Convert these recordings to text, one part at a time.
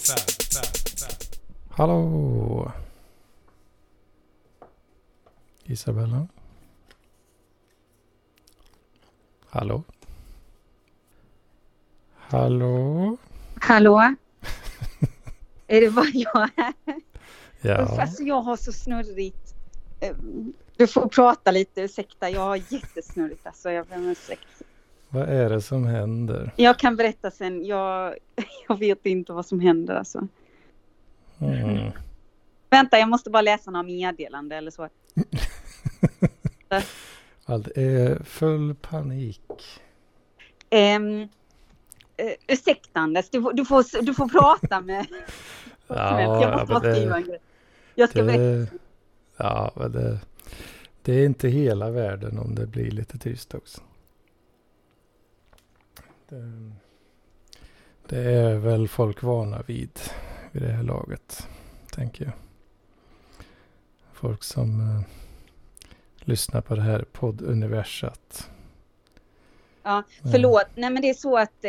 Hallå. Isabella. Hallå. Hallå. Hallå. Är det bara jag här? Ja. Alltså jag har så snurrigt. Du får prata lite, ursäkta. Jag har jättesnurrigt. Alltså jag ber om ursäkt. Vad är det som händer? Jag kan berätta sen. Jag vet inte vad som händer alltså. Vänta, jag måste bara läsa några meddelande eller så. Allt är full panik. Ursäkta Anders, du får prata med. Jag måste bara skriva en grej. Jag ska berätta. Ja, men det är inte hela världen om det blir lite tyst också. Det är väl folk vana vid det här laget, tänker jag. Folk som lyssnar på det här podduniversat. Ja, förlåt. Nej, men det är så att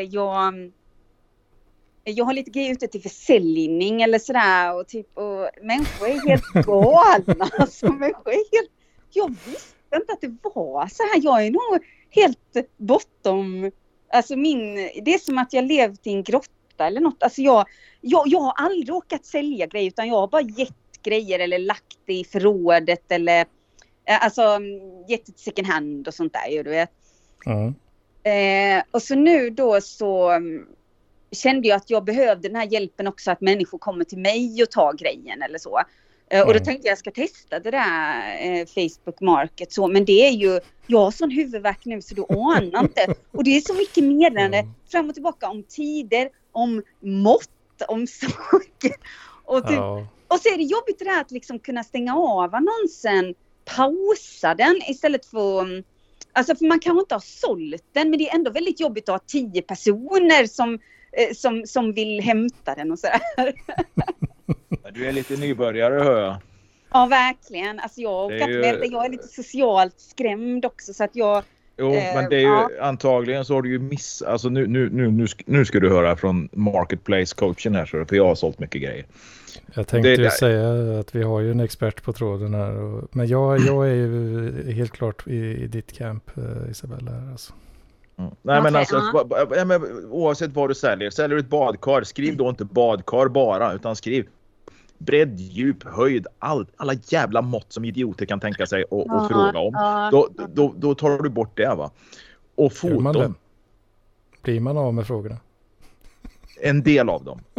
jag har lite grejer ute till försäljning eller sådär. Och människor är helt galna. Alltså, människor är helt... Jag visste inte att det var så här. Jag är nog helt bortom... Alltså det är som att jag levt i en grotta eller något. Alltså jag har aldrig råkat sälja grejer, utan jag har bara gett grejer eller lagt det i förrådet eller alltså gett ett second hand och sånt där, du vet. Och så nu då så kände jag att jag behövde den här hjälpen också, att människor kommer till mig och tar grejen eller så. Och då tänkte jag ska testa det där Facebook Market så, men det är ju, jag har sån huvudvärk nu så du anar inte. Och det är så mycket meddelande fram och tillbaka om tider, om mått, om saker. Och så är det jobbigt det där att liksom kunna stänga av annonsen, pausa den istället för... Alltså för man kanske inte har sålt den, men det är ändå väldigt jobbigt att ha 10 personer som vill hämta den och sådär. Du är lite nybörjare, hör jag. Ja, verkligen. Alltså jag är lite socialt skrämd också, så att jag... Jo, men det är ju antagligen så har du ju alltså nu ska du höra från Marketplace-coachen här, för jag har sålt mycket grejer. Jag tänkte ju säga att vi har ju en expert på tråden här. Men jag är ju helt klart i ditt camp, Isabella. Här, alltså. Nej, men alltså, oavsett vad du säljer du ett badkar, skriv då inte badkar bara, utan skriv bredd, djup, höjd, alla jävla mått som idioter kan tänka sig och fråga om. Då tar du bort det, va? Och foton. Blir man av med frågorna? En del av dem.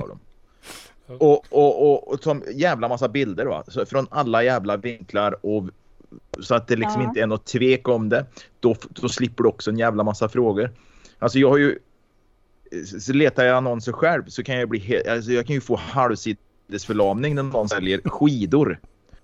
Och som jävla massa bilder, va? Så från alla jävla vinklar, och så att det liksom inte är något tvek om det. Då slipper du också en jävla massa frågor. Alltså jag har ju, så letar jag annonser själv så kan jag jag kan ju få halvsidesförlamning när någon säljer skidor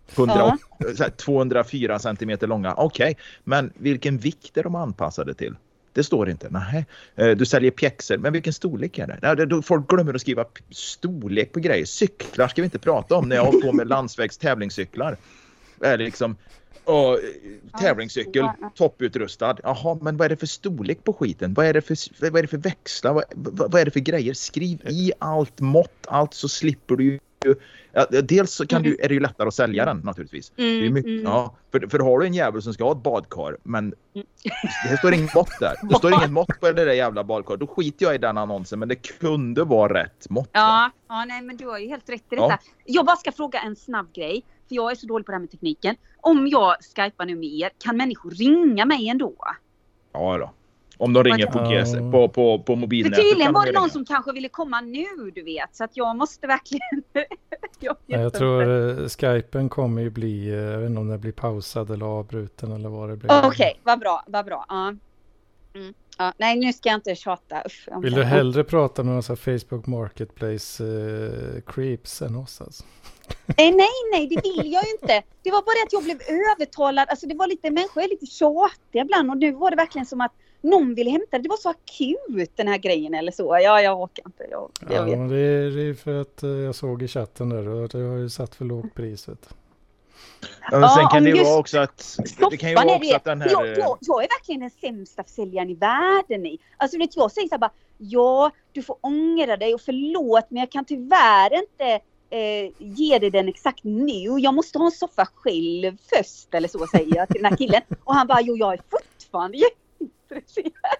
204 centimeter långa. Okej, men vilken vikt är de anpassade till? Det står inte. Nej. Du säljer pjäxor, men vilken storlek är det? Då folk glömmer att skriva storlek på grejer. Cyklar ska vi inte prata om när jag har på med landsvägstävlingscyklar. Eller liksom tävlingscykel, topputrustad. Jaha, men vad är det för storlek på skiten? Vad är det för växlar? Vad är det för grejer? Skriv i allt mått, allt, så slipper du ju. Dels så är det ju lättare att sälja den naturligtvis. Det är mycket, för har du en jävel som ska ha ett badkar, men det står inget mått där. Det står inget mått på det där jävla badkar. Då skiter jag i den annonsen, men det kunde vara rätt mått. Nej, men du har ju helt rätt i detta. Jag bara ska fråga en snabb grej, för jag är så dålig på det här med tekniken. Om jag skypar nu med er, kan människor ringa mig ändå? Ja då. Om de ringer på mobilnätet. För tydligen var det någon som kanske ville komma nu, du vet. Så att jag måste verkligen... jag tror Skypen kommer ju bli... Jag vet inte om det blir pausad eller avbruten eller vad det blir. Okej, vad bra. Ja. Ja, nej, nu ska jag inte tjata. Vill du hellre prata med någon Facebook Marketplace creeps än oss alltså? Nej, det vill jag ju inte. Det var bara det att jag blev övertalad. Alltså det var lite, människor är lite tjatiga ibland. Och nu var det verkligen som att någon ville hämta det. Det var så akut, den här grejen eller så. Jag orkar inte. Jag vet. Det är för att jag såg i chatten där. Och det har ju satt för lågt pris. Ja, men sen kan om det just vara också att... Det kan ju vara också att den här... Jag är verkligen den sämsta försäljaren i världen i. Alltså vet jag säger så här bara, ja, du får ångra dig och förlåt, men jag kan tyvärr inte ge dig den exakt nu. Jag måste ha en soffa själv först, eller så säger jag till den här killen. Och han bara, jo, jag är fortfarande jätteintresserad.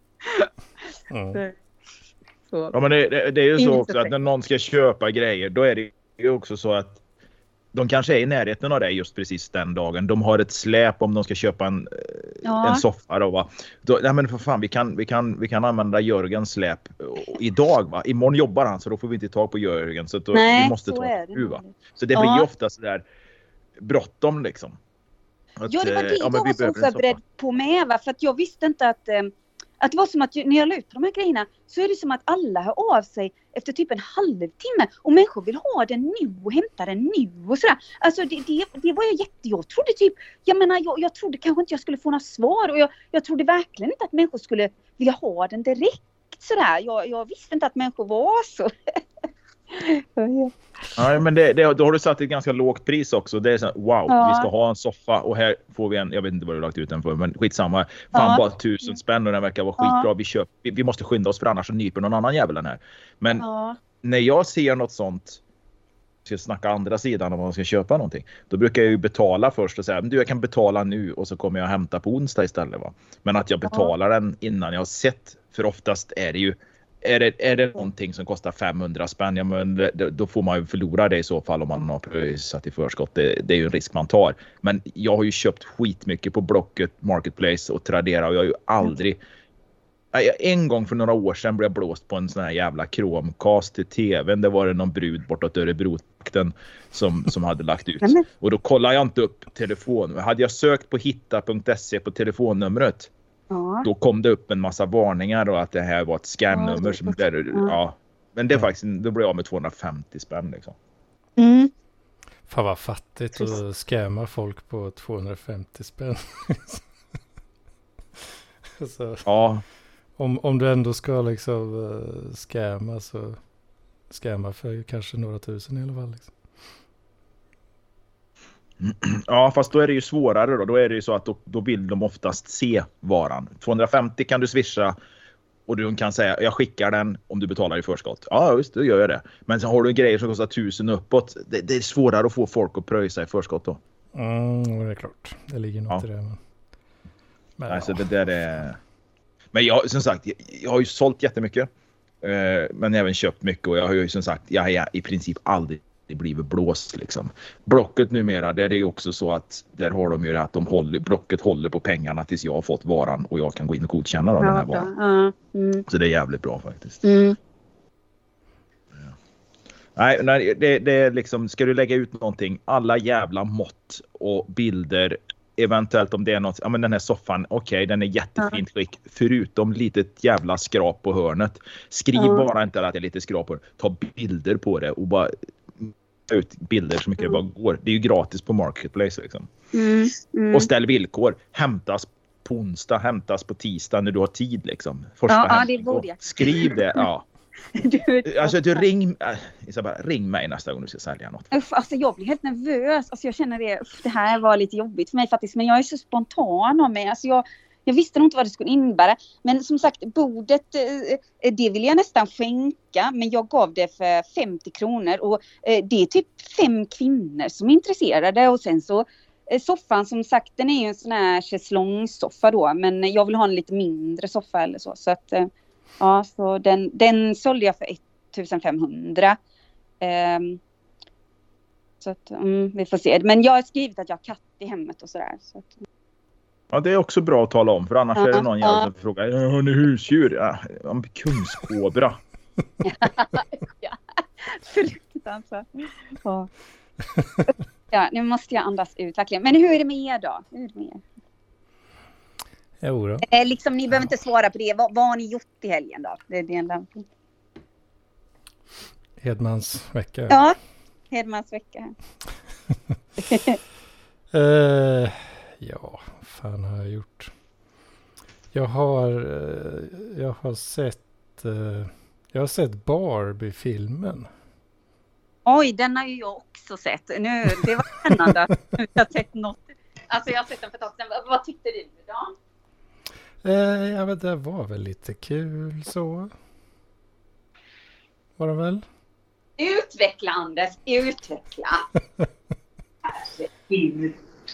Så. Ja, men det är ju så också att när någon ska köpa grejer, då är det ju också så att de kanske är i närheten av dig just precis den dagen. De har ett släp om de ska köpa en soffa då, va. Nej men för fan, vi kan använda Jörgens släp idag, va. Imorgon jobbar han, så då får vi inte tag på Jörgen, så då, vi måste ta nu, va. Så det blir ju ofta så där bråttom liksom. Att, ja, det var det jag var så förberedd på med, va? För att jag visste inte att det var som att när jag la ut på de här grejerna så är det som att alla hör av sig efter typ en halvtimme. Och människor vill ha den nu och hämta den nu och sådär. Alltså det var jag trodde typ, jag trodde kanske inte jag skulle få några svar. Och jag trodde verkligen inte att människor skulle vilja ha den direkt sådär. Jag visste inte att människor var så. Ja, men då har du satt ett ganska lågt pris också. Det är så här, wow, vi ska ha en soffa och här får vi en, jag vet inte vad du har lagt ut den för, men skitsamma. Fan, bara 1000 spänn och den verkar vara skitbra. Vi måste skynda oss, för annars så nyper någon annan jävel den här. Men när jag ser något sånt, ska snacka andra sidan om man ska köpa någonting, då brukar jag ju betala först och säga, men du, jag kan betala nu och så kommer jag hämta på onsdag istället, va. Men att jag betalar den innan jag har sett, för oftast är det ju är det någonting som kostar 500 spänn, ja, men då får man ju förlora det i så fall om man har pröjsat i förskott. Det är ju en risk man tar. Men jag har ju köpt skitmycket på Blocket, Marketplace och Tradera, och jag har ju aldrig... En gång för några år sedan blev jag blåst på en sån här jävla Chromecast till tvn. Det var det någon brud bortåt Örebro-trakten som hade lagt ut. Och då kollade jag inte upp telefon. Hade jag sökt på hitta.se på telefonnumret, då kom det upp en massa varningar och att det här var ett scamnummer som men det är faktiskt, då blev jag med 250 spänn liksom. Fan vad fattigt att scamma folk på 250 spänn. Så, om du ändå ska liksom scamma, så scamma för kanske några tusen i alla fall liksom. Ja, fast då är det ju svårare då. Då är det ju så att då vill de oftast se varan. 250 kan du swisha och du kan säga, jag skickar den om du betalar i förskott. Ja, just det, gör jag det. Men så har du grejer som kostar 1000 uppåt. Det är svårare att få folk att pröjsa i förskott då. Det är klart. Det ligger något i det. Men alltså, det där är... Men jag, som sagt, jag har ju sålt jättemycket. Men även köpt mycket, och jag har ju som sagt, jag är i princip aldrig blivit blåst liksom. Blocket numera, där är det ju också så att där har de ju att Blocket håller på pengarna tills jag har fått varan och jag kan gå in och godkänna den här varan. Så det är jävligt bra faktiskt. Nej, det är liksom, ska du lägga ut någonting, alla jävla mått och bilder, eventuellt om det är något, ja men den här soffan, okej, den är jättefint skick, förutom litet jävla skrap på hörnet. Skriv bara inte att det är lite skrap på det. Ta bilder på det och bara ut bilder så mycket det bara går. Det är ju gratis på Marketplace liksom. Och ställ villkor. Hämtas på onsdag, hämtas på tisdag när du har tid liksom. Första det borde jag. Skriv det, alltså du ring mig nästa gång du ska sälja något. Alltså jag blir helt nervös. Alltså jag känner det här var lite jobbigt för mig faktiskt, men jag är så spontan av mig. Alltså jag visste nog inte vad det skulle innebära. Men som sagt, bordet, det vill jag nästan skänka. Men jag gav det för 50 kronor. Och det är typ 5 kvinnor som är intresserade. Och sen så, soffan som sagt, den är ju en sån här schäslongssoffa då. Men jag vill ha en lite mindre soffa eller så. Så att, så den sålde jag för 1500. Så att, vi får se. Men jag har skrivit att jag har katt i hemmet och sådär. Så att... Ja, det är också bra att tala om, för annars är det någon jävel som frågar, har ni husdjur? Ja, kungskobra. Fruktansvärt. Ja, nu måste jag andas ut verkligen. Men hur är det med er då? Hur är det med er? Jo då. Liksom, ni behöver inte svara på det. Vad har ni gjort i helgen då? Det är det enda. Hedmans vecka. Ja, Hedmans vecka. Ja, fan har jag gjort? Jag har sett Barbie-filmen. Oj, den har ju jag också sett. Nu, det var spännande. Jag har sett något. Alltså jag har sett den för ett tag sedan. Vad tyckte du då? Ja, men det var väl lite kul så. Var det väl? Utveckla, Anders. Utveckla. Herregud.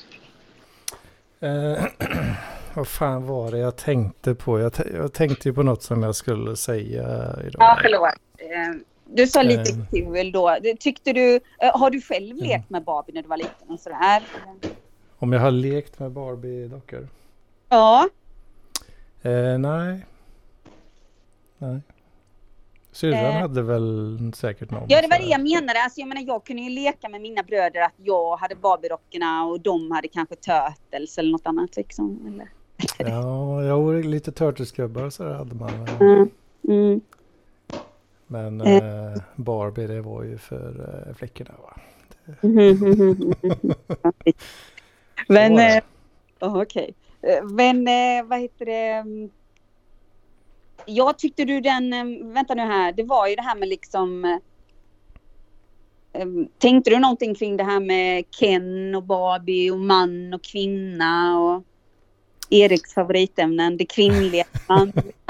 Vad fan var det jag tänkte på? Jag tänkte ju på något som jag skulle säga idag. Ja, förlåt. Du sa lite kul då. Tyckte du, har du själv lekt med Barbie när du var liten och sådär? Om jag har lekt med Barbie-dockor? Ja. Nej. Syrran hade väl säkert någon. Ja, det var det jag menade. Alltså, jag menar, jag kunde ju leka med mina bröder att jag hade Barbie-dockorna och de hade kanske Turtles eller något annat liksom. Eller? Ja, jag var lite Turtles-gubbar så hade man. Men Barbie, det var ju för flickorna, va? Men, okej. Men, vad heter det? Jag tyckte du den, vänta nu här, det var ju det här med liksom, tänkte du någonting kring det här med Ken och Barbie och man och kvinna och Eriks favoritämnen, det kvinnliga man?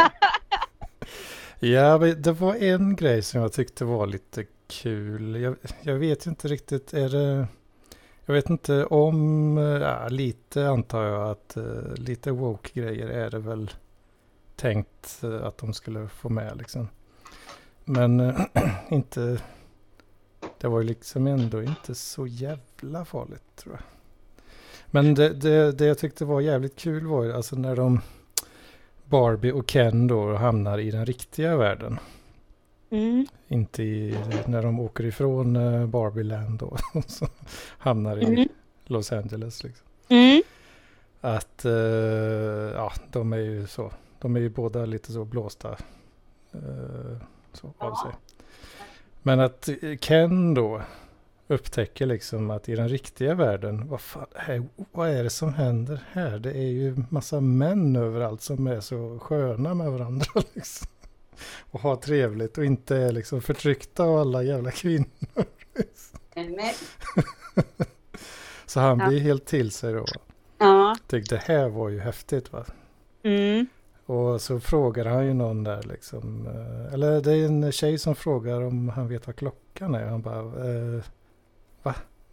Ja, det var en grej som jag tyckte var lite kul. Jag vet inte riktigt, jag vet inte om, lite antar jag att lite woke-grejer är det väl tänkt att de skulle få med liksom. Men inte, det var ju liksom ändå inte så jävla farligt tror jag. Men det jag tyckte var jävligt kul var ju alltså när Barbie och Ken då hamnar i den riktiga världen. Inte när de åker ifrån Barbieland då och så hamnar i Los Angeles liksom. Att de är ju så. De är ju båda lite så blåsta så av sig. Men att Ken då upptäcker liksom att i den riktiga världen, vad är det som händer här? Det är ju massa män överallt som är så sköna med varandra liksom. Och har trevligt och inte är liksom förtryckta av alla jävla kvinnor. Så han blir helt till sig då. Ja. Tyckte det här var ju häftigt, va? Och så frågar han ju någon där liksom, eller det är en tjej som frågar om han vet vad klockan är. Han bara, va?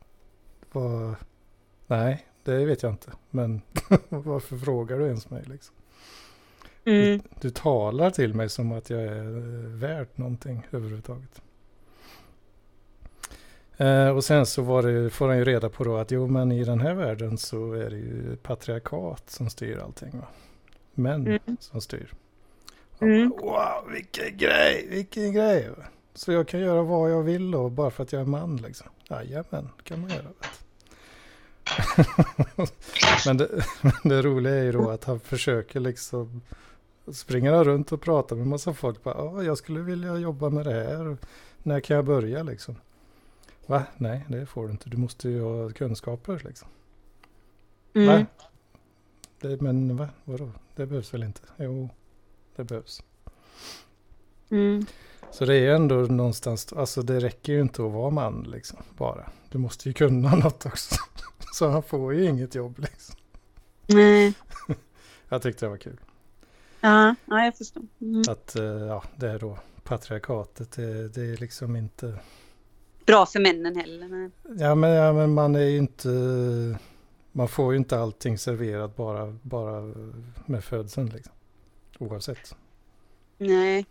Nej, det vet jag inte. Men varför frågar du ens mig liksom? Du talar till mig som att jag är värd någonting överhuvudtaget. Och sen så får han ju reda på då att men i den här världen så är det ju patriarkat som styr allting, va? Män som styr. Wow, vilken grej. Så jag kan göra vad jag vill då, bara för att jag är man liksom. Jajamän, kan man göra. Men det roliga är ju då att han försöker liksom springa runt och prata med massa folk. Jag skulle vilja jobba med det här. När kan jag börja liksom? Va? Nej, det får du inte. Du måste ju ha kunskaper liksom. Va? Men va? Vadå? Det behövs väl inte? Jo, det behövs. Så det är ändå någonstans, alltså det räcker ju inte att vara man liksom, bara. Du måste ju kunna något också. Så han får ju inget jobb liksom. Nej. Jag tyckte det var kul. Ja, jag förstår. Att det är då patriarkatet, det är liksom inte bra för männen heller. Nej. Ja, men man är ju inte, man får ju inte allting serverat bara med födseln liksom. Oavsett. Nej.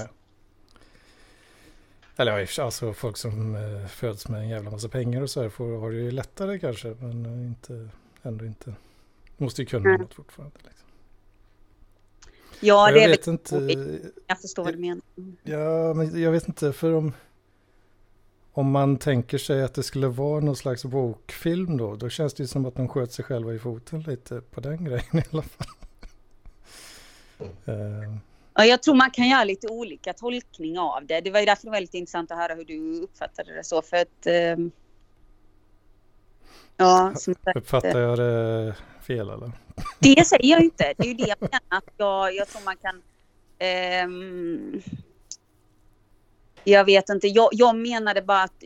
Eller alltså folk som föds med en jävla massa pengar och så här har det ju lättare kanske, men ändå inte. Måste ju kunna något fortfarande liksom. Ja, det är vet inte. Jag förstår vad du menar. Ja, men jag vet inte, för om man tänker sig att det skulle vara någon slags woke-film då känns det ju som att de sköt sig själva i foten lite på den grejen i alla fall. Ja, jag tror man kan göra lite olika tolkning av det. Det var ju därför det var lite intressant att höra hur du uppfattade det så. För att, uppfattar jag det fel eller? Det säger jag inte. Det är ju det jag menar. Att jag tror man kan... Jag vet inte. Jag menade bara att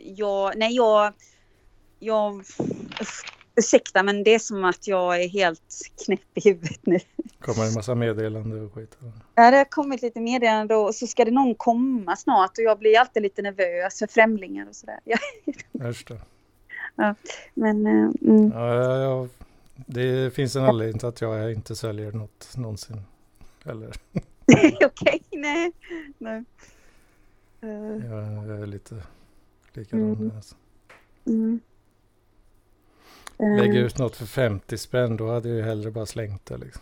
ursäkta, men det är som att jag är helt knäpp i huvudet nu. Kommer en massa meddelanden och skit? Ja, det har kommit lite meddelanden och så ska det någon komma snart och jag blir alltid lite nervös för främlingar och sådär. Just det. Ja, men... Ja, det finns en anledning till att jag inte säljer något någonsin. Eller... Okej, nej. Jag är lite likadan. Alltså. Lägger ut något för 50 spänn, då hade jag ju hellre bara slängt det liksom.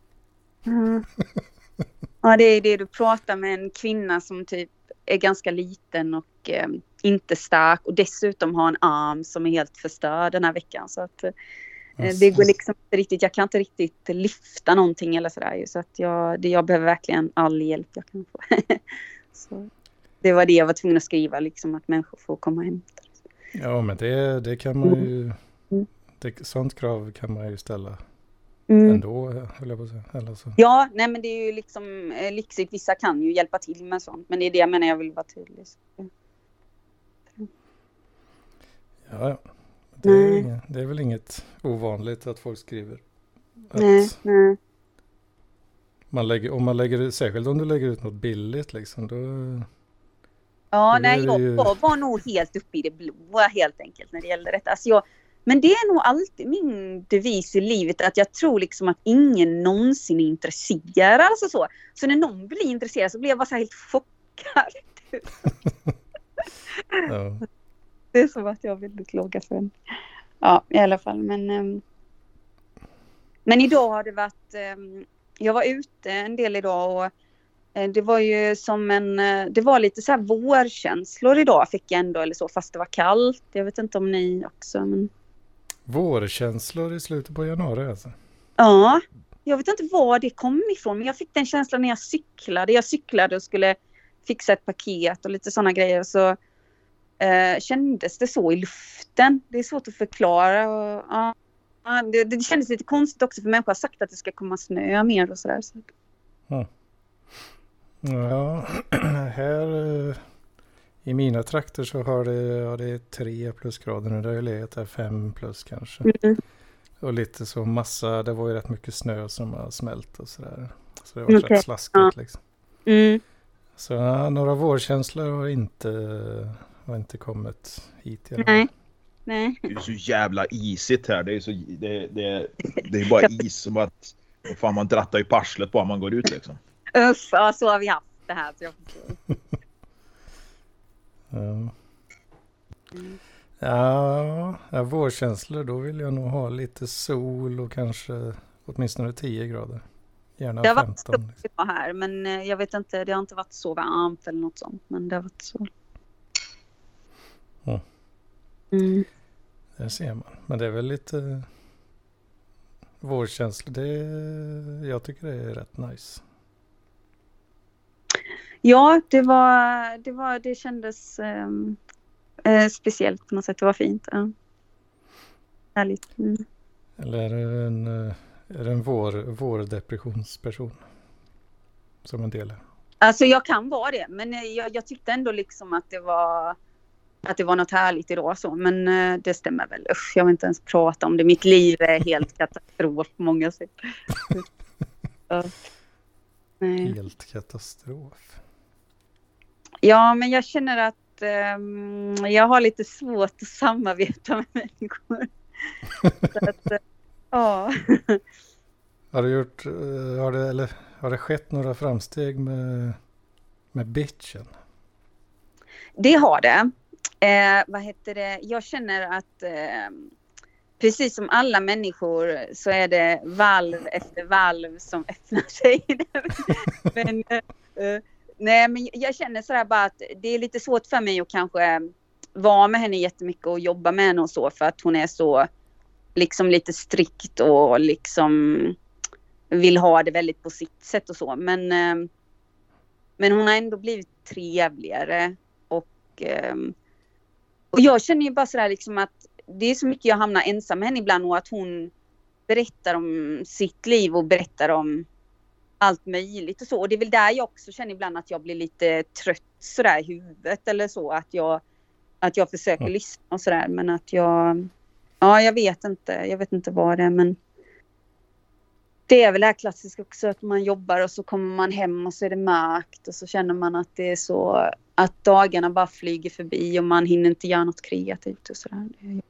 Ja, det är det, du pratar med en kvinna som typ är ganska liten och inte stark och dessutom har en arm som är helt förstörd den här veckan, så att det går liksom inte riktigt, jag kan inte riktigt lyfta någonting eller sådär, så att jag behöver verkligen all hjälp jag kan få. Så det var det jag var tvungen att skriva, liksom, att människor får komma hem. Ja, men det kan man ju, sånt krav kan man ju ställa ändå, höll jag på att säga. Eller så. Ja, nej, men det är ju liksom lyxigt, vissa kan ju hjälpa till med sånt, men det är det jag menar, jag vill vara tydlig. Ja. Det är väl inget ovanligt att folk skriver. Att nej. Särskilt om du lägger ut något billigt liksom, då... Ja, nej, jag var nog helt uppe i det blåa helt enkelt när det gäller detta. Alltså men det är nog alltid min devis i livet, att jag tror liksom att ingen någonsin är intresserad. Alltså så när någon blir intresserad så blir jag bara så här helt chockad. Ja. Det är som att jag är väldigt låga för en. Ja, i alla fall. Men idag har det varit... jag var ute en del idag och det var ju som det var lite så här vårkänslor idag fick jag ändå, eller så, fast det var kallt. Jag vet inte om ni också, men... Vårkänslor i slutet på januari alltså? Ja, jag vet inte var det kom ifrån, men jag fick den känslan när jag cyklade. Jag cyklade och skulle fixa ett paket och lite sådana grejer, så kändes det så i luften. Det är svårt att förklara. Och, det kändes lite konstigt också, för människor har sagt att det ska komma snö mer och sådär. Så. Ja, här i mina trakter så har det 3 plusgrader nu. Det har ju legat där 5 plus kanske. Och lite så massa, det var ju rätt mycket snö som har smält och sådär. Så det var rätt slaskigt liksom. Så några vårkänslor har inte kommit hit i alla fall. Nej. Det är så jävla isigt här. Det är bara is som att fan, man drattar i parslet bara man går ut liksom. Uff, så har vi haft det här. Så jag förstår. Ja, vårkänslor, då vill jag nog ha lite sol och kanske åtminstone 10 grader. Gärna 15. Det har varit stort här, men jag vet inte, det har inte varit så varmt eller något sånt, men det har varit så. Där ser man. Men det är väl lite vårkänslor. Jag tycker det är rätt nice. Ja, det kändes speciellt på något sätt. Det var fint. Ja. Härligt. Eller är det en vårdepressionsperson som en del? Alltså jag kan vara det, men jag tyckte ändå liksom att det var något härligt idag så, men det stämmer väl. Usch, jag vill inte ens prata om det. Mitt liv är helt katastrof på många sätt. Helt katastrof. Ja, men jag känner att jag har lite svårt att samarbeta med människor. Så att, ja. Har det skett några framsteg med bitchen? Det har det. Vad heter det? Jag känner att precis som alla människor så är det valv efter valv som öppnar sig. Men jag känner sådär bara att det är lite svårt för mig att kanske vara med henne jättemycket och jobba med henne och så, för att hon är så liksom lite strikt och liksom vill ha det väldigt på sitt sätt och så. Men hon har ändå blivit trevligare och jag känner ju bara sådär liksom att det är så mycket jag hamnar ensam med henne ibland, och att hon berättar om sitt liv och berättar om allt möjligt och så. Och det är väl där jag också känner ibland att jag blir lite trött sådär i huvudet eller så. Att jag försöker lyssna och sådär. Men att jag vet inte vad det är, men det är väl det här klassiska också, att man jobbar och så kommer man hem och så är det mörkt och så känner man att det är så att dagarna bara flyger förbi och man hinner inte göra något kreativt och sådär.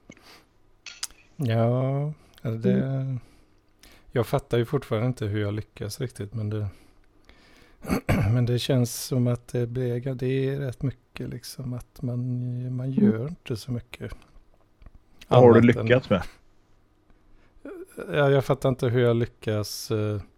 Ja, jag fattar ju fortfarande inte hur jag lyckas riktigt, men det känns som att det är rätt mycket liksom, att man gör inte så mycket. Vad har du lyckats med? Jag fattar inte hur jag lyckas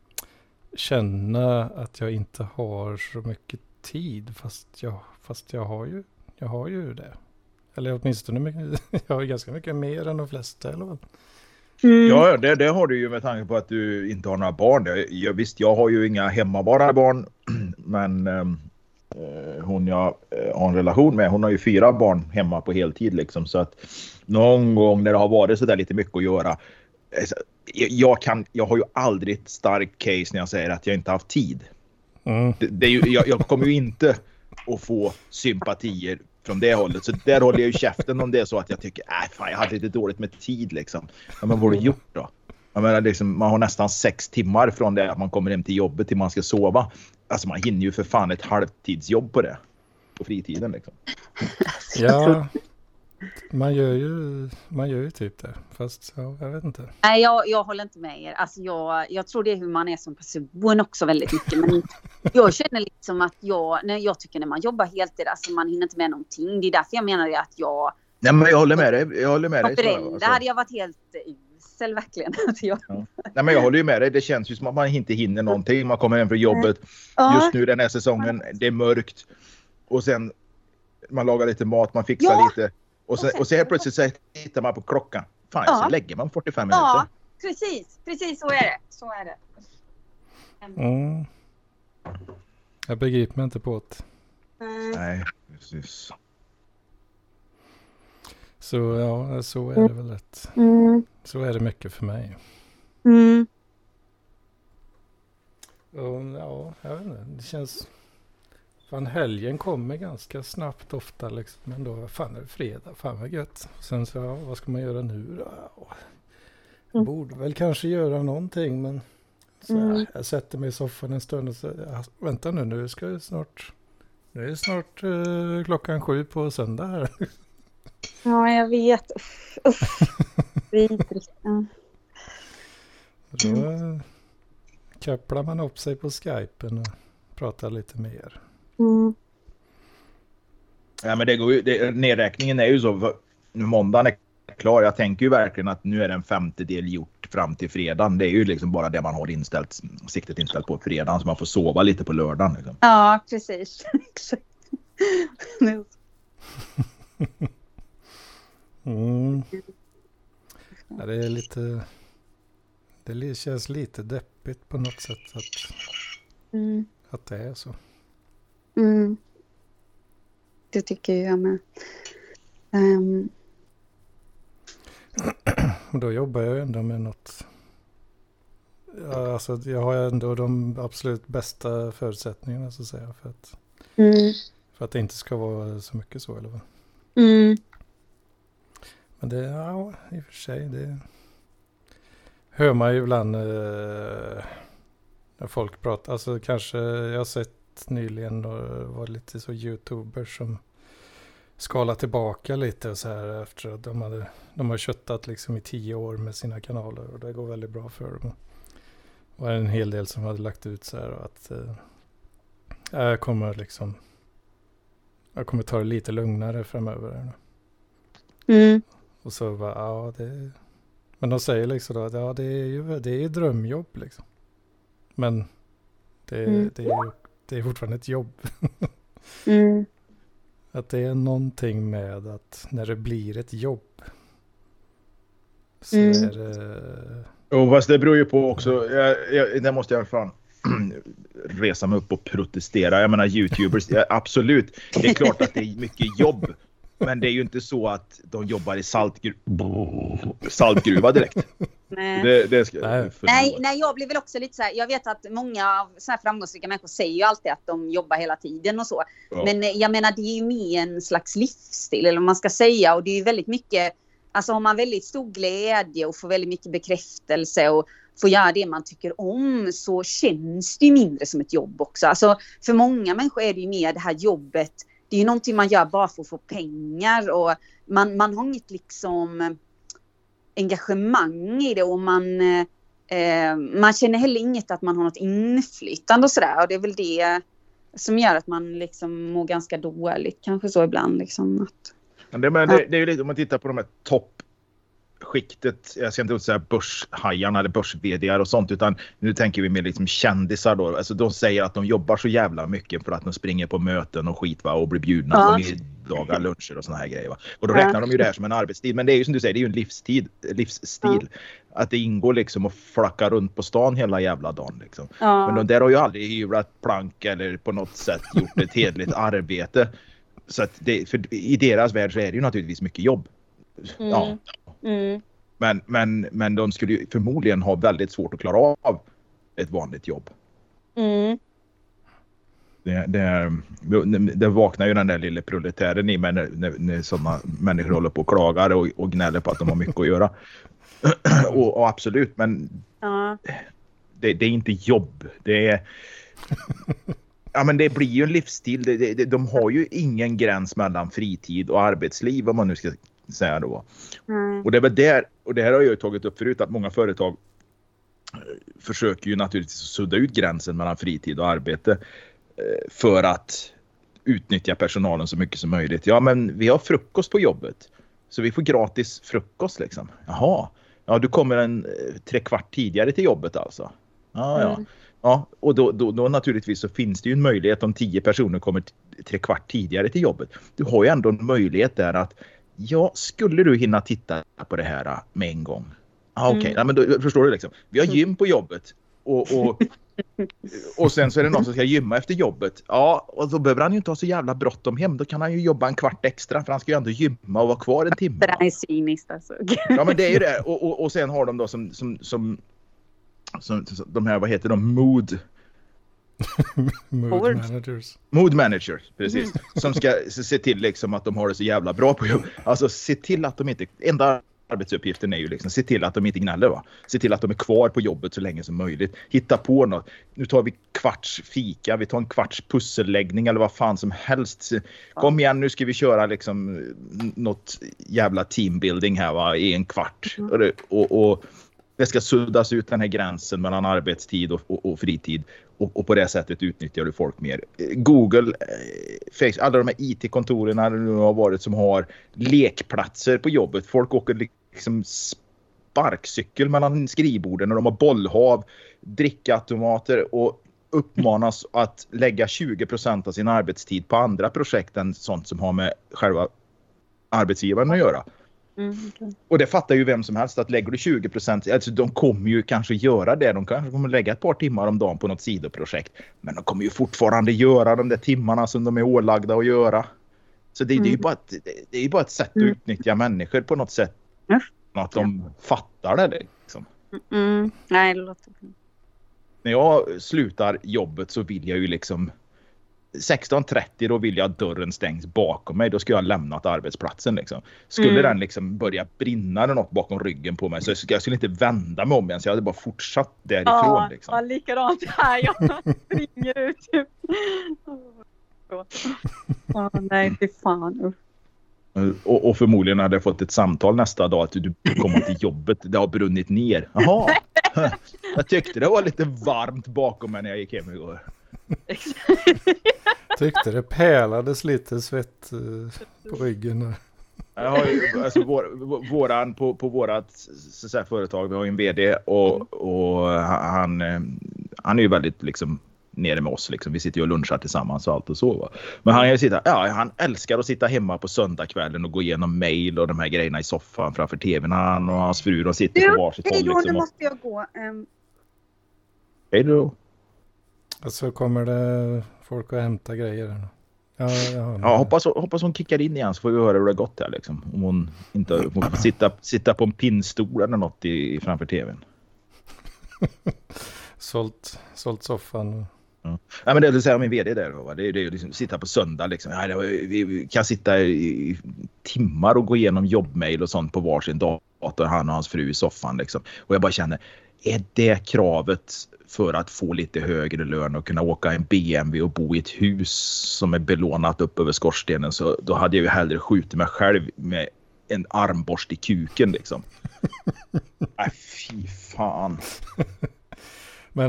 känna att jag inte har så mycket tid, fast jag har ju det. Eller åtminstone jag har ganska mycket mer än de flesta, eller vad? Ja, det har du ju med tanke på att du inte har några barn. Visst, jag har ju inga hemmavarande barn, men hon jag har en relation med, hon har ju 4 barn hemma på heltid liksom, så att någon gång när det har varit så där lite mycket att göra, jag har ju aldrig ett starkt case när jag säger att jag inte haft tid. Det är ju, jag kommer ju inte att få sympatier från det hållet, så där håller jag ju käften om det är så att jag tycker fan, jag hade lite dåligt med tid liksom. Men vad har du gjort då? Jag menar, liksom, man har nästan 6 timmar från det att man kommer hem till jobbet till man ska sova. Alltså man hinner ju för fan ett halvtidsjobb på det. På fritiden liksom. Ja, man gör ju typ det. Fast jag vet inte. Nej, jag håller inte med er. Alltså jag tror det är hur man är som person också väldigt mycket. Men jag känner liksom att jag tycker när man jobbar heltid, alltså man hinner inte med någonting. Det är därför jag menar att jag... Nej, men jag håller med dig. Där hade jag varit helt usel verkligen. Ja. Nej, men jag håller ju med dig. Det känns ju som att man inte hinner någonting. Man kommer hem från jobbet. Just nu den här säsongen, det är mörkt. Och sen man lagar lite mat, man fixar lite. Och så helt plötsligt så tittar man på klockan. Fan, så lägger man 45 minuter. Ja, precis så är det. Jag begriper mig inte på det. Nej, precis. Så ja, så är det väl rätt. Så är det mycket för mig. Och, ja, jag vet inte. Det känns... Fan, helgen kommer ganska snabbt ofta liksom. Men då, fan är det fredag. Fan vad gött. Sen så, vad ska man göra nu då? Borde väl kanske göra någonting, men så jag sätter mig i soffan en stund och så, vänta nu är det snart 7:00 på söndag här. Ja, jag vet. Vidrigt. Då kopplar man upp sig på Skypen och pratar lite mer. Ja, men det går ju, nedräkningen är ju så, måndagen är klar. Jag tänker ju verkligen att nu är det en 5/5 gjort fram till fredagen. Det är ju liksom bara det man har siktet inställt på fredagen, så man får sova lite på lördagen liksom. Ja, precis. Exakt. Ja, det är lite... Det känns lite deppigt på något sätt att det är så. Det tycker jag med. Då jobbar jag ändå med något. Ja, alltså jag har ändå de absolut bästa förutsättningarna så att säga, för att det inte ska vara så mycket så, eller vad? Men det, ja, i och för sig, det hör man ju ibland när folk pratar. Alltså kanske, jag har sett nyligen och var lite så YouTubers som skalar tillbaka lite och så här efter att de har köttat liksom i 10 år med sina kanaler och det går väldigt bra för dem. Och en hel del som hade lagt ut så här att jag kommer ta det lite lugnare framöver. Och så bara, men de säger liksom då att det är ju drömjobb liksom. Men det är fortfarande ett jobb. Att det är någonting med att när det blir ett jobb så är det... Och fast det beror ju på också, det måste jag fan resa mig upp och protestera. Jag menar YouTubers, absolut, det är klart att det är mycket jobb. Men det är ju inte så att de jobbar i saltgruva direkt. Nej, jag blir väl också lite så här, jag vet att många så här framgångsrika människor säger ju alltid att de jobbar hela tiden och så. Ja. Men jag menar, det är ju mer en slags livsstil, eller vad man ska säga, och det är ju väldigt mycket, alltså har man väldigt stor glädje och får väldigt mycket bekräftelse och får göra det man tycker om, så känns det ju mindre som ett jobb också. Alltså för många människor är det ju mer det här jobbet, det är ju någonting man gör bara för att få pengar, och man har inget liksom engagemang i det, och man känner heller inget att man har något inflytande och sådär, och det är väl det som gör att man liksom mår ganska dåligt kanske så ibland liksom att... Det är ju lite, om man tittar på de här toppskiktet, jag ska inte säga börshajarna eller börs-vd:ar och sånt, utan nu tänker vi mer liksom kändisar då. Alltså de säger att de jobbar så jävla mycket för att de springer på möten och skit, va, och blir bjudna på middagar, luncher och såna här grejer, va. Och då räknar de ju det här som en arbetstid, men det är ju som du säger, det är ju en livsstil. Att det ingår liksom att flacka runt på stan hela jävla dagen liksom. Men de där har ju aldrig hyvlat plank eller på något sätt gjort ett hedligt arbete. Så att för i deras värld så är det ju naturligtvis mycket jobb. Ja. Men de skulle ju förmodligen ha väldigt svårt att klara av ett vanligt jobb. Det vaknar ju den där lilla proletären i mig när sådana människor håller på och klagar och gnäller på att de har mycket att göra. och absolut, men det är inte jobb. Det är... Ja, men det blir ju en livsstil. De har ju ingen gräns mellan fritid och arbetsliv, om man nu ska säga då. Och det är väl där, och det här har jag ju tagit upp förut, att många företag försöker ju naturligtvis sudda ut gränsen mellan fritid och arbete för att utnyttja personalen så mycket som möjligt. Ja, men vi har frukost på jobbet, så vi får gratis frukost liksom. Jaha, ja, du kommer 3/4 tidigare till jobbet alltså. Ja, och då naturligtvis så finns det ju en möjlighet om 10 personer kommer 3/4 tidigare till jobbet. Du har ju ändå en möjlighet där att, skulle du hinna titta på det här med en gång? Okej. Ja, men då förstår du liksom. Vi har gym på jobbet och sen så är det någon som ska gymma efter jobbet. Ja, och då behöver han ju inte ha så jävla bråttom hem. Då kan han ju jobba 1/4 extra, för han ska ju ändå gymma och vara kvar en timme. Det är cyniskt alltså. Ja, men det är ju det. Och sen har de då som de här, vad heter de? Mood managers. Mood managers, precis. Som ska se till liksom att de har det så jävla bra på jobb. Alltså se till att de inte, enda arbetsuppgiften är ju liksom se till att de inte gnäller, va. Se till att de är kvar på jobbet så länge som möjligt. Hitta på något. Nu tar vi 1/4 fika, vi tar en 1/4 pusselläggning eller vad fan som helst. Kom igen, nu ska vi köra liksom något jävla teambuilding här, va, i 1/4. Och det ska suddas ut den här gränsen mellan arbetstid och fritid. Och på det sättet utnyttjar du folk mer. Google, Facebook, alla de här IT-kontoren har varit som har lekplatser på jobbet. Folk åker liksom sparkcykel mellan skrivborden och de har bollhav, drickautomater och uppmanas att lägga 20% av sin arbetstid på andra projekt än sånt som har med själva arbetsgivaren att göra. Och det fattar ju vem som helst, att lägger du 20%, alltså de kommer ju kanske göra det, de kanske kommer lägga ett par timmar om dagen på något sidoprojekt, men de kommer ju fortfarande göra de där timmarna som de är ålagda att göra. Så det är ju bara ett sätt att utnyttja människor på något sätt, att de fattar det liksom. Nej, det låter... När jag slutar jobbet så vill jag ju liksom 16:30, då vill jag att dörren stängs bakom mig. Då ska jag ha lämnat arbetsplatsen liksom. Skulle den liksom börja brinna eller något bakom ryggen på mig, så jag skulle inte vända mig om igen, så jag hade bara fortsatt därifrån liksom. Ja, likadant här. Jag springer ut typ. Nej, fy fan. Och förmodligen hade jag fått ett samtal nästa dag att du kommer till jobbet, det har brunnit ner. Jaha, jag tyckte det var lite varmt bakom mig när jag gick hem igår. Tyckte det pälades lite svett på ryggen. Ja, alltså på vårat så här, företag, vi har ju en vd och han är ju väldigt liksom nere med oss liksom. Vi sitter ju och lunchar tillsammans och allt och så, va? Men han älskar att sitta hemma på söndagskvällen och gå igenom mejl och de här grejerna i soffan framför tvn. Han och hans fru, de sitter på varsitt håll liksom. Nu måste jag gå. Hej då. Och så kommer det folk att hämta grejer. Ja, hoppas hon kickar in igen så får vi höra hur det har gått här liksom. Om hon inte får sitta på en pinnstol eller något framför tvn. sålt soffan. Ja. Ja, men det vill säga min vd där då, va? Det är liksom sitta på söndag liksom. Ja, vi kan sitta i timmar och gå igenom jobbmail och sånt på varsin dator, han och hans fru i soffan liksom. Och jag bara känner, är det kravet för att få lite högre lön och kunna åka en BMW och bo i ett hus som är belånat upp över skorstenen, så då hade jag ju hellre skjutit mig själv med en armborst i kuken liksom. Nej, fy fan. Men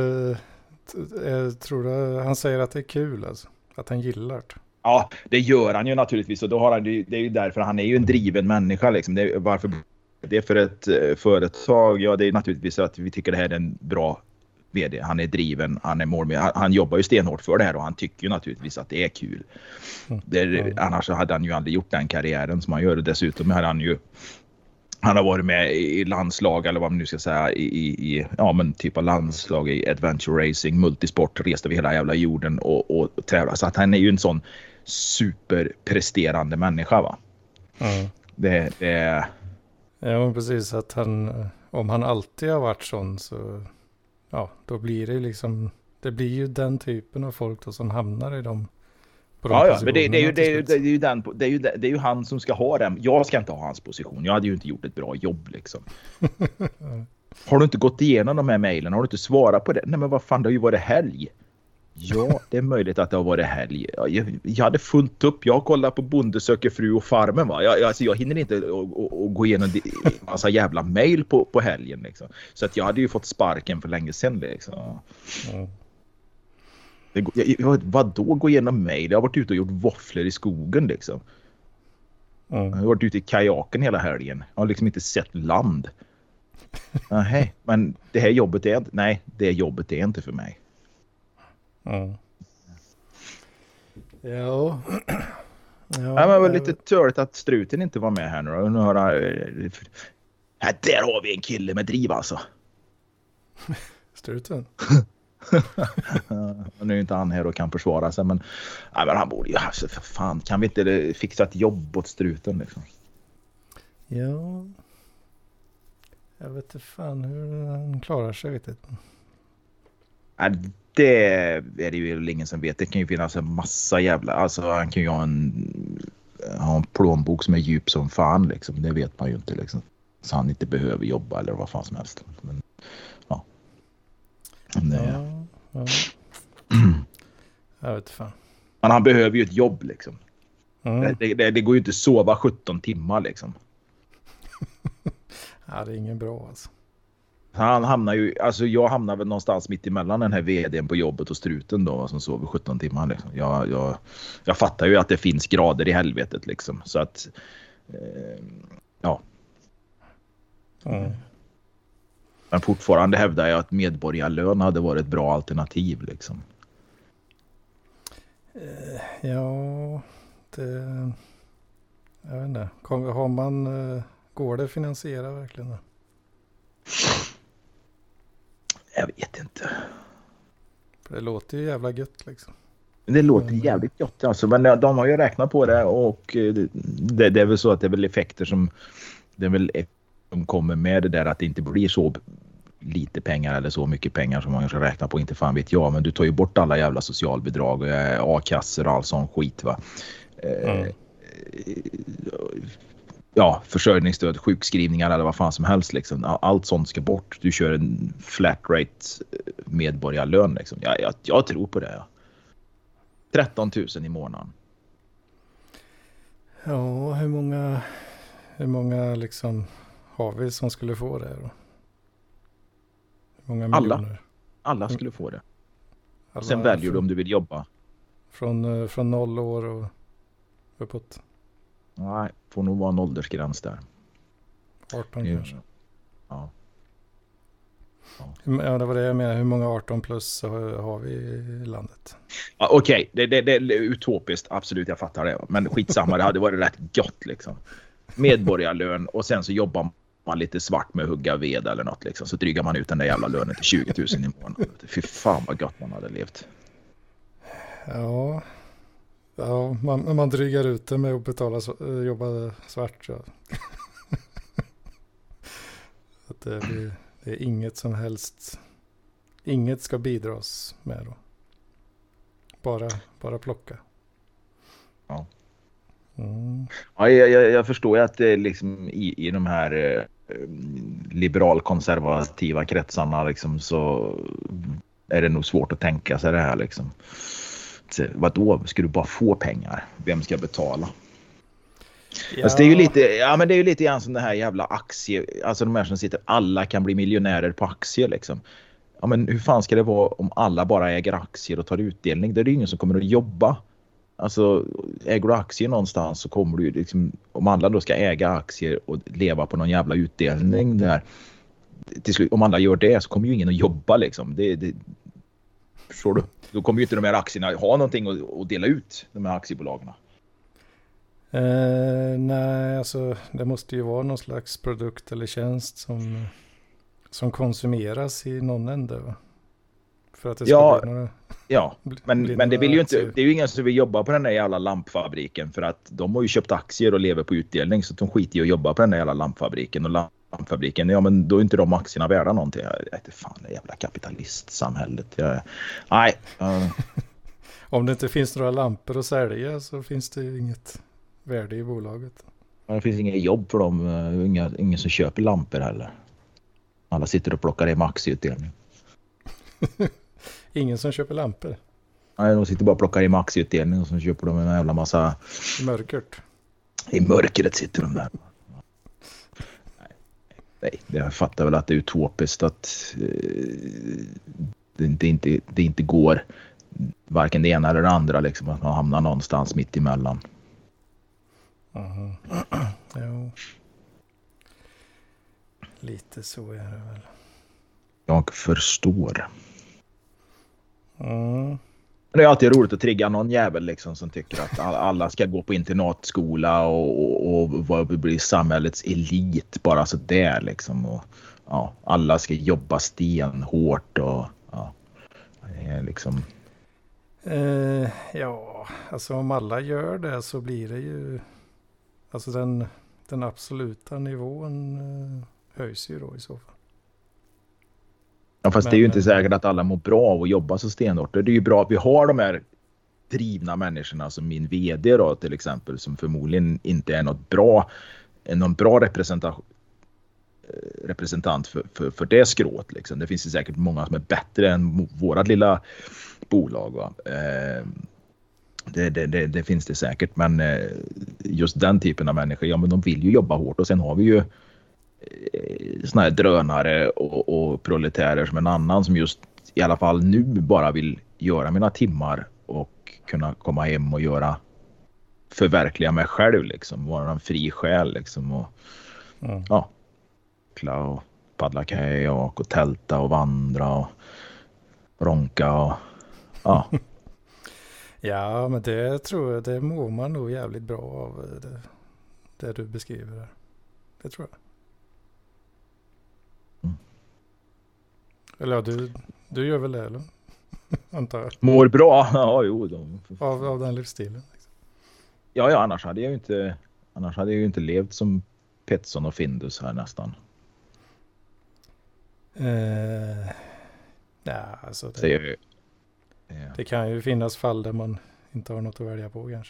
tror du han säger att det är kul alltså? Att han gillar det? Ja, det gör han ju naturligtvis, och då har han, det är ju därför han är ju en driven människa liksom. Varför det är för ett företag? Ja, det är naturligtvis att vi tycker det här är en bra vd. Han är driven, han är målmedveten. Han jobbar ju stenhårt för det här och han tycker ju naturligtvis att det är kul. Annars hade han ju aldrig gjort den karriären som han gör. Dessutom hade han har varit med i landslag eller vad man nu ska säga men typ av landslag i adventure racing, multisport, rest över hela jävla jorden och tävlar. Så att han är ju en sån superpresterande människa, va? Det är... Ja, men precis, att om han alltid har varit sån, så då blir det liksom, det blir ju den typen av folk då som hamnar i dem. Ja, men det är ju han som ska ha den. Jag ska inte ha hans position. Jag hade ju inte gjort ett bra jobb liksom. Har du inte gått igenom de här mejlen? Har du inte svarat på det? Nej, men vad fan, det har ju varit helg. Ja, det är möjligt att det har varit helg. Jag hade fullt upp. Jag kollar på Bonde söker fru och Farmen, va. Jag hinner inte att gå igenom en massa jävla mejl på helgen liksom. Så att jag hade ju fått sparken för länge sedan liksom. Vadå gå igenom mejl? Jag har varit ute och gjort våfflor i skogen liksom. Jag har varit ute i kajaken hela helgen. Jag har liksom inte sett land. Nej, men det här jobbet är inte... Nej, det jobbet är inte för mig. Ja, men det var lite törligt att struten inte var med här nu. Där har vi en kille med driv alltså. Struten? Nu är inte han här och kan försvara sig, men han borde ju, alltså, för fan, kan vi inte fixa ett jobb åt struten liksom? Ja, jag vet inte fan hur han klarar sig, vet inte. Det är det ju ingen som vet. Det kan ju finnas en massa jävla, alltså han kan ju ha en plånbok som är djup som fan liksom. Det vet man ju inte liksom. Så han inte behöver jobba eller vad fan som helst. Men ja. Jag vet fan. Men han behöver ju ett jobb liksom. Det går ju inte att sova 17 timmar liksom. Ja, det är ingen bra alltså. Han hamnar ju, alltså jag hamnar väl någonstans mitt emellan den här vdn på jobbet och struten då som sover 17 timmar liksom. Jag fattar ju att det finns grader i helvetet liksom, så att ja. Men fortfarande hävdar jag att medborgarlön hade varit ett bra alternativ liksom. Ja, det, jag vet inte. Går det att finansiera verkligen? Jag vet inte. För det låter ju jävla gött liksom. Det låter jävligt gott alltså, men de har ju räknat på det och det är väl så att det är väl effekter som de kommer med det där, att det inte blir så lite pengar eller så mycket pengar som man ska räkna på, inte fan vet jag, men du tar ju bort alla jävla socialbidrag och a-kassor och all sån skit, va. Ja, försörjningsstöd, sjukskrivningar eller vad fan som helst liksom. Allt sånt ska bort. Du kör en flat rate medborgarlön liksom. Jag tror på det. Ja. 13 000 i månaden. Ja, hur många liksom har vi som skulle få det då? Hur många miljoner? Alla skulle få det. Sen väljer du om du vill jobba. Från 0 år och uppåt. Nej, får nog vara en åldersgräns där. 18 kanske. Ja. Ja, det var det jag menar. Hur många 18 plus har vi i landet? Ja, okej, det är utopiskt. Absolut, jag fattar det. Men skitsamma, det hade varit rätt gott liksom. Medborgarlön och sen så jobbar man lite svart med att hugga ved eller något liksom. Så drygar man ut den där jävla lönen till 20 000 i månaden. Fy fan vad gott man hade levt. Ja, Ja, man drygar ut det med att jobba svart. Ja. Att det är inget som helst. Inget ska bidras med då. Bara plocka. Ja. Mm. Ja, jag förstår ju att det är liksom i de här liberalkonservativa kretsarna liksom, så är det nog svårt att tänka sig det här liksom. Vadå, ska du bara få pengar? Vem ska betala? Ja. Alltså, det är ju lite, men det är ju lite grann som det här jävla aktie, alltså de här som sitter, alla kan bli miljonärer på aktier liksom. Ja, men hur fan ska det vara om alla bara äger aktier och tar utdelning? Det är det ingen som kommer att jobba. Alltså äger du aktier någonstans så kommer du liksom, om alla då ska äga aktier och leva på någon jävla utdelning där, till slut, om alla gör det så kommer ju ingen att jobba liksom. Det förstår du? Då kommer ju inte de här aktierna ha någonting att dela ut, de här aktiebolagen. Nej, alltså det måste ju vara någon slags produkt eller tjänst som konsumeras i någon ände, va? För att det ska bli några... Ja, men det vill ju inte, det är ju ingen som vill jobba på den där jävla lampfabriken, för att de har ju köpt aktier och lever på utdelning, så de skiter i att jobba på den där jävla lampfabriken. Och lampfabriken, ja men då är inte de aktierna värda någonting. Jag vet inte fan, det jävla kapitalistsamhället. Nej. Om det inte finns några lampor att sälja så finns det ju inget värde i bolaget. Det finns inget jobb för dem, ingen som köper lampor heller. Alla sitter och plockar i aktieutdelning. Ingen som köper lampor? Nej, de sitter bara och plockar i aktieutdelning och så köper de en jävla massa... Mörkert. I mörkret sitter de där. Nej, jag fattar väl att det är utopiskt att det inte går varken det ena eller det andra liksom, att man hamnar någonstans mitt emellan. Jo. Lite så är det väl. Jag förstår. Mm. Det är alltid roligt att trigga någon jävel liksom, som tycker att alla ska gå på internatskola och bli samhällets elit bara så där liksom. Och, ja, alla ska jobba stenhårt och ja, det är liksom... Ja, alltså om alla gör det så blir det ju... Alltså den absoluta nivån höjs ju då i så fall. Ja, fast det är ju inte säkert att alla mår bra av att jobba så stenhårt. Det är ju bra att vi har de här drivna människorna som min vd då, till exempel, som förmodligen inte är någon bra representant för det skrået liksom. Det finns ju säkert många som är bättre än vårat lilla bolag, va? Det finns det säkert, men just den typen av människor, ja men de vill ju jobba hårt, och sen har vi ju såna här drönare och proletärer som en annan, som just i alla fall nu bara vill göra mina timmar och kunna komma hem och förverkliga mig själv liksom, vara en fri själ liksom, och ja, och paddla kajak och tälta och vandra och ronka och ja. Ja, men det tror jag, det mår man nog jävligt bra av, det du beskriver där. Det tror jag. Eller ja, du gör väl det, eller? Antar jag. Mår bra? Ja, jo. Av den livsstilen. Liksom. Ja, annars hade jag ju inte levt som Petson och Findus här nästan. Ja, alltså det kan ju finnas fall där man inte har något att välja på kanske.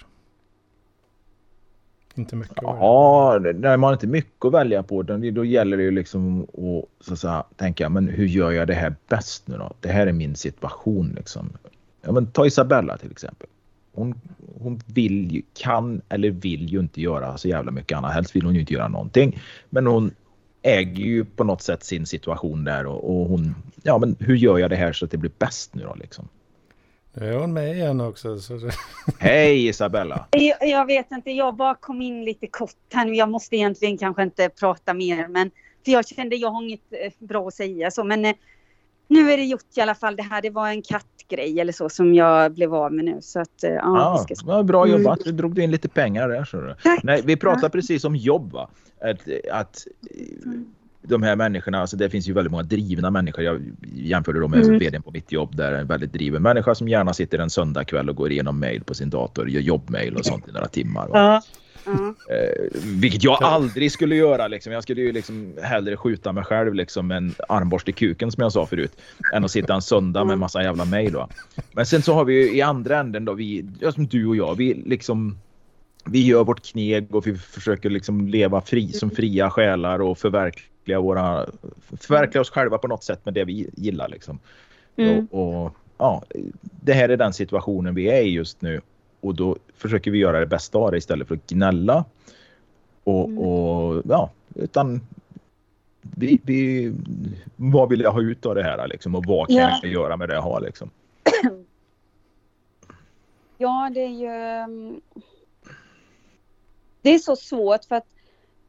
Inte mycket att välja på. Ja, när man inte mycket att välja på, då gäller det ju liksom att så tänka, men hur gör jag det här bäst nu då? Det här är min situation liksom. Ja, men ta Isabella till exempel. Hon kan eller vill ju inte göra så jävla mycket annat. Helst vill hon ju inte göra någonting. Men hon äger ju på något sätt sin situation där, och hon, ja men hur gör jag det här så att det blir bäst nu då liksom? Nu är hon med igen också. Så... Hej Isabella! Jag vet inte, jag bara kom in lite kort här. Jag måste egentligen kanske inte prata mer, men för jag kände jag har inget bra att säga så, men nu är det gjort i alla fall. Det här, det var en kattgrej eller så som jag blev av med nu, så att vi ska... bra jobbat. Du drog in lite pengar där, så. Nej, vi pratade precis om jobb, va? Att de här människorna, alltså det finns ju väldigt många drivna människor. Jag jämförde dem med vdn på mitt jobb där, en väldigt driven människa som gärna sitter en söndagkväll och går igenom mejl på sin dator, gör jobbmejl och sånt i några timmar. Va? Vilket jag aldrig skulle göra liksom. Jag skulle ju liksom hellre skjuta mig själv liksom med en armborst i kuken som jag sa förut, än att sitta en söndag med massa jävla mejl då. Men sen så har vi ju i andra änden då, som du och jag, vi gör vårt kneg och vi försöker liksom leva som fria själar och förverkliga oss själva på något sätt med det vi gillar liksom. Och ja, det här är den situationen vi är i just nu. Och då försöker vi göra det bästa av det istället för att gnälla. Och ja, utan vad vill jag ha ut av det här liksom? Och vad kan jag göra med det jag har liksom? Ja, det är ju... Det är så svårt för att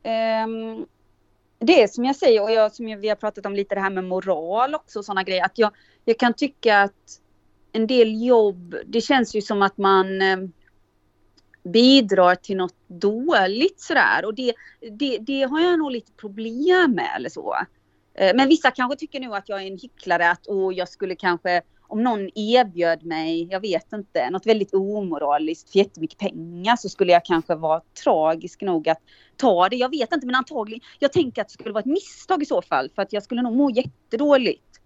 det är som jag säger, och vi har pratat om lite det här med moral också och sådana grejer, att jag kan tycka att en del jobb, det känns ju som att man bidrar till något dåligt sådär, och det har jag nog lite problem med eller så. Men vissa kanske tycker nu att jag är en hycklare, att jag skulle kanske, om någon erbjöd mig, jag vet inte, något väldigt omoraliskt för jättemycket pengar, så skulle jag kanske vara tragisk nog att ta det. Jag vet inte, men antagligen, jag tänker att det skulle vara ett misstag i så fall, för att jag skulle nog må jättedåligt.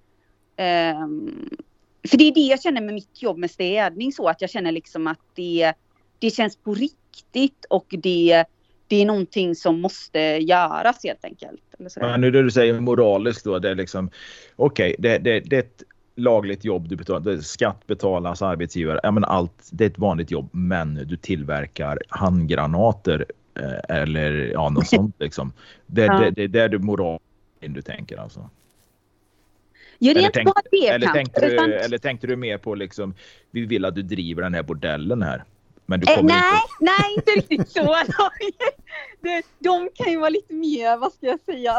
För det är det jag känner med mitt jobb med städning, så att jag känner liksom att det känns på riktigt, och det är någonting som måste göras helt enkelt. Men nu det du säger moraliskt då, det är liksom okej, det är ett lagligt jobb du betalar, skatt betalas, arbetsgivare, ja men allt, det är ett vanligt jobb, men du tillverkar handgranater eller något sånt liksom. Det är där du moral du tänker alltså. Ja, det är inte bara det. Eller tänkte du mer på liksom, vi vill att du driver den här bordellen här. Men du kommer nej, inte riktigt så. De kan ju vara lite mer, vad ska jag säga,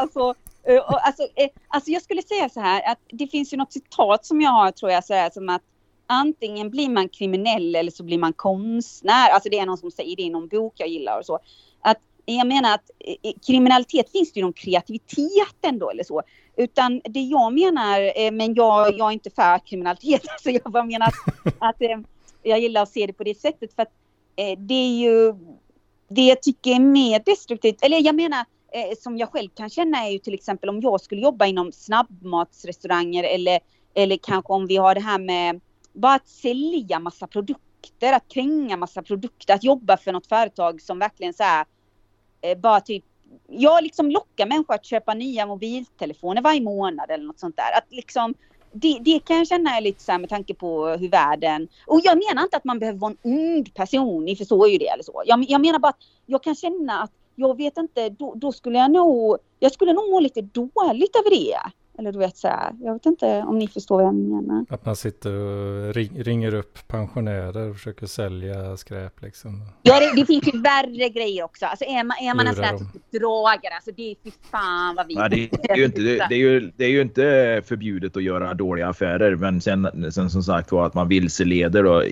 alltså jag skulle säga så här, att det finns ju något citat som jag har, tror jag, så här, som att antingen blir man kriminell eller så blir man konstnär. Alltså det är någon som säger det i någon bok jag gillar och så. Att jag menar att kriminalitet finns det ju någon kreativitet ändå eller så. Utan det jag menar, men jag är inte för kriminalitet. Så jag bara menar att jag gillar att se det på det sättet. För att det är ju det jag tycker är mer destruktivt. Eller jag menar, som jag själv kan känna är ju till exempel om jag skulle jobba inom snabbmatsrestauranger. Eller kanske om vi har det här med bara att sälja massa produkter. Att kränga massa produkter. Att jobba för något företag som verkligen så här, bara typ, jag liksom lockar människor att köpa nya mobiltelefoner varje månad eller något sånt där. Att liksom, det kan jag känna är lite så här med tanke på hur världen, och jag menar inte att man behöver vara en ond person, ni förstår ju det eller så. Jag menar bara att jag kan känna att jag vet inte, då skulle jag nog må lite dåligt över det. Eller du vet så här, jag vet inte om ni förstår vad jag menar. Att man sitter och ringer upp pensionärer och försöker sälja skräp liksom. Ja, det finns ju värre grejer också. Alltså är man en sån här typ dragare, alltså det är för fan vad vi... Ja, det är ju inte förbjudet att göra dåliga affärer, men sen som sagt var att man vilseleder då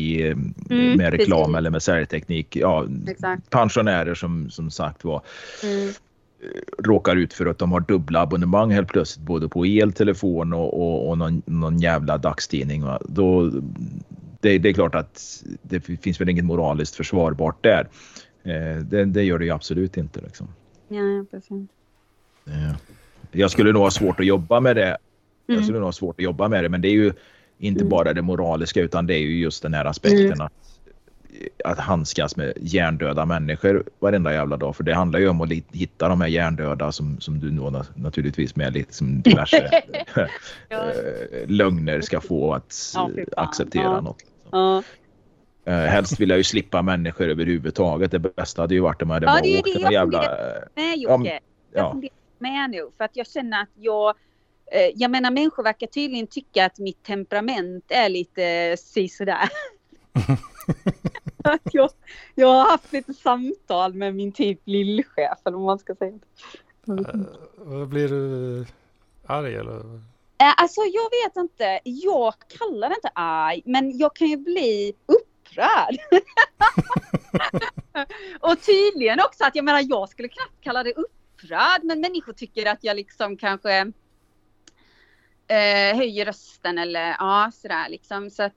med reklam precis. Eller med säljteknik. Ja, exakt. Pensionärer som sagt var... råkar ut för att de har dubbla abonnemang helt plötsligt både på el, telefon och någon jävla dagstidning. Då, det är klart att det finns väl inget moraliskt försvarbart där. Det gör det ju absolut inte. Liksom. Ja, precis. Jag skulle nog ha svårt att jobba med det. Men det är ju inte bara det moraliska, utan det är ju just den här aspekten att handskas med hjärndöda människor varenda jävla dag. För det handlar ju om att hitta de här hjärndöda som du nog naturligtvis med liksom diverse lögner ska få att acceptera något. Helst vill jag ju slippa människor överhuvudtaget. Det bästa hade ju varit om jag hade bara åkt någon jävla... Jag funderar med nu. För att jag känner att jag menar, människor verkar tydligen tycka att mitt temperament är lite sådär. Jag har haft lite samtal med min typ lillchef, eller vad man ska säga. Blir du arg eller? Alltså jag vet inte. Jag kallar det inte arg, men jag kan ju bli upprörd. Och tydligen också att jag skulle knappt kalla det upprörd. upprörd, men människor tycker att jag liksom kanske höjer rösten eller sådär liksom. Så att,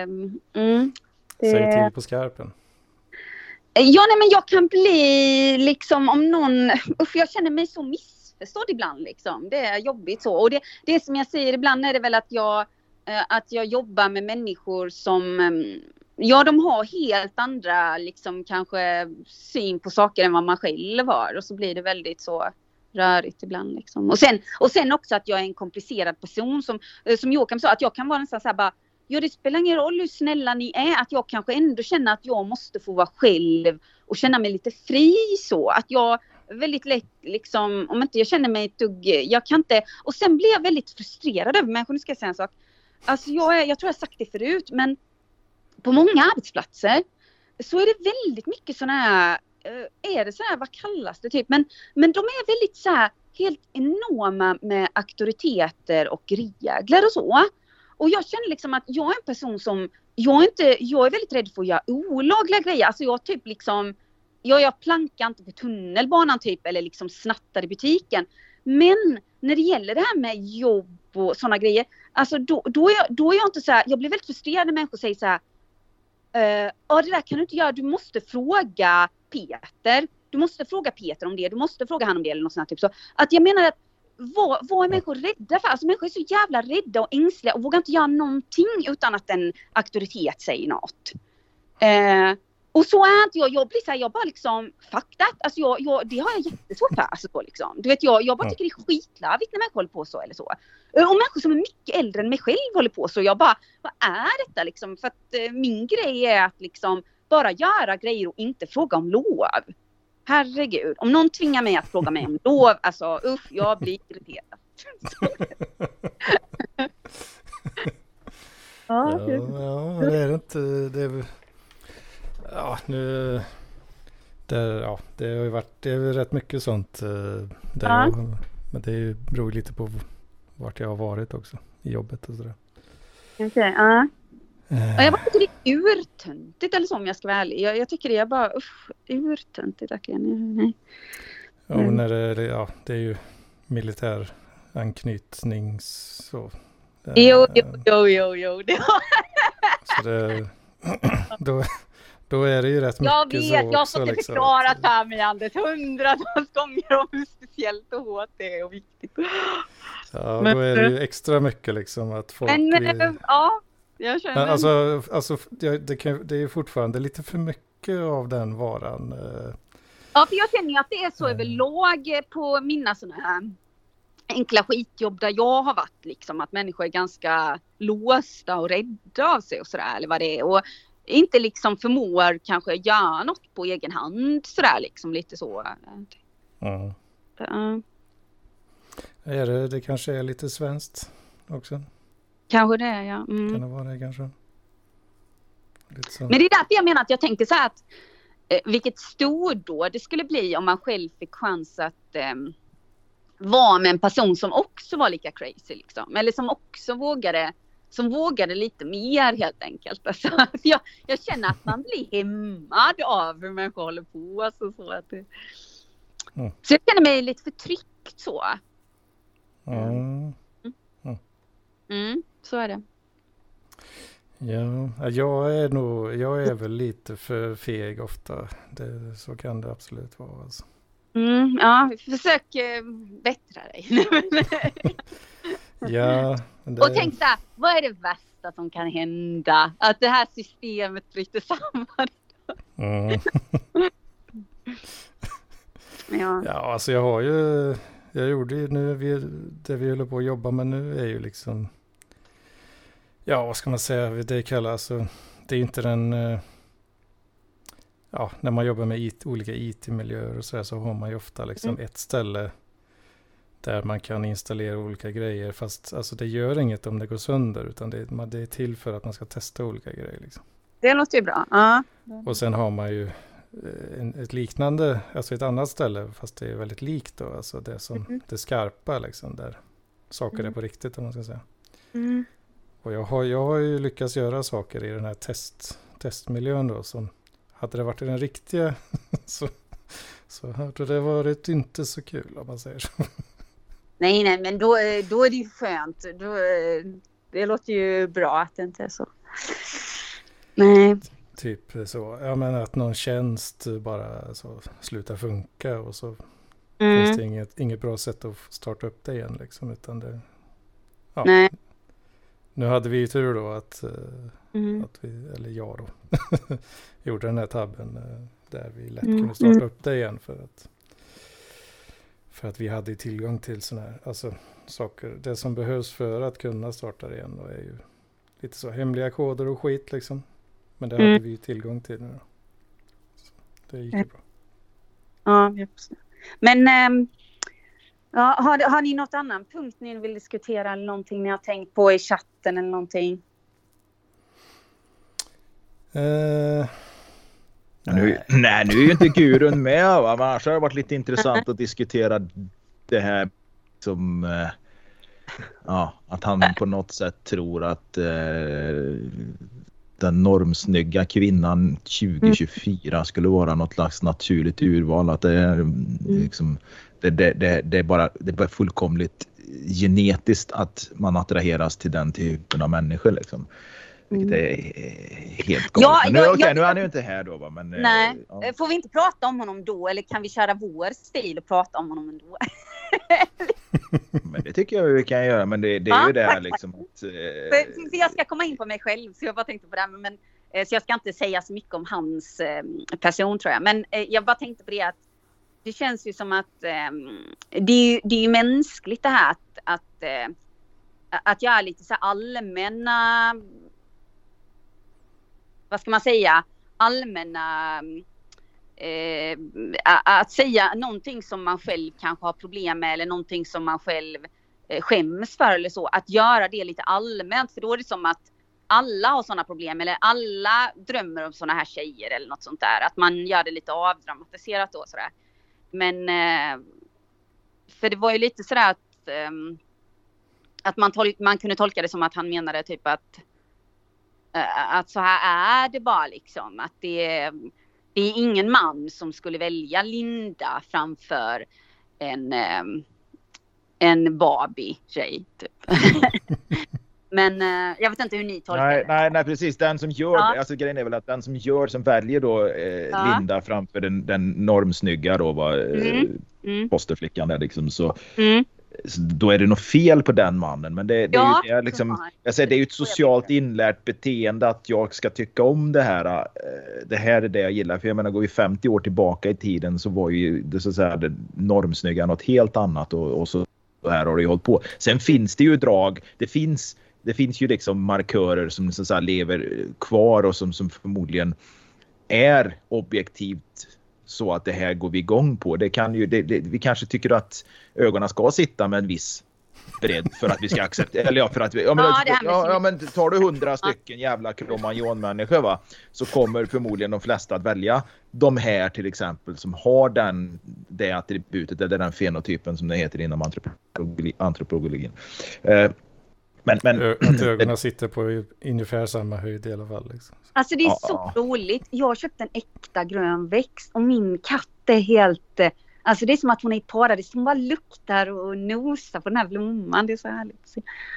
Säg till på skarpen. Ja, nej, men jag kan bli liksom om någon, jag känner mig så missförstådd ibland liksom. Det är jobbigt så. Och det som jag säger ibland är det väl att jag jobbar med människor som, de har helt andra liksom kanske syn på saker än vad man själv har. Och så blir det väldigt så rörigt ibland liksom. Och sen också att jag är en komplicerad person som Joakim sa, att jag kan vara nästan så här bara, ja, det spelar ingen roll hur snälla ni är, att jag kanske ändå känner att jag måste få vara själv och känna mig lite fri så. Att jag väldigt lätt liksom, om inte jag känner mig ett dugg, jag kan inte, och sen blir jag väldigt frustrerad över människor. Nu ska jag säga en sak. Alltså jag tror jag har sagt det förut, men på många arbetsplatser så är det väldigt mycket sådana här, är det så här, vad kallas det typ, men de är väldigt så här helt enorma med auktoriteter och regler och så. Och jag känner liksom att jag är en person som, jag är väldigt rädd för att göra olagliga grejer. Alltså jag typ liksom, jag plankar inte på tunnelbanan typ, eller liksom snattar i butiken. Men när det gäller det här med jobb och sådana grejer, alltså då är jag inte så här, jag blir väldigt frustrerad när människor säger så här, det där kan du inte göra, du måste fråga Peter. Du måste fråga Peter om det, du måste fråga han om det eller något sånt typ. Så att jag menar att vad är människor rädda för? Alltså människor är så jävla rädda och ängsliga och vågar inte göra någonting utan att en auktoritet säger något. Och så är inte jag blir så här, jag bara liksom fuck that. Alltså det har jag jättesvårt för. Alltså, liksom. Du vet, jag bara tycker det är skitlarvigt när människor håller på så eller så. Och människor som är mycket äldre än mig själv håller på så. Jag bara, vad är detta liksom? För att min grej är att liksom bara göra grejer och inte fråga om lov. Herregud, om någon tvingar mig att fråga mig om lov, alltså jag blir irriterad. Ja, det är inte, det är, ja, nu, det har ju varit, det är väl rätt mycket sånt där men det beror lite på vart jag har varit också i jobbet och sådär. Okej, jag bara tycker det är urtöntigt eller så, om jag ska vara ärlig. Jag tycker det är bara urtöntigt verkligen. Nej. Ja, men det är ju militär anknytning så. Jo. Det så det, då är det ju rätt mycket. Jag vet, så jag har fått det liksom förklarat här med Anders 100-tals gånger om hur speciellt och hårt det är och viktigt. Ja, men, då är det ju extra mycket liksom att folk jag känner. Men alltså det är ju fortfarande lite för mycket av den varan. Ja, för jag känner ju att det är så överlag på mina sådana här enkla skitjobb där jag har varit liksom, att människor är ganska låsta och rädda av sig och sådär, eller vad det är, och inte liksom förmår kanske göra något på egen hand sådär liksom, lite så. Det kanske är lite svenskt också. Kanske det, ja. Kan det vara det kanske? Men det är därför jag menar att jag tänker så här att vilket stordåd det skulle bli om man själv fick chans att vara med en person som också var lika crazy liksom. Eller som också vågade lite mer helt enkelt. Alltså, jag känner att man blir hämmad av hur människor håller på. Alltså, så jag känner mig lite förtryckt så. Så är det. Ja, jag är väl lite för feg ofta. Så kan det absolut vara. Alltså. Ja, försök bättra dig. Ja. Och tänk så här, vad är det värsta som kan hända? Att det här systemet bryter samman. Ja, alltså jag gjorde ju nu, det vi håller på att jobba med nu är ju liksom, ja, vad ska man säga, det kallas, alltså, det är inte den, när man jobbar med olika IT-miljöer och så har man ju ofta liksom ett ställe där man kan installera olika grejer, fast alltså det gör inget om det går sönder, utan det är till för att man ska testa olika grejer liksom. Det låter ju bra. Och sen har man ju ett liknande, alltså ett annat ställe, fast det är väldigt likt då, alltså det som det skarpa liksom, där saker är på riktigt, om man ska säga. Och jag har ju lyckats göra saker i den här testmiljön då, som hade det varit i den riktiga så hade det varit inte så kul om man säger så. Nej, men då är det ju skönt. Det låter ju bra att det inte är så. Nej. Typ så. Jag menar att någon tjänst bara så slutar funka och så finns det inget bra sätt att starta upp det igen liksom, utan det... Ja. Nej. Nu hade vi ju tur då att vi, eller jag då, gjorde den här tabben där vi lätt kunde starta upp det igen för att vi hade tillgång till sådana här, alltså saker, det som behövs för att kunna starta det igen då är ju lite så hemliga koder och skit liksom. Men det hade vi ju tillgång till nu då. Så det gick ju bra. Ja, just det. Men har ni något annan punkt ni vill diskutera eller någonting ni har tänkt på i chatten eller någonting? Nej, nu är ju inte Gurun med, va? Men annars har det varit lite intressant att diskutera det här som att han på något sätt tror att den normsnygga kvinnan 2024 skulle vara något slags naturligt urval, att det är liksom det är bara fullkomligt genetiskt att man attraheras till den typen av människor liksom. Vilket är helt galet. Nu är han ju inte här då, va? Men, nej, får vi inte prata om honom då? Eller kan vi köra vår stil och prata om honom ändå? Men det tycker jag vi kan göra. Men det är ju det här liksom att... För jag ska komma in på mig själv, så jag bara tänkte på det. Men, så jag ska inte säga så mycket om hans person, tror jag. Men jag bara tänkte på det att det känns ju som att det är ju mänskligt det här att göra lite så allmänna... Vad ska man säga? Allmänna... att säga någonting som man själv kanske har problem med eller någonting som man själv skäms för eller så. Att göra det lite allmänt, för då är det som att alla har sådana problem eller alla drömmer om sådana här tjejer eller något sånt där. Att man gör det lite avdramatiserat då sådär. Men för det var ju lite sådär att man kunde tolka det som att han menade typ att så här är det bara liksom. Att det är ingen man som skulle välja Linda framför en Barbie-tjej typ. Men jag vet inte hur ni tolkar det. Nej, precis. Den som gör alltså grejen är väl att den som väljer då Linda framför den normsnygga då var posterflickan där liksom, så då är det något fel på den mannen, men det är liksom, jag säger, det är ju ett socialt inlärt beteende att jag ska tycka om det här. Det här är det jag gillar, för jag menar, går vi 50 år tillbaka i tiden så var ju det så att säga det normsnygga något helt annat, och så här har det ju hållit på. Sen finns det ju drag, det finns ju liksom markörer som så att säga lever kvar och som förmodligen är objektivt så att det här går vi igång på. Det kan ju, vi kanske tycker att ögonen ska sitta med en viss bredd för att vi ska acceptera, eller för att vi, men tar du 100 stycken jävla kromagnon-människor, va, så kommer förmodligen de flesta att välja de här till exempel som har det attributet eller den fenotypen som det heter inom antropologin. Men att ögonen sitter på ungefär samma höjd i alla fall liksom. Alltså det är så roligt. Jag har köpt en äkta grön växt och min katt är helt... Alltså det är som att hon är i paradis. Hon bara luktar och nosar på den här blomman. Det är så härligt.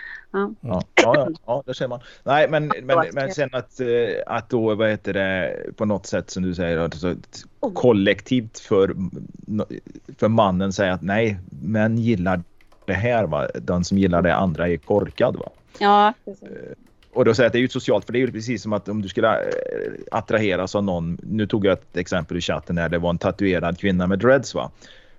Ja, det ser man. Nej, men sen att då, vad heter det, på något sätt som du säger, alltså, kollektivt för mannen säger att nej, män gillar det här, va. Den som gillar det andra är korkad, va. Ja, precis. Och då säger att det är ju socialt, för det är ju precis som att om du skulle attraheras av någon, nu tog jag ett exempel i chatten här, det var en tatuerad kvinna med dreads, va.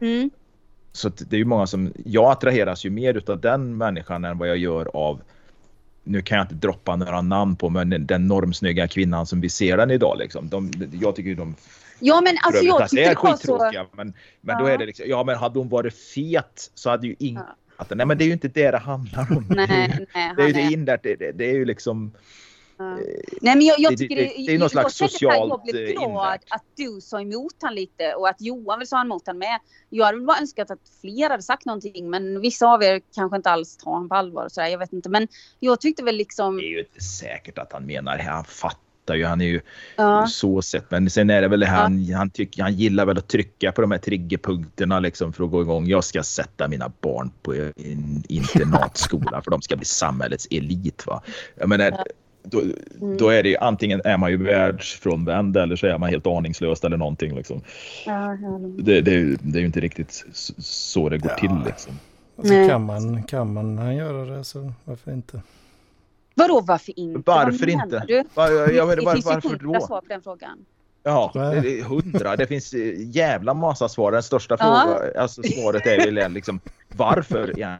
Så det är ju många som, jag attraheras ju mer utav den människan än vad jag gör av, nu kan jag inte droppa några namn på, men den normsnygga kvinnan som vi ser den idag liksom. Jag tycker ju de... Ja, men alltså jag tycker det är skittråkiga, men då är det liksom, men hade hon varit fet så hade ju ingen... Nej, men det är ju inte det handlar om. Nej, det är ju det inlärt, det är ju liksom... Nej, men jag tycker det är något slags socialt jag blev glad att du sa emot han lite och att Johan vill sa emot han med. Jag hade bara önskat att fler hade sagt någonting, men vissa av er kanske inte alls tar han på allvar och sådär, jag vet inte, men jag tyckte väl liksom... Det är ju inte säkert att han menar det, han fattar fattar ju. Han är ju så sett. Men sen är det väl han gillar väl att trycka på de här triggerpunkterna liksom för att gå igång. Jag ska sätta mina barn på en internatskola för de ska bli samhällets elit, va. Jag menar, då är det ju, antingen är man ju världsfrånvänd eller så är man helt aningslös eller någonting liksom. Det är ju inte riktigt så det går till liksom. Alltså, kan man göra det, så varför inte? Vadå, varför inte? Varför inte? Varför då? Svar på den frågan. Ja, det är 100. Det finns jävla massa svar. Den största frågan, alltså svaret är väl liksom varför? Ja.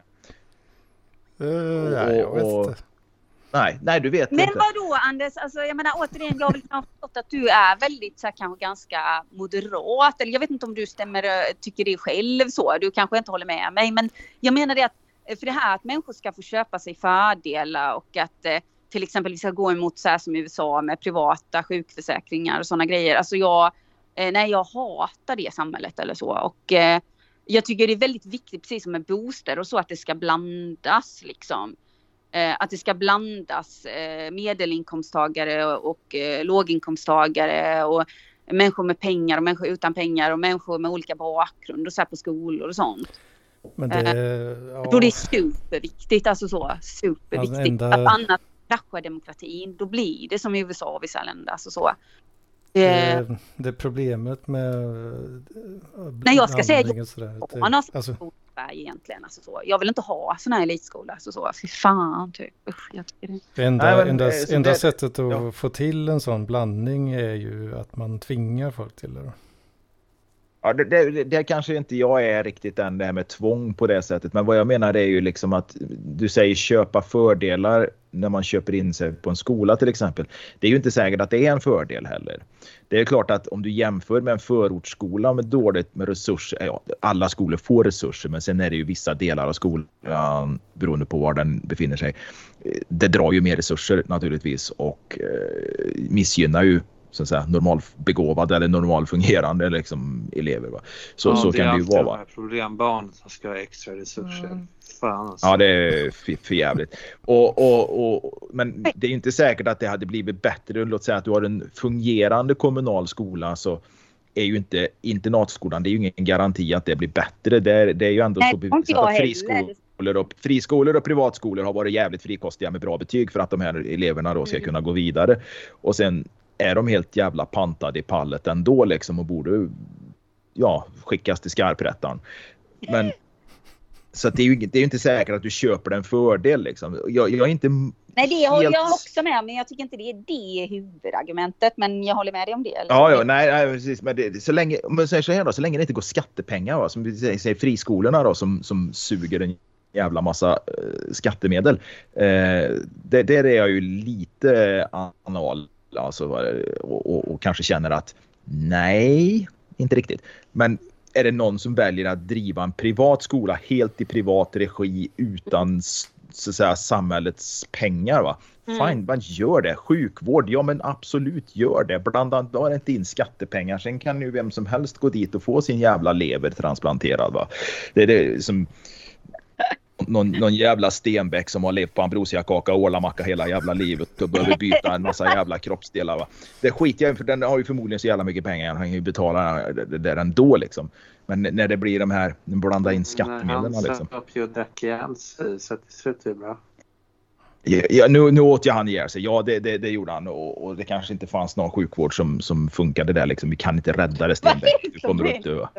Jag vet inte. Nej, du vet inte. Men vadå, Anders? Alltså, jag menar, återigen, jag vill ha förstått att du är väldigt så här, kanske ganska moderat. Eller jag vet inte om du tycker det själv så. Du kanske inte håller med mig. Men jag menar det att för det här att människor ska få köpa sig fördelar och att till exempel vi ska gå emot så här som i USA med privata sjukförsäkringar och sådana grejer. Alltså jag hatar det samhället eller så. Och jag tycker det är väldigt viktigt, precis som med bostäder och så, att det ska blandas liksom. Att det ska blandas medelinkomsttagare och låginkomsttagare och människor med pengar och människor utan pengar och människor med olika bakgrund och så här på skolor och sånt. Men jag tror det är superviktigt, alltså så superviktigt. Att annars kraschar demokratin, då blir det som i USA och vissa länder, alltså så. Det problemet med när jag ska säga egentligen, alltså så. Jag vill inte ha sån här elitskola, alltså så. Fy fan typ. Usch, jag tycker det enda sättet att få till en sån blandning är ju att man tvingar folk till det. Ja, det kanske inte jag är riktigt än, det här med tvång på det sättet. Men vad jag menar är ju liksom att du säger köpa fördelar när man köper in sig på en skola till exempel. Det är ju inte säkert att det är en fördel heller. Det är klart att om du jämför med en förortsskola med dåligt med resurser, ja, alla skolor får resurser, men sen är det ju vissa delar av skolan beroende på var den befinner sig. Det drar ju mer resurser naturligtvis och missgynnar ju så att säga normalbegåvade eller normalfungerande liksom elever, va. Så kan det ju vara, va. Problembarn som ska ha extra resurser. Fan, alltså. Ja, det är för jävligt. Men det är inte säkert att det hade blivit bättre. Låt säga att du har en fungerande kommunal skola, så är ju inte internatskolan, det är ju ingen garanti att det blir bättre. Det är ju ändå så bevisat att friskolor och privatskolor har varit jävligt frikostiga med bra betyg för att de här eleverna då ska kunna gå vidare. Och sen är de helt jävla pantade i pallet ändå liksom och borde skickas till skarprättaren. Men så att det är ju inte säkert att du köper en fördel liksom. Jag är inte. Nej, det håller jag också med, men jag tycker inte det är det huvudargumentet, men jag håller med dig om det. Eller? Nej, precis, men så länge det inte går skattepengar, va, som vi säger friskolorna då som suger en jävla massa skattemedel. Det är jag ju lite anal, alltså, och kanske känner att nej, inte riktigt. Men är det någon som väljer att driva en privat skola helt i privat regi utan så att säga samhällets pengar, va? Fine, man gör det. Sjukvård, ja men absolut gör det. Bland annat har inte in skattepengar. Sen kan ju vem som helst gå dit och få sin jävla lever transplanterad, va? Det är det som någon jävla Stenbeck som har levt på ambrosiakaka och ålamacka hela jävla livet och behöver byta en massa jävla kroppsdelar, va? Det skiter jag, för den har ju förmodligen så jävla mycket pengar, han kan ju betala det där ändå liksom. Men när det blir de här, blanda in skattemedlen liksom. Han satt upp och drack ihjäl sig, så det slutar bra. Ja, nu åt jag han ihjäl sig. Ja, det gjorde han. Och det kanske inte fanns någon sjukvård som funkade där liksom. Vi kan inte rädda det, Stenbeck. Du kommer upp dö.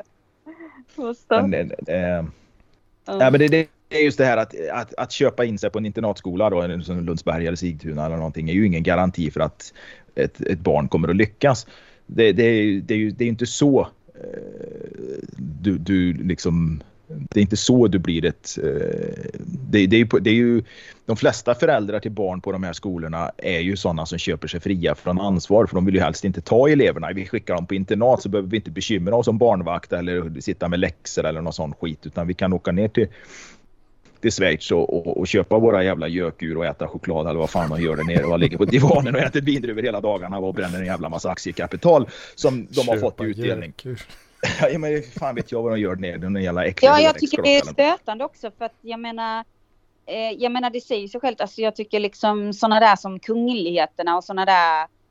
Men det är just det här att köpa in sig på en internatskola då, som Lundsberg eller Sigtuna eller någonting, är ju ingen garanti för att ett barn kommer att lyckas. Det är ju inte så du liksom, det är inte så du blir det är ju de flesta föräldrar till barn på de här skolorna är ju sådana som köper sig fria från ansvar, för de vill ju helst inte ta eleverna. Vi skickar dem på internat så behöver vi inte bekymra oss om barnvakt eller sitta med läxor eller någon sån skit, utan vi kan åka ner till Schweiz och köpa våra jävla gökur och äta choklad eller vad fan de gör där nere och ligger på divanen och äter vindruvor hela dagarna och bränner en jävla massa aktiekapital som de har fått i utdelning. Ja, men fan vet jag vad de gör ner den jävla äckliga. Ja, jag tycker det är stötande också, för att jag menar det säger sig självt. Alltså jag tycker liksom såna där som kungligheterna och såna där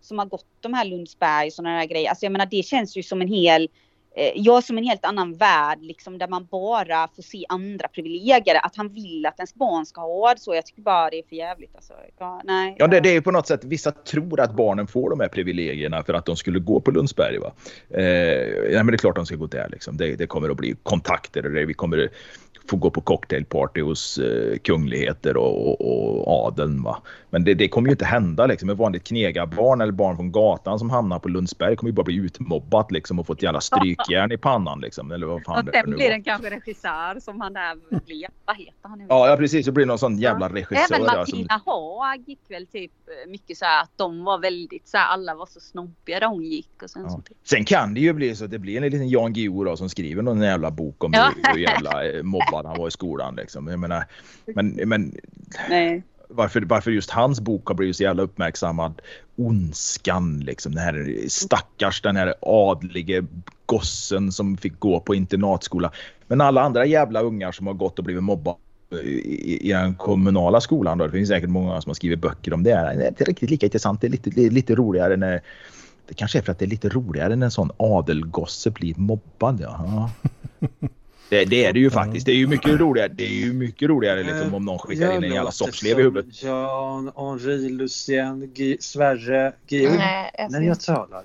som har gått de här Lundsberg och sådana där grejer. Alltså jag menar, det känns ju som en helt annan värld liksom, där man bara får se andra privilegier. Att han vill att ens barn ska ha det så. Jag tycker bara det är för jävligt. Alltså. Det är ju på något sätt, vissa tror att barnen får de här privilegierna för att de skulle gå på Lundsberg. Va? Men det är klart de ska gå där. Liksom. Det kommer att bli kontakter. Vi kommer få gå på cocktailparty hos kungligheter och adeln. Va? Men det kommer ju inte hända. Liksom. Ett vanligt knegarbarn eller barn från gatan som hamnar på Lundsberg kommer ju bara bli utmobbat liksom, och få ett jävla strykjärn i pannan. Liksom. Eller vad fan och sen blir den kanske regissör som han där blev. Vad heter han nu? Ja, precis. Så blir det någon sån jävla regissör. Även Martina Haag gick väl typ mycket så här att de var väldigt så här, alla var så snobbiga där hon gick. Och sen, sen kan det ju bli så att det blir en liten Jan Guillou då, som skriver någon jävla bok om hur jävla mobbad han var i skolan. Liksom. Jag menar, men nej. Varför just hans bok har blivit så jävla uppmärksammad, ondskan liksom, den här adlige gossen som fick gå på internatskola, men alla andra jävla ungar som har gått och blivit mobbade i den kommunala skolan då, det finns säkert många som har skrivit böcker om det. Det är inte riktigt lika intressant, det är lite roligare när det kanske är för att det är lite roligare när en sån adelgosse blir mobbad. Ja. Det är det ju faktiskt. Det är ju mycket roligare. Det är ju mycket roligare liksom, om någon skickar in en jävla soppslev i huvudet. Jan, Henri, Lucien, Sverre, Georg. När jag talar.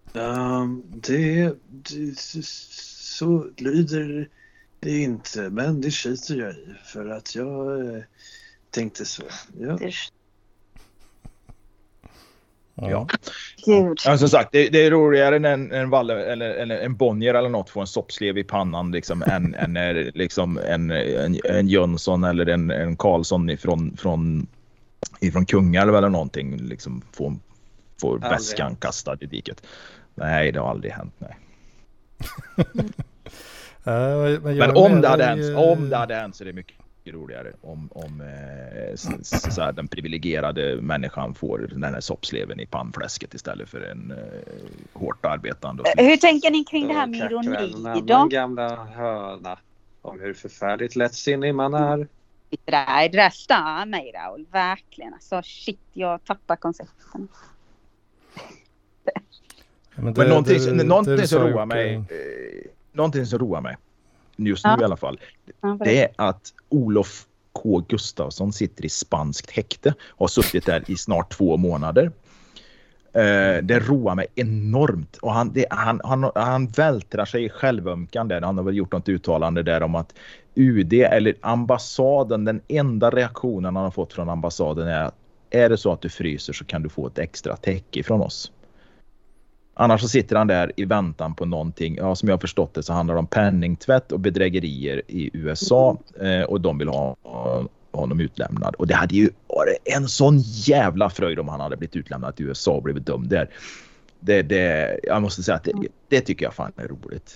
Så lyder det inte. Men det skiter jag i. För att jag tänkte så. Ja. Ja. Ja, som sagt, det är roligare när en Valle eller en Bonnier eller något får en soppslev i pannan liksom, än när liksom en Jönsson eller en Karlsson ifrån Kungälv eller någonting liksom får väskan kastad i diket. Nej, det har aldrig hänt, nej. Men om det hade hänt så är det mycket roligare om så här, den privilegierade människan får den här soppsleven i pannfläsket istället för en hårt arbetande. Hur tänker ni kring det här med ironi då? Den gamla höna om hur förfärligt lättsinnig man är. Det där stör mig, Raoul, verkligen. Alltså shit, jag tappar koncepten. Men någonting som roar mig just nu i alla fall, det är att Olof K. Gustafsson sitter i spanskt häkte, har suttit där i snart 2 månader. Det roar mig enormt, och han vältrar sig i självömkan där. Han har väl gjort något uttalande där om att UD eller ambassaden, den enda reaktionen han har fått från ambassaden är det så att du fryser så kan du få ett extra täcke från oss. Annars så sitter han där i väntan på någonting. Ja, som jag har förstått det så handlar det om penningtvätt och bedrägerier i USA. Och de vill ha honom utlämnad. Och det hade ju varit en sån jävla fröjd om han hade blivit utlämnad till USA och blivit dömd där. Jag måste säga att det tycker jag fan är roligt.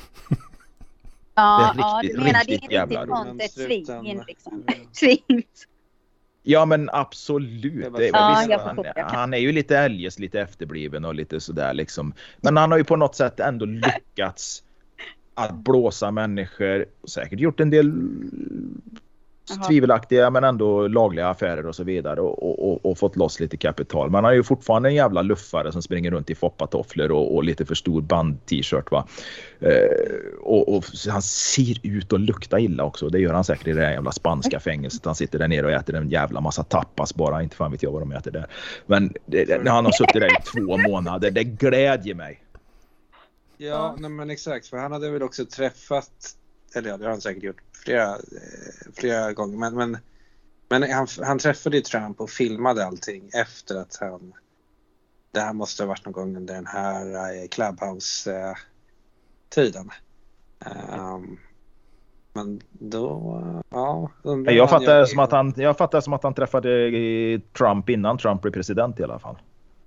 Ja, det är riktigt, riktigt jävla roligt. Ett sving liksom. Ja, men absolut. Han är ju lite eljest, lite efterbliven och lite sådär liksom. Men han har ju på något sätt ändå lyckats att blåsa människor. Säkert gjort en del tvivelaktiga men ändå lagliga affärer och så vidare. Och fått loss lite kapital. Man har ju fortfarande en jävla luffare som springer runt i foppatofflor och lite för stor band-t-shirt, va. Och han ser ut och luktar illa också. Det gör han säkert i det här jävla spanska fängelset. Han sitter där nere och äter en jävla massa tapas bara. Inte fan vet jag vad de äter där. Men när han har suttit där i 2 månader, det glädjer mig. Ja, nej, men exakt. För han hade väl också träffat, eller ja, det har han säkert gjort flera gånger. Men han träffade ju Trump och filmade allting efter att det här måste ha varit någon gång under den här Clubhouse-tiden. Men då, ja. Jag fattar som att han träffade Trump innan Trump blev president i alla fall.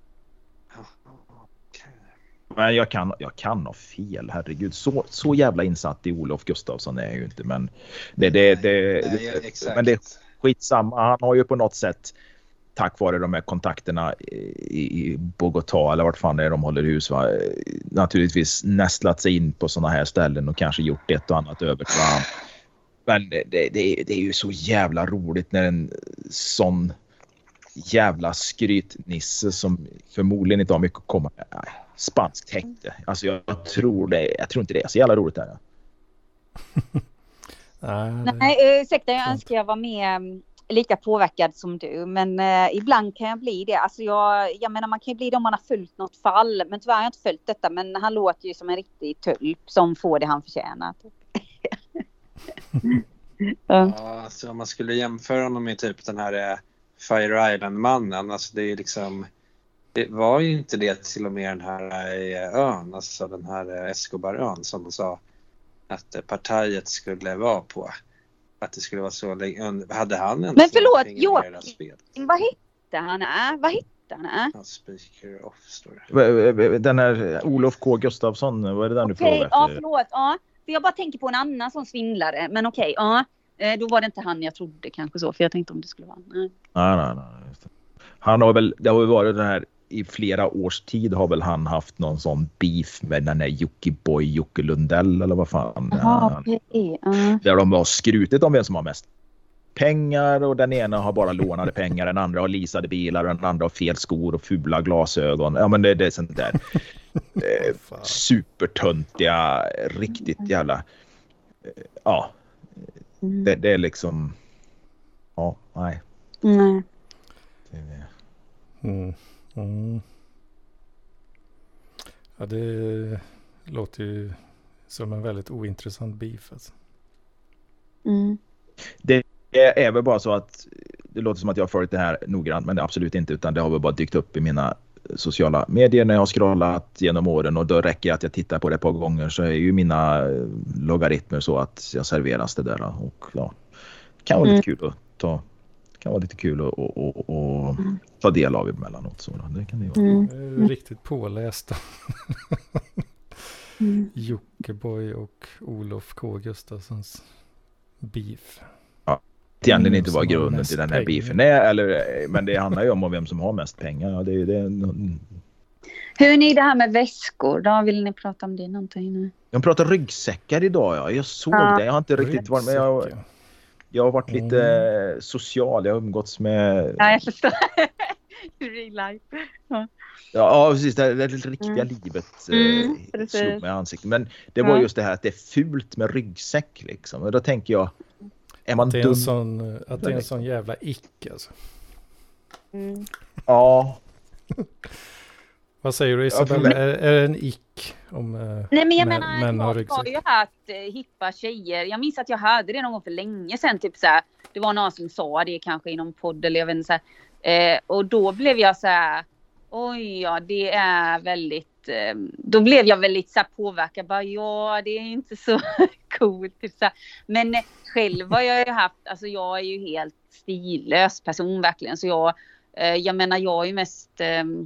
Men jag kan ha fel, herregud. Så jävla insatt i Olof Gustafsson är jag ju inte, men men det är skitsamma. Han har ju på något sätt, tack vare de här kontakterna i Bogotá eller vart fan det är de håller hus, va, naturligtvis nästlat sig in på såna här ställen och kanske gjort ett och annat över till varandra. Men det är ju så jävla roligt när en sån jävla skrytnisse som förmodligen inte har mycket att komma med. Spanskt häkte. Alltså jag tror inte det är så jävla roligt där. Nej, ursäkta, jag önskar jag var med lika påverkad som du, men ibland kan jag bli det. Alltså jag menar, man kan ju bli det om man har följt något fall, men tyvärr har jag inte följt detta, men han låter ju som en riktig tulp som får det han förtjänar. Ja, så om man skulle jämföra honom med typ den här Fire Island-mannen, alltså det är liksom, det var ju inte det till och med den här ön, alltså den här Escobar-ön som de sa att partiet skulle vara på. Att det skulle vara så hade han en. Men förlåt, Joakim, vad hette han? Speaker off står det. Den här Olof K. Gustafsson, vad är det där du frågar efter? Ja, förlåt. Ja, för jag bara tänker på en annan som svindlare, men okej, ja. Då var det inte han jag trodde kanske så, för jag tänkte om det skulle vara han. Nej. Just det. Han har väl, det har ju varit den här i flera års tid har väl han haft någon sån beef med den där Jocke Lundell eller vad fan. Där de har skrutit om vem som har mest pengar och den ena har bara lånade pengar, den andra har leasade bilar och den andra har fel skor och fula glasögon. Ja, men det är sånt där supertöntiga, riktigt jävla det är liksom nej. Ja, det låter ju som en väldigt ointressant beef alltså. Det är väl bara så att det låter som att jag har följt det här noggrant, men det är absolut inte, utan det har väl bara dykt upp i mina sociala medier när jag har scrollat genom åren, och då räcker det att jag tittar på det ett par gånger så är ju mina logaritmer så att jag serveras det där, och kan vara lite kul att ta del av emellanåt. Så det kan det vara. Riktigt pålästa. Jockeboy och Olof K. Gustafssons beef. Ja, egentligen inte vad grunden till den här beefen är, men det handlar ju om vem som har mest pengar. Ja, det är ju det. Hur är ni det här med väskor? Då vill ni prata om det någonting nu? Jag pratar ryggsäckar idag, ja. Jag såg det. Jag har inte riktigt varit med. Jag har varit lite social. Jag har umgåtts med... Ja, jag förstår. Real life. Ja, precis. Det riktiga livet slog mig i ansiktet. Men det var just det här att det är fult med ryggsäck liksom. Och då tänker jag, är man dum? Att det är en sån jävla ick alltså. Ja. Vad säger du, Isabella? Är det en ick om nej, men jag menar, jag har ju haft hippa tjejer. Jag minns att jag hörde det någon gång för länge sedan. Typ så här, det var någon som sa det kanske i någon podd eller jag vet inte, så här. Och då blev jag så här, oj ja, det är väldigt... då blev jag väldigt så här påverkad. Bara, ja, det är inte så coolt. Typ så här. Men själv har jag ju haft... Alltså jag är ju helt stillös person verkligen. Så jag menar, jag är ju mest...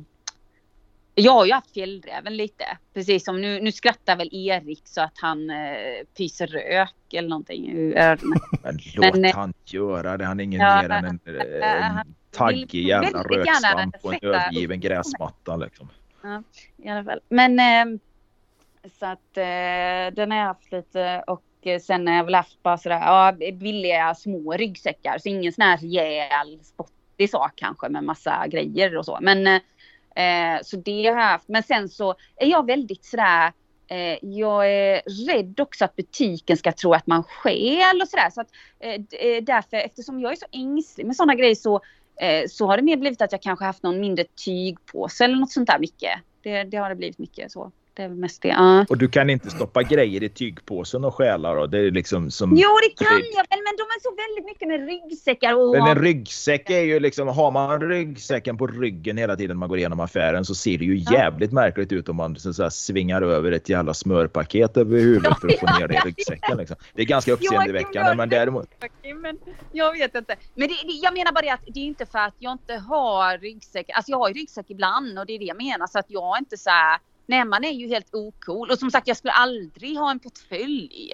Jag har ju haft fjällräven lite. Precis som nu skrattar väl Erik så att han pyser rök eller någonting ur öronen. Men låt han göra det. Han är ingen mer än en taggig jävla röksvamp på en övergiven gräsmatta liksom. Ja, i alla fall. Men så att den har jag haft lite, och sen har jag väl haft bara sådär, billiga små ryggsäckar. Så ingen sån här rejäl spottig sak kanske med massa grejer och så. Men så det har jag haft. Men sen så är jag väldigt sådär, jag är rädd också att butiken ska tro att man stjäl och sådär. Så att därför, eftersom jag är så ängslig med sådana grejer, så har det mer blivit att jag kanske haft någon mindre tygpåse eller något sånt där mycket. Det har det blivit mycket så. Det är väl mest det. Och du kan inte stoppa grejer i tygpåsen och stjäla då? Det är liksom som... Jo, det kan jag väl, men de är så väldigt mycket med ryggsäckar. Men en ryggsäck är ju liksom... Har man ryggsäcken på ryggen hela tiden man går igenom affären, så ser det ju jävligt märkligt ut om man så här svingar över ett jävla smörpaket över huvudet för att få ner det i ryggsäcken. Liksom. Det är ganska uppseendeväckande, men däremot... Men jag vet inte. Men jag menar bara det att det är inte för att jag inte har ryggsäck. Alltså jag har ju ryggsäck ibland, och det är det jag menar. Så att jag inte så här... Nej, man är ju helt ocool. Och som sagt, jag skulle aldrig ha en portfölj.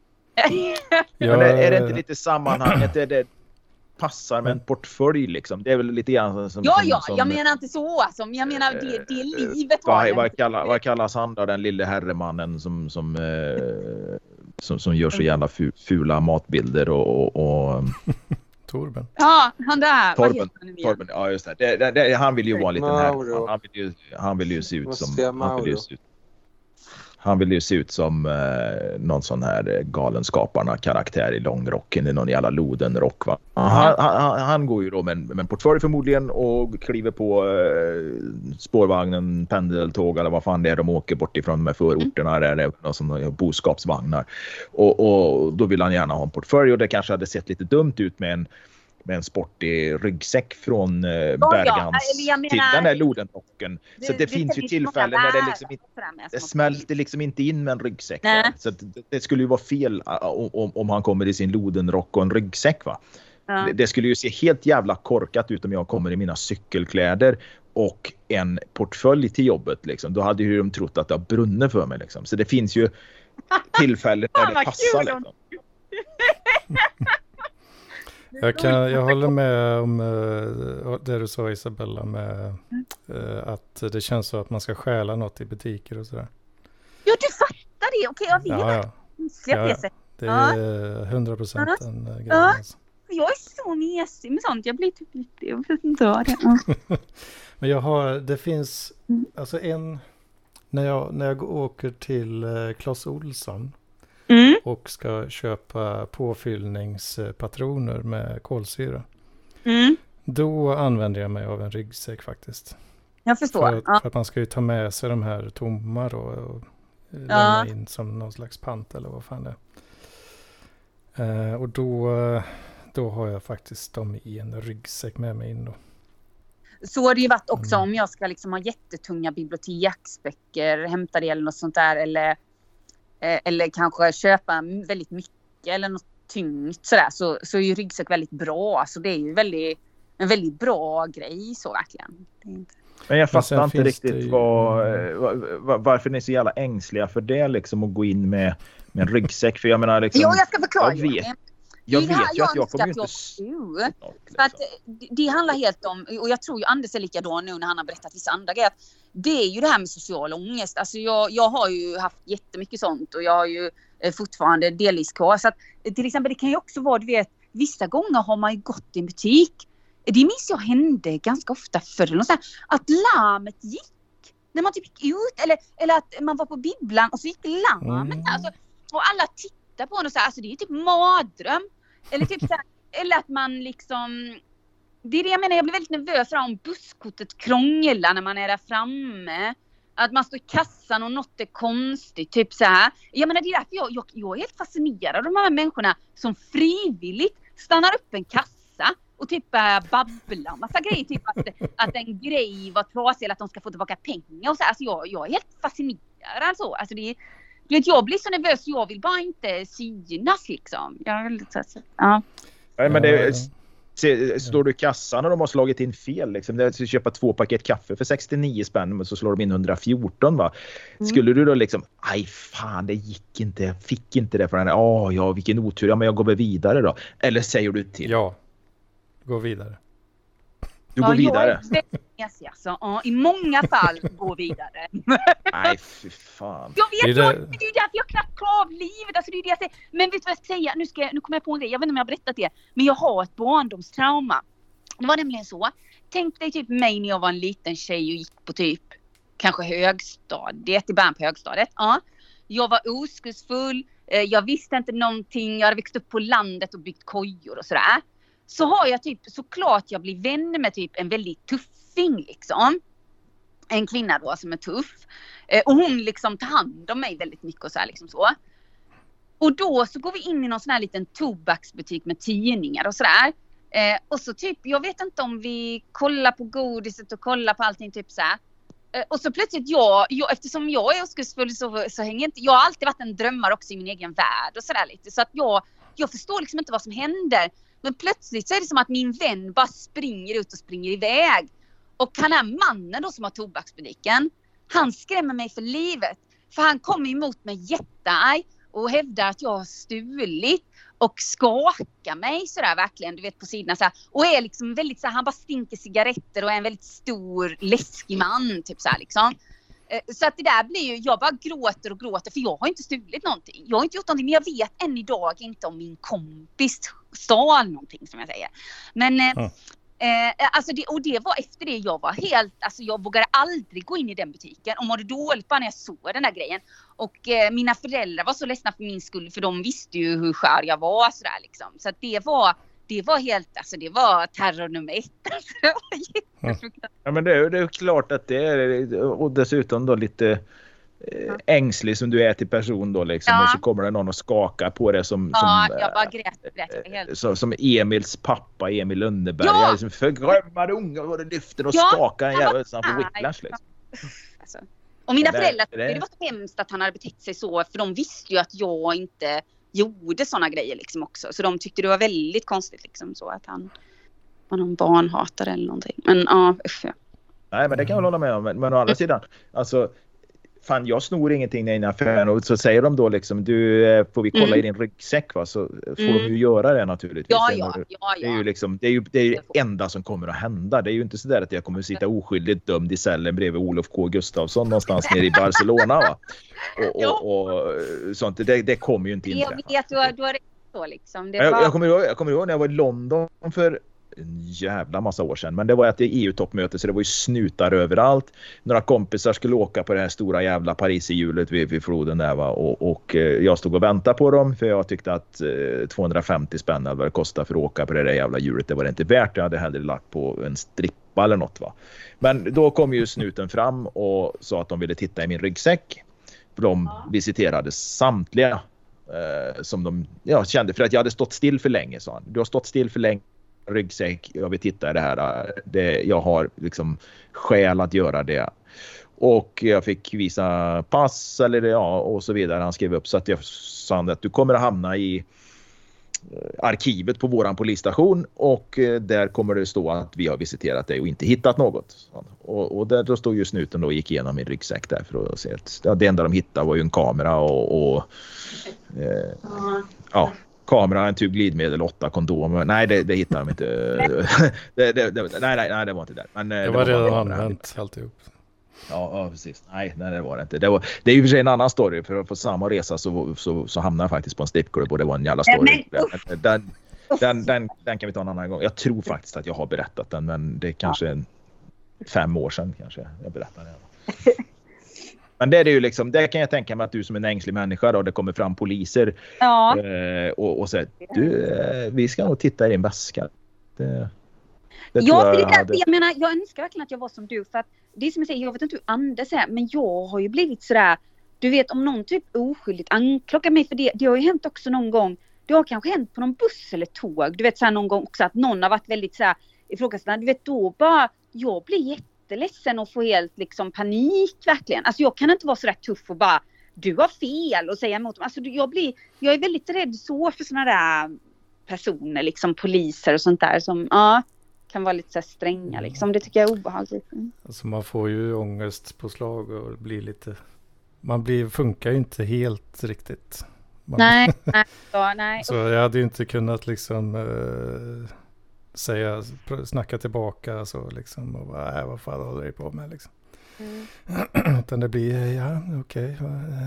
Men är det inte lite sammanhanget? Det passar med en portfölj liksom. Det är väl lite grann som... Jag menar inte så. Alltså. Jag menar det livet har. Vad kallas han då, den lille herremannen som gör så jävla fula matbilder och Torben. Ja, han där. Vad Torben, heter han nu igen? Torben, ja just det. Han vill ju vara lite Mauro. här. Han vill ju se ut som Mauro. han vill ju se ut som någon sån här Galenskaparna-karaktär i långrocken i någon jävla lodenrock, va? Han går ju då med en portfölj förmodligen och kliver på spårvagnen, pendeltåg eller vad fan det är de åker bort ifrån med förorterna där det är någon som boskapsvagnar. Och då vill han gärna ha en portfölj, och det kanske hade sett lite dumt ut med en sportig ryggsäck från Bergans till den där lodenrocken. Så det finns ju tillfällen när det liksom det smälter liksom inte in med en ryggsäck. Så det skulle ju vara fel om han kommer i sin lodenrock och en ryggsäck, va? Ja. Det skulle ju se helt jävla korkat ut om jag kommer i mina cykelkläder och en portfölj till jobbet liksom. Då hade ju de trott att det har brunnit för mig liksom. Så det finns ju tillfällen när det passar liksom. Jag håller med om det du sa, Isabella, med att det känns så att man ska stjäla något i butiker och sådär. Ja, du fattar det. Okej, jag vet. Ja. Det är 100% en grej. Alltså. Jag är så mesig med sånt. Jag blir typ lite, jag vet inte vad det är. Men det finns alltså när jag åker till Clas Ohlson och ska köpa påfyllningspatroner med kolsyra. Då använder jag mig av en ryggsäck faktiskt. Jag förstår. För att man ska ju ta med sig de här tomma då och lämna in som någon slags pant eller vad fan det är. Och då har jag faktiskt dem i en ryggsäck med mig in då. Så har det ju varit också om jag ska liksom ha jättetunga biblioteksböcker, hämta det eller något sånt där, eller kanske köpa väldigt mycket eller något tyngt sådär, så är ju ryggsäck väldigt bra. Så det är ju en väldigt bra grej så verkligen. Men jag fattar inte riktigt varför ni är så jävla ängsliga för det liksom, att gå in med en ryggsäck. För jag menar liksom, jo, jag ska förklara. Jag vet ju att jag kommer inte... För att det handlar helt om, och jag tror ju Anders är likadan nu när han har berättat vissa andra grejer, det är ju det här med social ångest. Alltså jag har ju haft jättemycket sånt och jag har ju fortfarande delvis kvar. Så att, till exempel det kan ju också vara, du vet, vissa gånger har man ju gått i en butik. Det minns jag hände ganska ofta förr. Att larmet gick när man typ gick ut. Eller att man var på bibblan och så gick larmet. Alltså, och alla tittade på en och sa, alltså det är typ mardröm. Eller typ så här, eller att man liksom... Det är det jag menar, jag blir väldigt nervös för om busskortet krånglar när man är där framme. Att man står i kassan och något är konstigt. Typ så här. Jag menar det är därför jag är helt fascinerad av de här människorna som frivilligt stannar upp en kassa och typ babblar massa grejer. Typ att en grej var trasig eller att de ska få tillbaka pengar. Och så. Alltså jag är helt fascinerad. Alltså det är, du vet, jag blir så nervös, jag vill bara inte synas liksom. Jag är väldigt så. Ja. Nej, men det står du i kassan och de har slagit in fel liksom. Det ska köpa 2 paket kaffe för 69 spänn, men så slår de in 114, va? Skulle du då liksom, aj fan, det gick inte, jag fick inte det för den. Ja, vilken otur, ja men jag går vidare då. Eller säger du till? Ja, gå vidare. Du går vidare. Alltså. I många fall går vidare. Nej, fy fan. Jag vet, det är ju därför jag knappt klarar av livet. Alltså, det är det jag säger. Men vet du vad jag ska säga? Nu kommer jag på en grej. Jag vet inte om jag har berättat det. Men jag har ett barndomstrauma. Det var nämligen så. Tänk dig typ mig när jag var en liten tjej och gick på typ kanske högstadiet, i början på högstadiet. Ja. Jag var oskuldsfull. Jag visste inte någonting. Jag hade växt upp på landet och byggt kojor och sådär. Så har jag typ, såklart jag blir vän med typ en väldigt tuffing liksom. En kvinna då som är tuff. Och hon liksom tar hand om mig väldigt mycket och så här liksom så. Och då så går vi in i någon sån här liten tobaksbutik med tidningar och sådär. Och så typ, jag vet inte om vi kollar på godiset och kollar på allting typ så här. Och så plötsligt jag eftersom jag är oskuldsfull så hänger inte, jag har alltid varit en drömmare också i min egen värld och sådär lite. Så att jag förstår liksom inte vad som händer. Men plötsligt så är det som att min vän bara springer ut och springer iväg. Och den här mannen då som har tobaksbutiken, han skrämmer mig för livet. För han kommer emot mig jättearg och hävdar att jag har stulit. Och skakar mig sådär verkligen, du vet, på sidorna så här. Och är liksom väldigt så här, han bara stinker cigaretter och är en väldigt stor, läskig man typ så här liksom. Så att det där blir ju, jag bara gråter och gråter för jag har inte stulit någonting. Jag har inte gjort någonting, men jag vet än idag inte om min kompis stal någonting som jag säger. Men alltså och det var efter det jag var helt, alltså jag vågade aldrig gå in i den butiken och mådde dåligt bara när jag såg den där grejen. Och mina föräldrar var så ledsna för min skull för de visste ju hur skär jag var sådär liksom. Så att det var helt, alltså det var terror nummer 1. Alltså, det var jättefruktansvärt. Ja, men det är klart att det är, och dessutom då lite ängslig som du är till person då liksom, och så kommer det någon och skakar på det som jag bara grät helt. Som Emils pappa, Emil Lönneberg, jag är liksom förgrömmade unga och det lyfter och skakar en jävel så han får whiplash liksom. Alltså. Och mina föräldrar, det var så hemskt att han hade betett sig så, för de visste ju att jag inte gjorde såna grejer liksom också. Så de tyckte det var väldigt konstigt liksom så att han var någon barnhatare eller någonting. Men usch. Nej, men det kan jag hålla med om. Men å andra sidan, alltså fan, jag snor ingenting i affären och så säger de då liksom, du får vi kolla i din ryggsäck va, så får de ju göra det naturligtvis. Ja. Det är ju liksom, det är ju det enda som kommer att hända. Det är ju inte så där att jag kommer att sitta oskyldigt dömd i cellen bredvid Olof K. Gustafsson någonstans nere i Barcelona va. Och sånt, det kommer ju inte inträffa. Jag vet, du har rätt så liksom. Jag kommer ihåg när jag var i London för en jävla massa år sedan. Men det var att det är EU-toppmöte så det var ju snutar överallt. Några kompisar skulle åka på det här stora jävla Paris-hjulet vid floden där va. Och jag stod och väntade på dem för jag tyckte att 250 spänn vad det kostade för att åka på det där jävla hjulet. Det var det inte värt. Jag hade hellre lagt på en strippa eller något va. Men då kom ju snuten fram och sa att de ville titta i min ryggsäck. För de visiterade samtliga som de kände för att jag hade stått still för länge sa han. Du har stått still för länge. Ryggsäck, jag vill titta i det här. Jag har liksom skäl att göra det. Och jag fick visa pass eller och så vidare. Han skrev upp så att jag sa att du kommer att hamna i arkivet på våran polisstation och där kommer det stå att vi har visiterat dig och inte hittat något. Och där då stod ju snuten och gick igenom min ryggsäck där för att se att det enda de hittade var ju en kamera och kamera, en tub glidmedel, 8 kondomer. Nej, det hittar de inte. Nej, det var inte där. Men det var redan använt alltihop. Ja, precis. Nej, det var det inte. Det är ju för sig en annan story. För på samma resa så hamnade jag faktiskt på en stripklubb och det var en jävla story. Den kan vi ta en annan gång. Jag tror faktiskt att jag har berättat den, men det är kanske 5 år sedan kanske jag berättade den. Men det är ju liksom, det kan jag tänka mig att du som en ängslig människa då, det kommer fram poliser och säger vi ska nog titta i din väska. Jag önskar verkligen att jag var som du, för att det är som jag säger, jag vet inte hur Anders är, men jag har ju blivit sådär, du vet om någon typ oskyldigt anklagar mig för det, det har ju hänt också någon gång, det har kanske hänt på någon buss eller tåg, du vet såhär någon gång också att någon har varit väldigt såhär ifrågasättande, du vet då bara, jag blir jätteledsen och får helt liksom panik verkligen. Alltså jag kan inte vara så där tuff och bara du har fel och säga emot dem. Alltså jag är väldigt rädd så för såna där personer liksom poliser och sånt där som kan vara lite så stränga liksom. Det tycker jag är obehagligt. Alltså man får ju ångest på slag och blir lite funkar ju inte helt riktigt. Nej. Så jag hade ju inte kunnat liksom snacka tillbaka så liksom och bara, vad fan håller jag på med liksom. Utan det blir okej.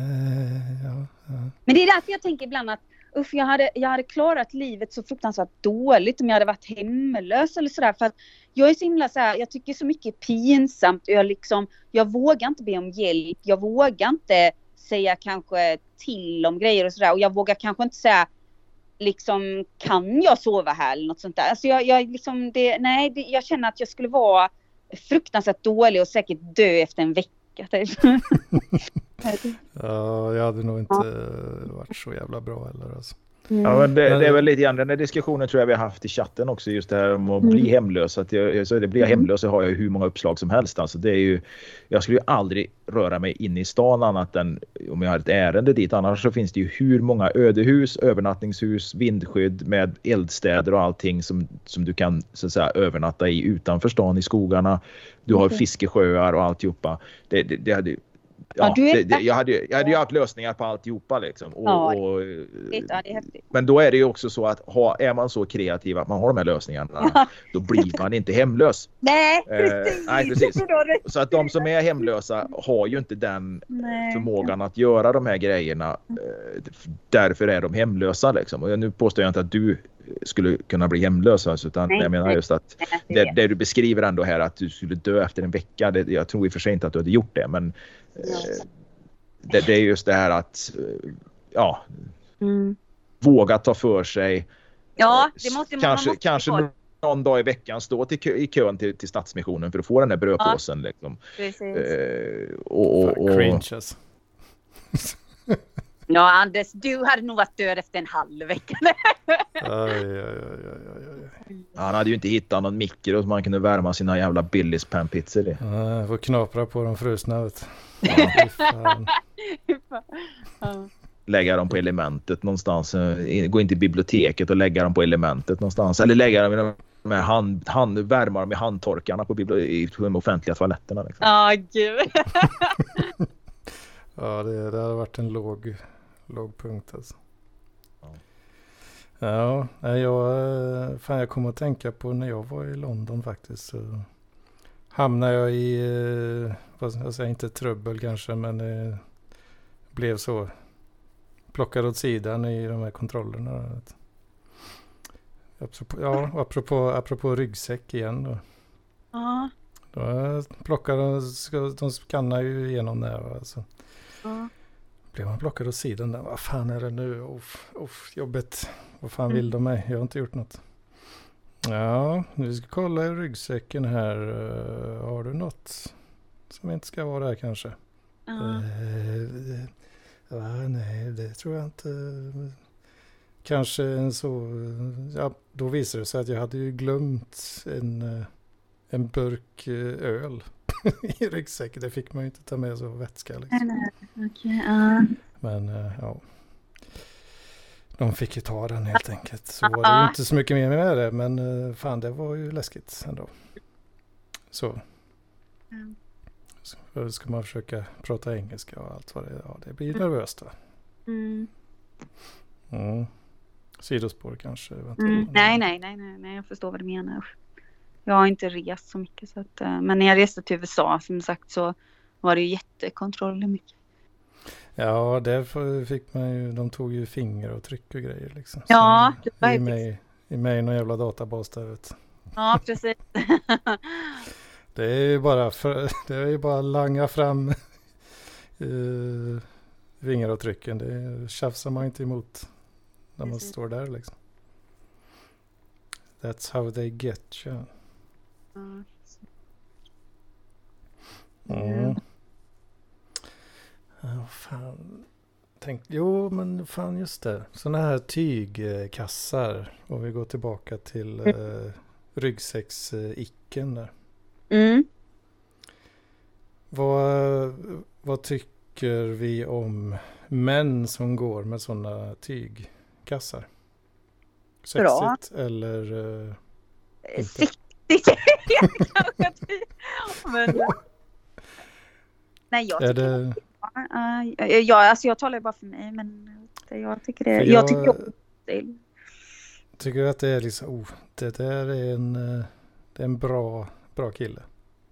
Men det är därför jag tänker ibland att jag hade klarat livet så fruktansvärt dåligt om jag hade varit hemlös eller sådär, för att jag är så himla så här, jag tycker så mycket pinsamt och jag vågar inte be om hjälp, jag vågar inte säga kanske till om grejer och sådär, och jag vågar kanske inte säga liksom, kan jag sova här eller något sånt där. Alltså jag känner att jag skulle vara fruktansvärt dålig och säkert dö efter en vecka typ. Ja, jag hade nog inte varit så jävla bra heller alltså. Ja, men det är väl lite grann den här diskussionen tror jag vi har haft i chatten också, just det här om att bli hemlös. Blir jag hemlös så har jag hur många uppslag som helst. Alltså det är ju, jag skulle ju aldrig röra mig in i stan annat än om jag har ett ärende dit. Annars så finns det ju hur många ödehus, övernattningshus, vindskydd med eldstäder och allting som du kan så att säga övernatta i utanför stan i skogarna. Du har fiskesjöar och alltihopa. jag hade ju haft lösningar på alltihopa liksom. Det är häftigt. Men då är det ju också så att är man så kreativ att man har de här lösningarna, då blir man inte hemlös. Nej, precis. Nej, precis. Så att de som är hemlösa har ju inte den förmågan att göra de här grejerna. Därför är de hemlösa liksom. Och nu påstår jag inte att du skulle kunna bli hemlös, utan jag menar just att det du beskriver ändå här, att du skulle dö efter en vecka, jag tror i och för sig inte att du hade gjort det, men det är just det här att våga ta för sig. Ja, det måste man kanske någon dag i veckan stå i kön till Stadsmissionen för att få den här brödpåsen liksom. Precis. Ja, Anders, du hade nog varit död efter en halv vecka. Han hade ju inte hittat någon mikro som man kunde värma sina jävla Billys panpizzor i. Jag får knapra på de frusna. Lägga dem på elementet någonstans. Gå in till biblioteket och lägga dem på elementet någonstans. Eller lägga dem med värma dem i handtorkarna på de offentliga toaletterna. Liksom. Gud. Ja, det hade varit en låg punkt alltså. Jag kommer att tänka på när jag var i London faktiskt. Så hamnade jag i, inte trubbel kanske, men blev så plockad åt sidan i de här kontrollerna. Apropå ryggsäck igen då. Ja. Då plockade de skannar ju igenom där alltså. Blev man plockad åt sidan där. Vad fan är det nu? Jobbet. Vad fan vill de mig? Jag har inte gjort något. Ja, vi ska kolla i ryggsäcken här. Har du något som inte ska vara där kanske? Nej, det tror jag inte. Kanske en så... Ja, då visade det sig att jag hade ju glömt en burk öl i ryggsäcken. Det fick man ju inte ta med så vätska. Liksom. Men ja. De fick ju ta den helt enkelt. Så var det ju inte så mycket mer med det. Men fan, det var ju läskigt ändå. Så. Så ska man försöka prata engelska och allt vad det är. Ja, det blir nervöst va? Sidospår kanske. Nej, jag förstår vad du menar. Jag har inte rest så mycket. Så att, men när jag reste till USA som sagt så var det ju jättekontroller mycket. Ja, där fick man ju, de tog ju fingeravtryck och grejer liksom. Ja, det var i mig någon jävla databas där vet. Ja, precis. Det är ju bara langa fram fingeravtrycken. Det tjafsar man inte emot när man står där liksom. That's how they get you. Fan. Men just det. Såna här tygkassar. Om vi går tillbaka till ryggsäcksicken där. Vad tycker vi om män som går med såna tygkassar? Sexigt eller sexigt men nej, jag tycker jag talar bara för mig, men jag tycker det. Jag tycker att det är liksom det där är en bra kille.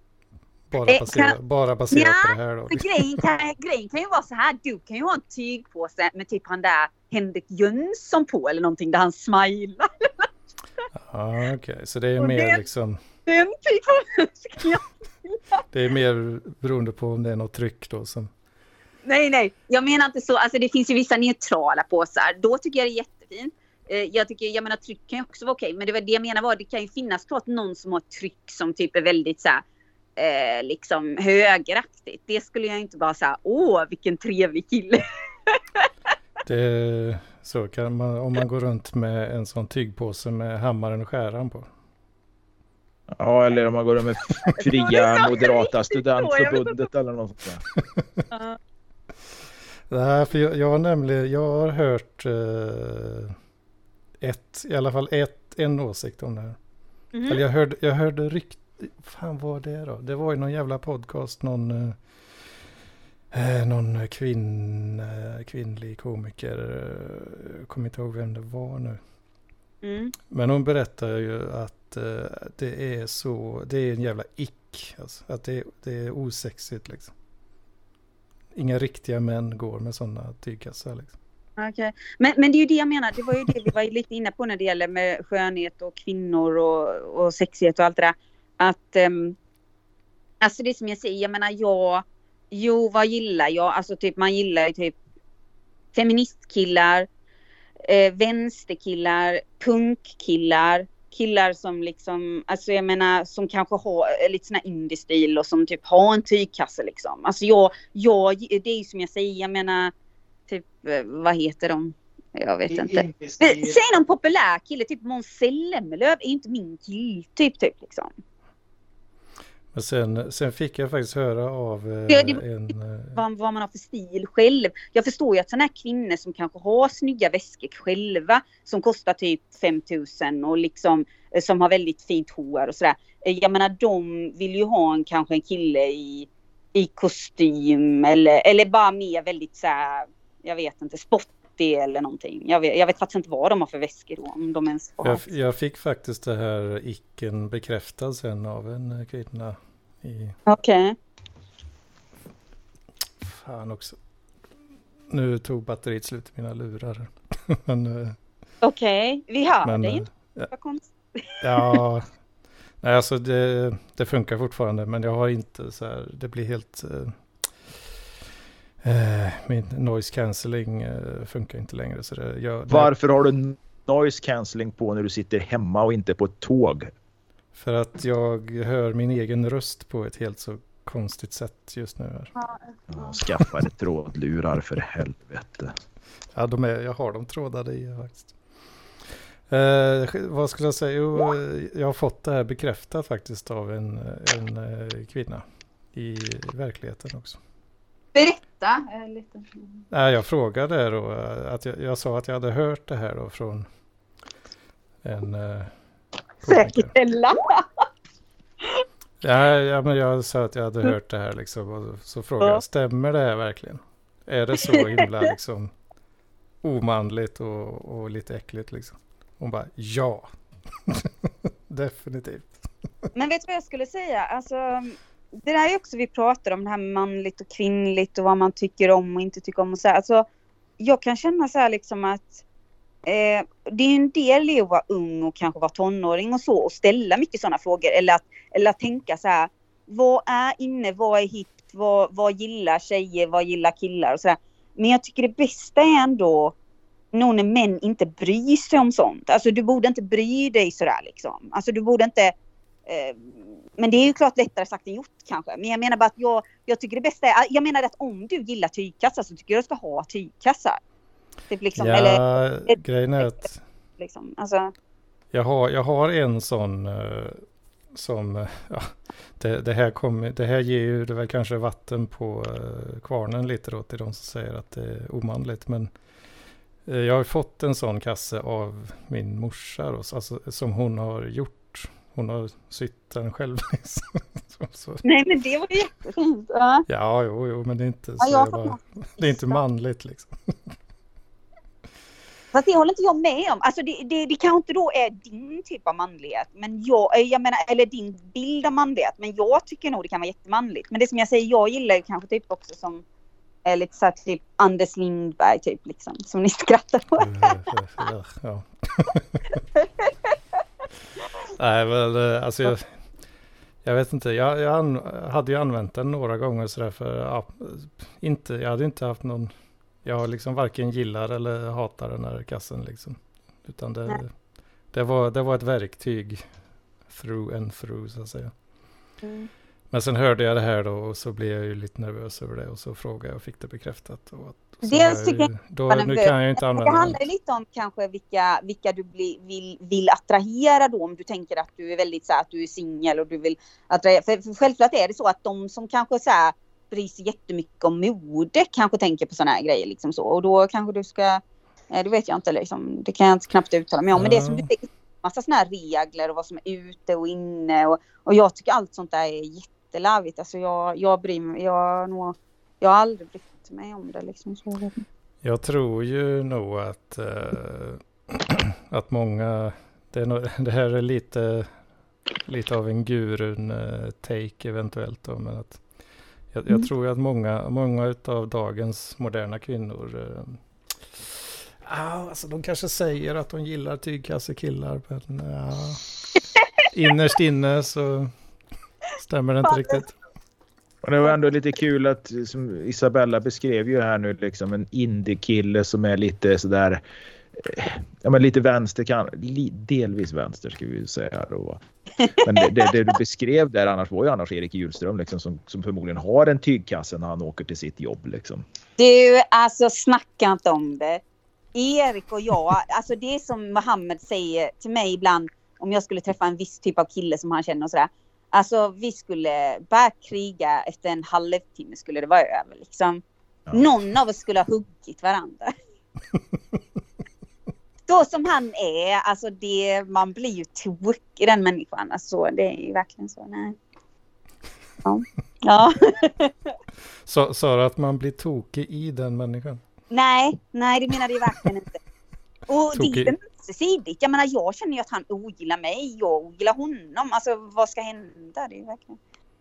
Bara baserat på det här då. Grejen kan ju vara så här. Du kan ju ha en tygpåse med typ han där Henrik Jönsson på eller någonting där han smilar. Ja, okej. Så det är mer liksom... Den typen. Det är mer beroende på om det är något tryck då som... Nej. Jag menar inte så. Alltså det finns ju vissa neutrala påsar. Då tycker jag det är jättefint. Jag menar tryck kan ju också vara okej. Men det var det jag menar det kan ju finnas klart någon som har tryck som typ är väldigt så här, liksom högeraktigt. Det skulle jag inte bara säga, vilken trevlig kille. Det så kan man, om man går runt med en sån tygpåse med hammaren och skäran på. Ja, eller om man går med fria moderata studentförbundet eller något sånt där. Nej, för jag har hört i alla fall en åsikt om det här. Eller jag hörde fan var det då? Det var ju någon jävla podcast, någon kvinnlig komiker. Jag kommer inte ihåg vem det var nu. Men hon berättar ju att det är en jävla ick. Alltså, att det är osexigt liksom. Inga riktiga män går med sådana tygkassar liksom. Okay. Men det är ju det jag menar. Det var ju det vi var lite inne på när det gäller med skönhet och kvinnor och sexighet och allt det där. Att alltså det som jag säger, jag menar vad gillar jag? Alltså typ man gillar ju typ feministkillar, vänsterkillar, punkkillar, killar som liksom, alltså jag menar som kanske har lite sån här indie-stil och som typ har en tygkasse liksom. Alltså det är ju som jag säger, jag menar typ, vad heter de? Jag vet inte. Säg någon populär kille, typ Måns Zelmerlöw är inte min typ liksom. Men sen fick jag faktiskt höra av vad man har för stil själv. Jag förstår ju att sådana här kvinnor som kanske har snygga väskor själva som kostar typ 5 000 och liksom som har väldigt fint hår och sådär. Jag menar de vill ju ha kanske en kille i kostym eller bara mer väldigt såhär, jag vet inte, sportig eller någonting. Jag vet faktiskt inte vad de har för väskor då, om de ens har. Jag fick faktiskt det här icken bekräftad sen av en kvinna. Okej. Fan också. Nu tog batteriet slut i mina lurar. Okej, vi hör dig inte. Ja, nej, alltså det funkar fortfarande, men jag har inte så här, det blir helt min noise cancelling funkar inte längre så Varför har du noise cancelling på när du sitter hemma och inte på ett tåg? För att jag hör min egen röst på ett helt så konstigt sätt just nu här. Ja, skaffade trådlurar för helvete. Ja, jag har dem trådade i faktiskt. Vad skulle jag säga? Jo, jag har fått det här bekräftat faktiskt av en kvinna i verkligheten också. Berätta lite. Nej, jag frågade då att jag sa att jag hade hört det här då från en Säkerhetskälla. Ja, men jag sa att jag hade hört det här liksom, och så frågade jag, stämmer det här verkligen? Är det så himla liksom omanligt och lite äckligt liksom? Hon bara, ja. Definitivt. Men vet du vad jag skulle säga? Alltså, det där är också vi pratar om, det här manligt och kvinnligt och vad man tycker om och inte tycker om och så här. Alltså, jag kan känna så här liksom att det är en del i att vara ung och kanske vara tonåring och så och ställa mycket sådana frågor eller att tänka så här, vad är inne, vad är hit, vad gillar tjejer, vad gillar killar och så där. Men jag tycker det bästa är ändå när män inte bryr sig om sånt. Alltså du borde inte bry dig sådär liksom. Alltså du borde inte men det är ju klart lättare sagt än gjort kanske. Men jag menar bara att jag tycker det bästa är, jag menar att om du gillar tygkassar så tycker jag du ska ha tygkassar. Typ liksom, ja, eller grejen är att liksom, alltså. jag har en sån som ja, det här ger ju det väl kanske vatten på kvarnen lite då till de som säger att det är omanligt, men jag har fått en sån kasse av min morsa då, alltså, som hon har gjort. Hon har sytt den själv. Så. Nej, men det var jättefint. Ja, jo, men det är inte så det är inte manligt liksom. Fast det håller inte jag med om. Alltså det kanske inte då är din typ av manlighet. Men jag menar, eller din bild av manlighet. Men jag tycker nog det kan vara jättemanligt. Men det som jag säger, jag gillar ju kanske typ också som är lite så här, typ Anders Lindberg typ liksom. Som ni skrattar på. Ja. Nej, väl alltså jag vet inte. Jag hade ju använt den några gånger sådär för jag hade inte haft någon. Jag liksom varken gillar eller hatar den här kassen liksom. Utan det var ett verktyg through and through så att säga. Mm. Men sen hörde jag det här då och så blev jag ju lite nervös över det och så frågade jag och fick det bekräftat. Och dels tycker nu kan jag inte använda det. handlar lite om kanske vilka du vill attrahera då, om du tänker att du är väldigt så här, att du är singel och du vill attrahera. För självklart är det så att de som kanske så här bryr sig jättemycket om mode kanske tänker på såna här grejer liksom så. Och då kanske du ska, det vet jag inte liksom, det kan jag inte knappt uttala mig om. Men det som du tänker, massa såna här regler och vad som är ute och inne och jag tycker allt sånt där är jättelarvigt. Alltså jag bryr mig, Jag har aldrig brytt mig om det liksom. Så. Jag tror ju nog att många, det här är lite av en gurun take eventuellt då, men att jag tror ju att många av dagens moderna kvinnor alltså de kanske säger att de gillar tygkassekillar, men innerst inne så stämmer det inte riktigt. Och det var ändå lite kul att, som Isabella beskrev ju här nu, liksom en indie-kille som är lite sådär, ja men lite vänster, delvis vänster ska vi säga då. Men det du beskrev där annars var ju Erik Hjulström liksom, som förmodligen har en tygkasse när han åker till sitt jobb liksom. Du, alltså snacka inte om det. Erik och jag, alltså det som Mohammed säger till mig ibland om jag skulle träffa en viss typ av kille som han känner och sådär. Alltså vi skulle bara kriga efter en halvtimme skulle det vara över liksom. Ja. Någon av oss skulle ha huggit varandra. Så som han är, alltså man blir ju tokig i den människan. Alltså det är ju verkligen så, nej. Ja. Sa du att man blir tokig i den människan? Nej, det menar jag verkligen inte. Och det är ömsesidigt. Jag menar, jag känner ju att han ogillar mig, jag ogillar honom. Alltså, vad ska hända? Det är verkligen...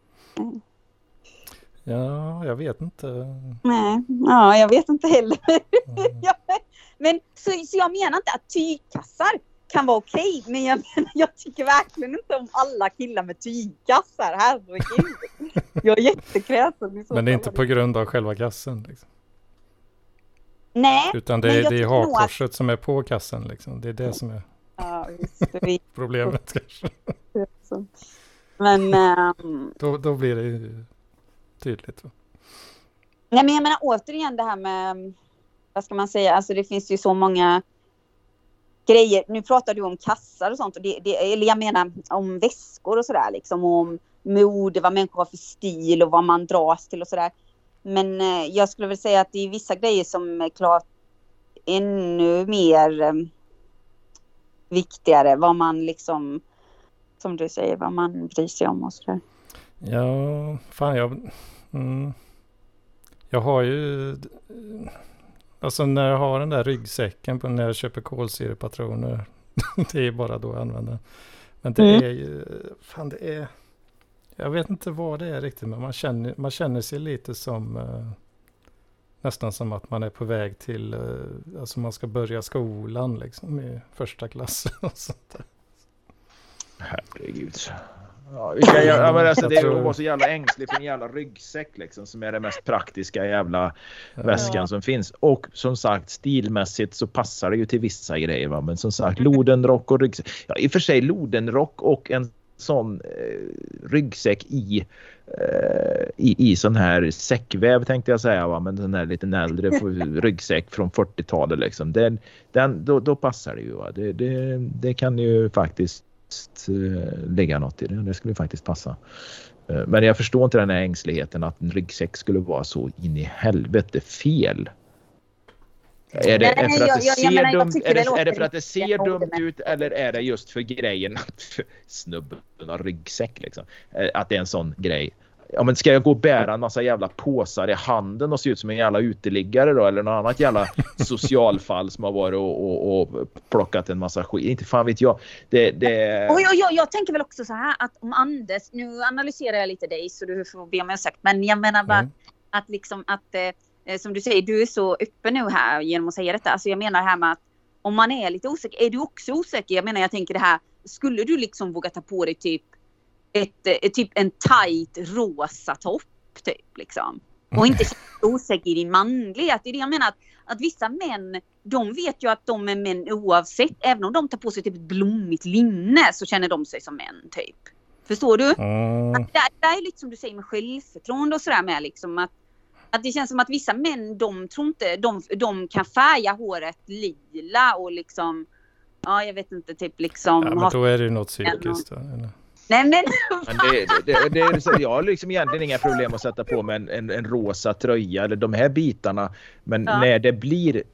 Ja, jag vet inte. Nej, ja, jag vet inte heller. Men så jag menar inte att tygkassar kan vara okej. Men jag tycker verkligen inte om alla killar med tygkassar. Herregud. Jag är jättekräsen. Men det är inte på grund av själva kassen liksom. Nej. Utan det är hakkorset som är på kassen liksom. Det är det som är problemet kanske. Men då blir det ju tydligt. Va? Nej, men jag menar återigen det här med, vad ska man säga, alltså det finns ju så många grejer. Nu pratar du om kassar och sånt. Och eller jag menar om väskor och sådär liksom. Om mode, vad människor har för stil och vad man dras till och sådär. Men jag skulle väl säga att det är vissa grejer som är klart ännu mer viktigare. Vad man liksom, som du säger, vad man bryr sig om och sådär. Ja, fan jag har ju, alltså när jag har den där ryggsäcken på när jag köper kolsyrepatroner, det är bara då jag använder. Men det är ju, fan det är, jag vet inte vad det är riktigt, men man känner sig lite som nästan som att man är på väg till, alltså man ska börja skolan liksom i första klass och sånt där. Herregud. Ja, men alltså det var så jävla ängslig för en jävla ryggsäck liksom, som är det mest praktiska jävla väskan som finns. Och som sagt, stilmässigt så passar det ju till vissa grejer, va? Men som sagt, lodenrock och ryggsäck. Ja, i och för sig lodenrock och en sån ryggsäck i sån här säckväv tänkte jag säga, va? Men den här lite äldre ryggsäck från 40-talet liksom. Då passar det ju, va? Det kan ju faktiskt lägga något i det. Det skulle faktiskt passa. Men jag förstår inte den här ängsligheten att en ryggsäck skulle vara så in i helvete fel. Är det för att det ser dumt ut eller är det just för grejen att snubben har ryggsäck liksom? Att det är en sån grej. Ja, men ska jag gå och bära en massa jävla påsar i handen och se ut som en jävla uteliggare då? Eller något annat jävla socialfall som har varit och plockat en massa skit. Inte fan vet jag. Jag tänker väl också så här att om Anders, nu analyserar jag lite dig så du får be om ursäkt. Men jag menar bara att liksom att som du säger, du är så öppen nu här genom att säga detta. Alltså jag menar här med att om man är lite osäker, är du också osäker? Jag menar, jag tänker det här, skulle du liksom våga ta på dig typ en tight rosa topp typ liksom. Och inte osäker i din manlighet. Det är det jag menar, att vissa män, de vet ju att de är män oavsett. Även om de tar på sig typ ett blommigt linne så känner de sig som män typ. Förstår du? Det är lite som du säger med självförtroende och sådär med liksom att det känns som att vissa män, de tror inte, de kan färga håret lila och liksom, ja jag vet inte typ liksom. Ja, men då är det ju något psykiskt då, eller? Nej, men det är så, jag har liksom egentligen inga problem att sätta på med en rosa tröja eller de här bitarna. Men när det blir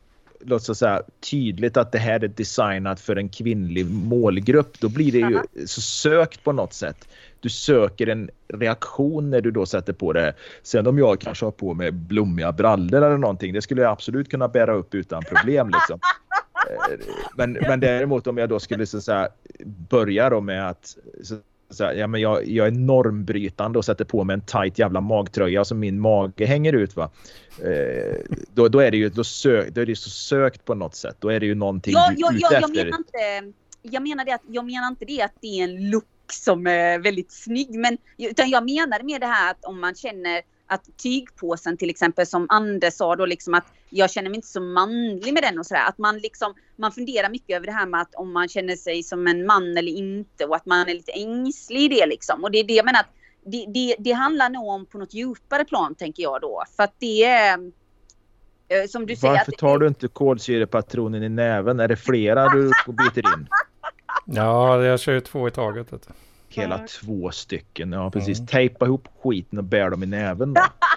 låt oss säga, tydligt att det här är designat för en kvinnlig målgrupp, då blir det ju så sökt på något sätt. Du söker en reaktion när du då sätter på det. Sen om jag kanske har på mig blommiga brallor eller någonting, det skulle jag absolut kunna bära upp utan problem liksom. Men däremot om jag då skulle så säga, börja då med att ja, men jag är normbrytande och sätter på mig en tight jävla magtröja som min mage hänger ut, va. Då är det ju då är det så sökt på något sätt. Då är det ju någonting du är ute efter. Jag menar inte det att det är en look som är väldigt snygg, men utan jag menar med det här att om man känner att tygpåsen till exempel, som Anders sa då, liksom att jag känner mig inte så manlig med den och sådär, att man funderar mycket över det här med att om man känner sig som en man eller inte, och att man är lite ängslig i det liksom. Och det är det jag menar, att det handlar nog om på något djupare plan, tänker jag då, för att det är som du säger. Varför tar du inte kolsyrepatronen i näven? Är det flera du byter in? Ja, jag kör ju 2 i taget. Vet du. Hela 2 stycken. Ja, precis. Tejpa ihop skiten och bär dem i näven då.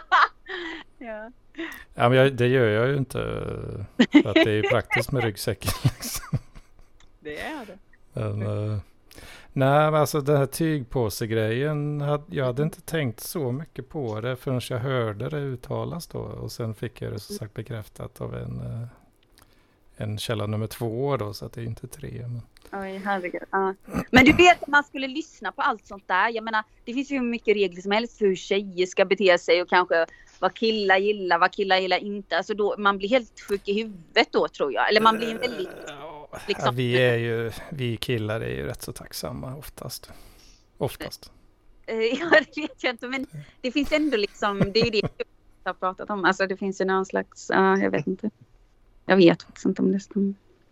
Ja, men det gör jag ju inte. För att det är praktiskt med ryggsäcken. Liksom. Det är det. Men, nej, men alltså den här tygpåsegrejen, jag hade inte tänkt så mycket på det förrän jag hörde det uttalas då. Och sen fick jag det så sagt bekräftat av en källa nummer 2 då, så att det är inte 3. Men... Oj, herregud. Men du vet att man skulle lyssna på allt sånt där. Jag menar, det finns ju hur mycket regler som helst för hur tjejer ska bete sig och kanske vad killar gillar inte. Alltså då, man blir helt sjuk i huvudet då, tror jag. Eller man blir väldigt... Liksom... Ja, vi killar är ju rätt så tacksamma oftast. Ja, det vet jag inte, men det finns ändå liksom, det är ju det jag har pratat om. Alltså det finns ju någon slags, jag vet inte. Jag vet faktiskt inte om det stämmer.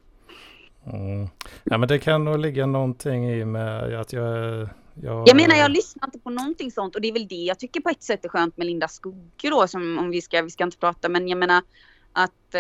Ja, men det kan nog ligga någonting i med att jag menar, jag lyssnar inte på någonting sånt, och det är väl det jag tycker på ett sätt är skönt med Linda Skugge då, som om vi ska inte prata, men jag menar att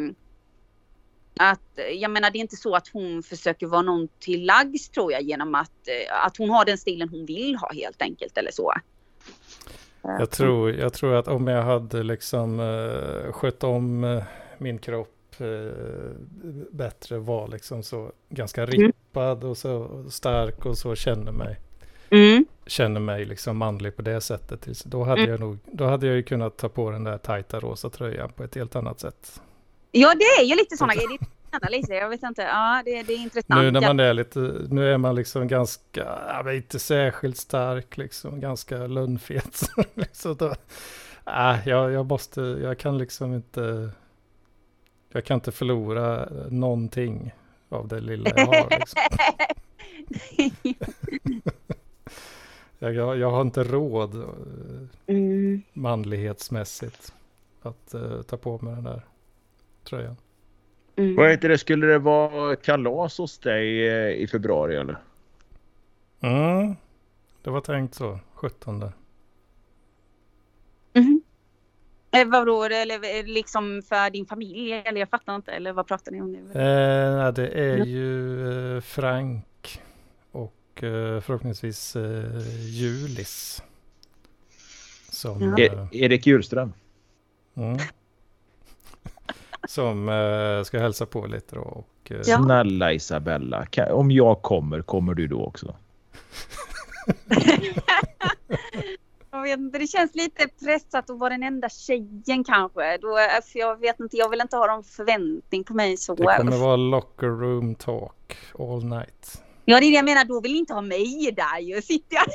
jag menar, det är inte så att hon försöker vara någon till lags, tror jag, genom att hon har den stilen hon vill ha, helt enkelt, eller så. Jag tror att om jag hade liksom skött om min kropp bättre, var liksom så ganska rippad och så stark och så känner mig liksom manlig på det sättet, då hade jag ju kunnat ta på den där tajta rosa tröjan på ett helt annat sätt. Ja, det är ju lite såna grejer. Jag vet inte. Ja, det är intressant. Nu är man liksom ganska, inte särskilt stark, liksom ganska lönnfet. Liksom då, jag kan inte förlora någonting av det lilla jag har. Liksom. jag har inte råd manlighetsmässigt att ta på mig den där tröjan. Vad heter det? Skulle det vara kalas hos dig i februari eller? Det var tänkt så. 17. Vadå? Eller liksom för din familj? Eller jag fattar inte. Eller vad pratar ni om nu? Det är ju Frank och förhoppningsvis Julis. Som, Erik Djurström. Som ska hälsa på lite då. Och, snälla Isabella, om jag kommer du då också? Jag vet inte, det känns lite pressat att vara den enda tjejen kanske. För jag vet inte, jag vill inte ha någon förväntning på mig så. Det kommer vara locker room talk all night. Ja, det är det jag menar, då vill inte ha mig där ju. Sitter jag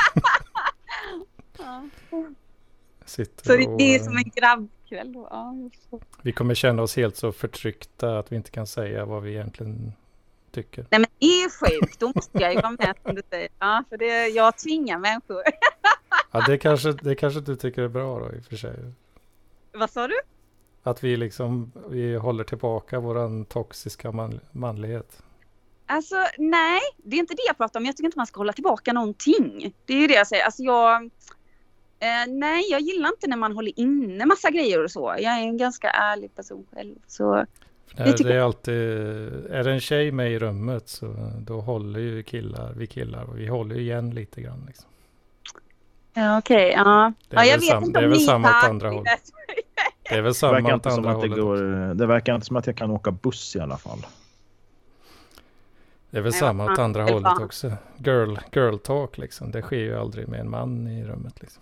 Så det är som en grabbkväll då. Vi kommer känna oss helt så förtryckta att vi inte kan säga vad vi egentligen tycker. Nej, men det är sjukt. Då måste jag ju vara med, som du säger. Ja, för jag tvingar människor. Ja, det kanske du tycker är bra då i och för sig. Vad sa du? Att vi håller tillbaka våran toxiska manlighet. Alltså, nej. Det är inte det jag pratar om. Jag tycker inte man ska hålla tillbaka någonting. Det är ju det jag säger. Alltså, nej, jag gillar inte när man håller inne massa grejer och så. Jag är en ganska ärlig person själv. Så det är alltid, är det en tjej med i rummet så då håller ju vi killar och vi håller ju igen lite grann liksom. Ja, okej. Ja. Det är jag vet inte om det är väl ni samma åt andra håll. Det är väl Det samma verkar åt inte som andra att hållet. det verkar inte som att jag kan åka buss i alla fall. Det är väl Nej, samma åt andra eller hållet fan. också. Girl talk liksom. Det sker ju aldrig med en man i rummet liksom.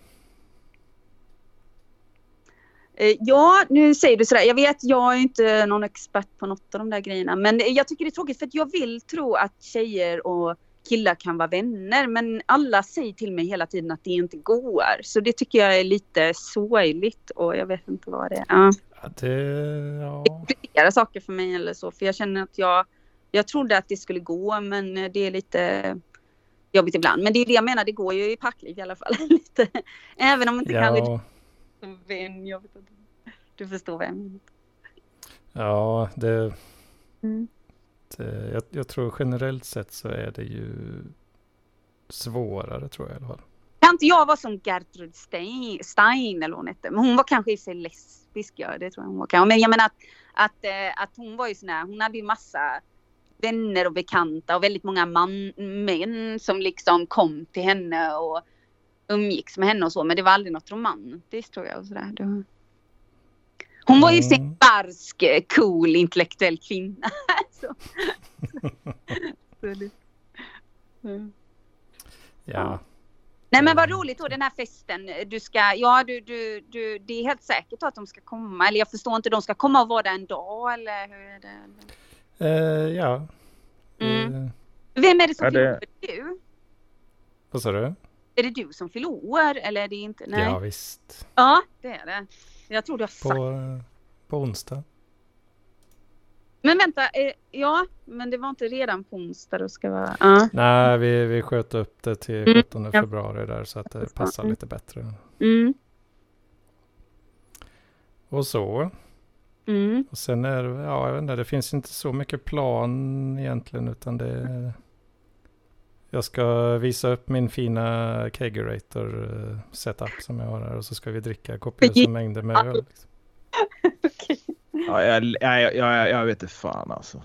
Ja, nu säger du sådär. Jag vet, jag är inte någon expert på något av de där grejerna. Men jag tycker det är tråkigt för att jag vill tro att tjejer och killar kan vara vänner. Men alla säger till mig hela tiden att det inte går. Så det tycker jag är lite sorgligt och jag vet inte vad det är. Ja. Ja, Det är flera saker för mig eller så. För jag känner att jag trodde att det skulle gå, men det är lite jobbigt ibland. Men det är det jag menar, det går ju i packliv i alla fall. Lite. Även om inte kanske som vän, jag vet inte. Du förstår vad jag menar. Ja, Mm. jag tror generellt sett så är det ju svårare tror jag i alla fall. Kan inte jag vara som Gertrud Stein eller vad hon hette. Men hon var kanske i sig lesbisk, ja, det tror jag hon var. Men jag menar att hon var ju sån här, hon hade ju massa vänner och bekanta och väldigt många män som liksom kom till henne och umgicks med henne och så. Men det var aldrig något romantiskt tror jag och sådär. Hon var ju sin barsk, cool, intellektuell kvinna. Ja. Nej men vad roligt då den här festen. Du ska, det är helt säkert att de ska komma. Eller jag förstår inte, de ska komma och vara där en dag eller hur är det? Ja. Vem är det som fyller år? Du? Vad sa du? Är det du som fyller år eller är det inte? Nej. Ja visst. Ja det är det. Jag tror du har sagt. På onsdag. Men vänta, ja, men det var inte redan på onsdag då ska vara. Nej, vi sköt upp det till 17 februari där så att det passar lite bättre. Och så. Och sen är det, jag vet inte, det finns inte så mycket plan egentligen utan det jag ska visa upp min fina kegerator setup som jag har här och så ska vi dricka kopiösa mängder med öl. Liksom. Okay. Ja, jag vet inte fan alltså.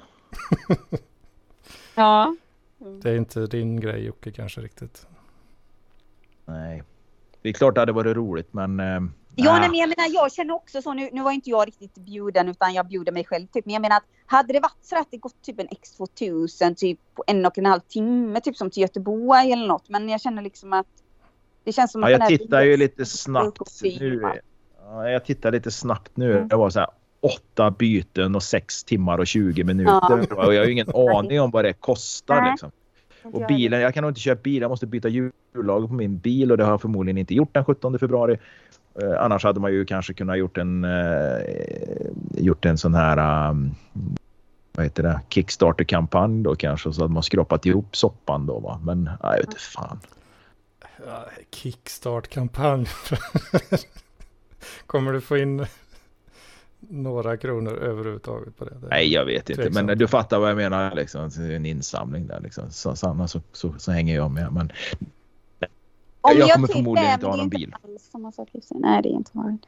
Ja. Det är inte din grej Jocke kanske riktigt. Nej. Det är klart det hade varit roligt men... Ja, nej, men jag menar, jag känner också så, nu var inte jag riktigt bjuden utan jag bjuder mig själv typ. Men jag menar att hade det varit så att det gått typ en X2000 typ på 1,5 timme typ som till Göteborg eller något. Men jag känner liksom att det känns som att jag tittar ju lite snabbt nu. Ja, jag tittar lite snabbt nu. Det var så här 8 byten och 6 timmar och 20 minuter. Ja. Och jag har ju ingen aning om vad det kostar liksom. Och bilen, jag kan nog inte köpa bil. Jag måste byta hjullager på min bil och det har jag förmodligen inte gjort den 17 februari. Annars hade man ju kanske kunnat gjort en sån här vad heter det? Kickstarter-kampanj då kanske så att man skrapat ihop soppan då va. Men jag vet inte fan. Ja, Kickstart-kampanj. Kommer du få in några kronor överhuvudtaget på det? Nej, jag vet inte. Men du fattar vad jag menar liksom. En insamling där liksom. Så hänger jag med. Men jag kommer förmodligen inte ha någon bil. Nej, det är inte varit.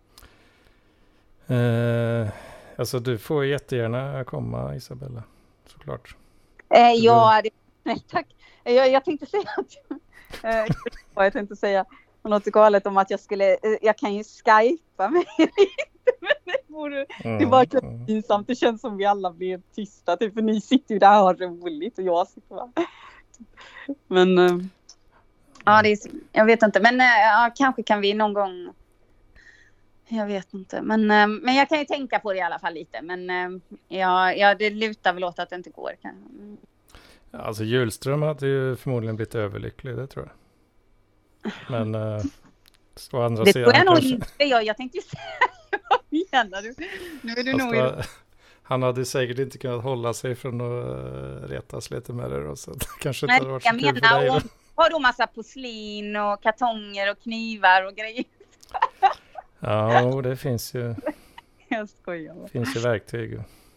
Alltså du får jättegärna komma Isabella. Såklart. Ja, tack. Jag tänkte säga jag tänkte säga något galet om att jag kan ju skypa mig lite, men det var pinsamt. Det känns som vi alla blir tysta typ, för ni sitter ju där och har roligt och jag sitter bara. Men ja, jag vet inte, men kanske kan vi någon gång. Jag vet inte, men jag kan ju tänka på det i alla fall lite, men det lutar väl åt att det inte går. Alltså Hjulström hade ju förmodligen blivit överlycklig, det tror jag. Men å andra det sidan tror jag nog kanske... inte. Jag tänkte ju säga, vad menar du? Nu är du nog... Han hade säkert inte kunnat hålla sig från att retas lite med det. Så kanske inte hade varit så kul för dig. Hon har då massa porslin och kartonger och knivar och grejer. Ja, det finns ju... Jag skojar. Det finns ju verktyg.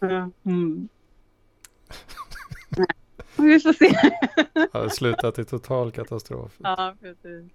Vi får se. Det har slutat i total katastrof. Ja, precis.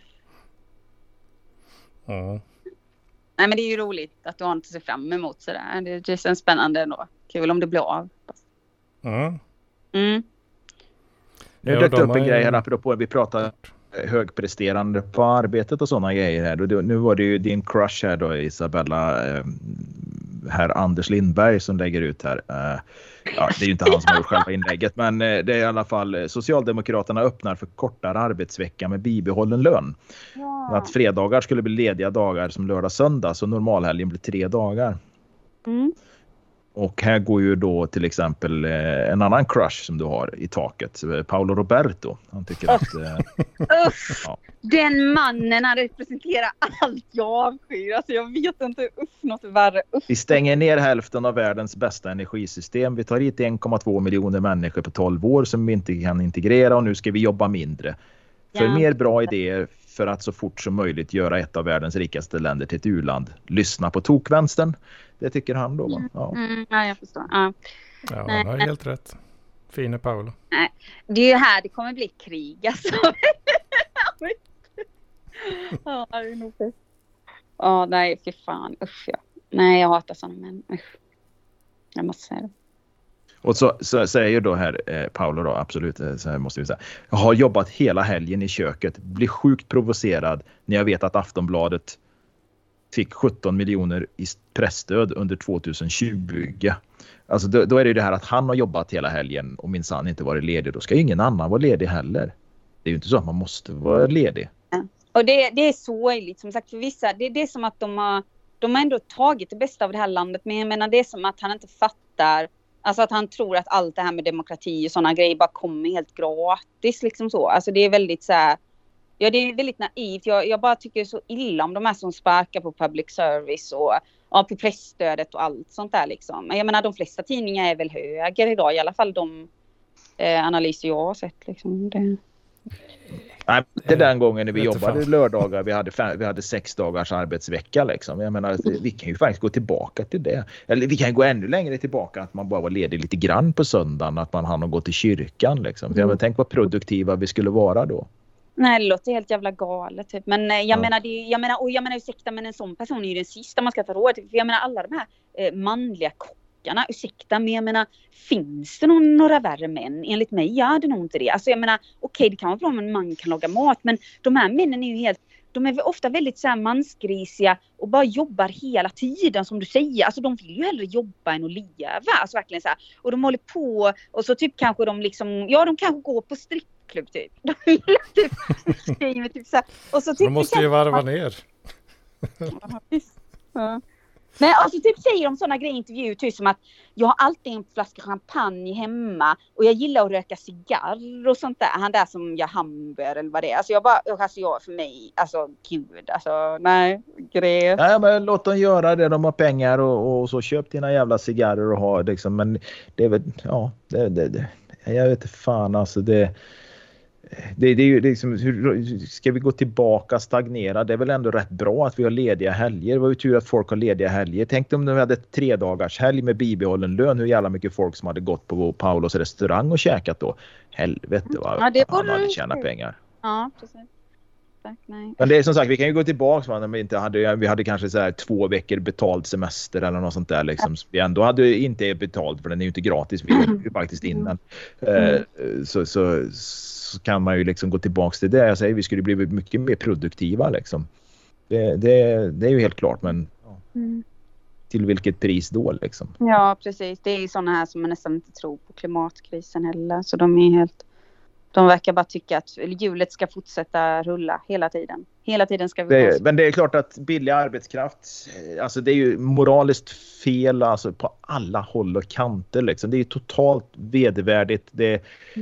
Ja. Nej, men det är ju roligt att du har inte sig fram emot sådär. Det känns spännande ändå. Kul om det blir av. Nu dök det upp en grej här apropå vi pratar högpresterande på arbetet och sådana grejer här. Nu var det ju din crush här då, Isabella, herr Anders Lindberg som lägger ut här. Ja, det är ju inte han som har gjort själva inlägget, men det är i alla fall Socialdemokraterna öppnar för kortare arbetsvecka med bibehållen lön. Ja. Att fredagar skulle bli lediga dagar som lördag söndag, så normalhelgen blir 3 dagar. Och här går ju då till exempel en annan crush som du har i taket, Paolo Roberto. Han tycker att... Ja. Den mannen, han representerar allt jag avskyr. Alltså jag vet inte, något värre. Vi stänger ner hälften av världens bästa energisystem. Vi tar hit 1,2 miljoner människor på 12 år som vi inte kan integrera, och nu ska vi jobba mindre. För mer bra idéer för att så fort som möjligt göra ett av världens rikaste länder till ett u-land. Lyssna på tokvänstern. Det tycker han då, va? Ja. Ja, jag förstår. Ja, han har helt rätt. Fine Paolo. Nej, det är ju här det kommer bli krig, alltså. Ja, det är nog det. Ja, nej, fy fan. Usch, ja. Nej, jag hatar sådana män. Usch. Jag måste säga det. Och så säger ju då här Paolo då, absolut, så här måste vi säga. Jag har jobbat hela helgen i köket. Blir sjukt provocerad när jag vet att Aftonbladet fick 17 miljoner i pressstöd under 2020. Alltså då är det ju det här att han har jobbat hela helgen och minsann inte varit ledig. Då ska ju ingen annan vara ledig heller. Det är ju inte så att man måste vara ledig. Ja. Och det är sorgligt, som sagt, för vissa. Det är som att de har ändå tagit det bästa av det här landet. Men jag menar, det är som att han inte fattar. Alltså att han tror att allt det här med demokrati och sådana grejer bara kommer helt gratis. Liksom så. Alltså det är väldigt så här. Ja, det är väldigt naivt. Jag bara tycker så illa om de här som sparkar på public service och på pressstödet och allt sånt där liksom. Jag menar, de flesta tidningar är väl höger idag. I alla fall de analyser jag har sett liksom. Nej, det den gången när vi jobbade lördagar, vi hade 6 dagars arbetsvecka liksom. Jag menar, vi kan ju faktiskt gå tillbaka till det. Eller vi kan gå ännu längre tillbaka, att man bara var ledig lite grann på söndagen, att man hann gå till kyrkan liksom. Tänk vad produktiva vi skulle vara då. Nej, det låter helt jävla galet typ. Men jag menar ursäkta, men en sån person är ju den sista man ska ta råd till. För jag menar, alla de här manliga kockarna, ursäkta, men jag menar, finns det några värre män? Enligt mig, ja, det är nog inte det. Alltså jag menar, okej, det kan vara bra om en man kan laga mat, men de här männen är ju de är ofta väldigt så här mansgrisiga och bara jobbar hela tiden, som du säger. Alltså de vill ju hellre jobba än att leva. Alltså verkligen så här. Och de håller på, och så typ kanske de liksom, ja, de kanske går på strippklubb typ. De vill typ så här. Och så typ, de måste ju varva ner. Ja. Nej, alltså typ säger de sådana grejer i intervjuer typ som att jag har alltid en flaska champagne hemma och jag gillar att röka cigarr och sånt där. Han där som gör hamburgare eller vad det är. Alltså jag för mig, alltså gud, alltså nej, grej. Nej, men låt dem göra det, de har pengar och så köp dina jävla cigarrer och ha liksom, men det är väl, ja, det jag vet inte fan, alltså det är ju liksom, hur ska vi gå tillbaka, stagnera? Det är väl ändå rätt bra att vi har lediga helger. Det var ju tur att folk har lediga helger. Tänk om de hade 3 dagars helg med bibehållen lön. Hur jävla mycket folk som hade gått på Paulos restaurang och käkat då. Helvete vad han hade tjänat pengar. Ja, precis. Nej. Men det är som sagt, vi kan ju gå tillbaka vi hade kanske så här 2 veckor betald semester eller något sånt där liksom. Vi ändå hade inte betalt, för den är ju inte gratis, vi är ju faktiskt innan. Så kan man ju liksom gå tillbaka till det. Jag säger, vi skulle bli mycket mer produktiva liksom. Det är ju helt klart, men till vilket pris då liksom? Ja, precis. Det är ju sådana här som man nästan inte tror på klimatkrisen heller. Så de verkar bara tycka att hjulet ska fortsätta rulla hela tiden. Hela tiden ska vi... Men det är klart att billig arbetskraft, alltså det är ju moraliskt fel alltså på alla håll och kanter liksom. Det är ju totalt vedervärdigt. Det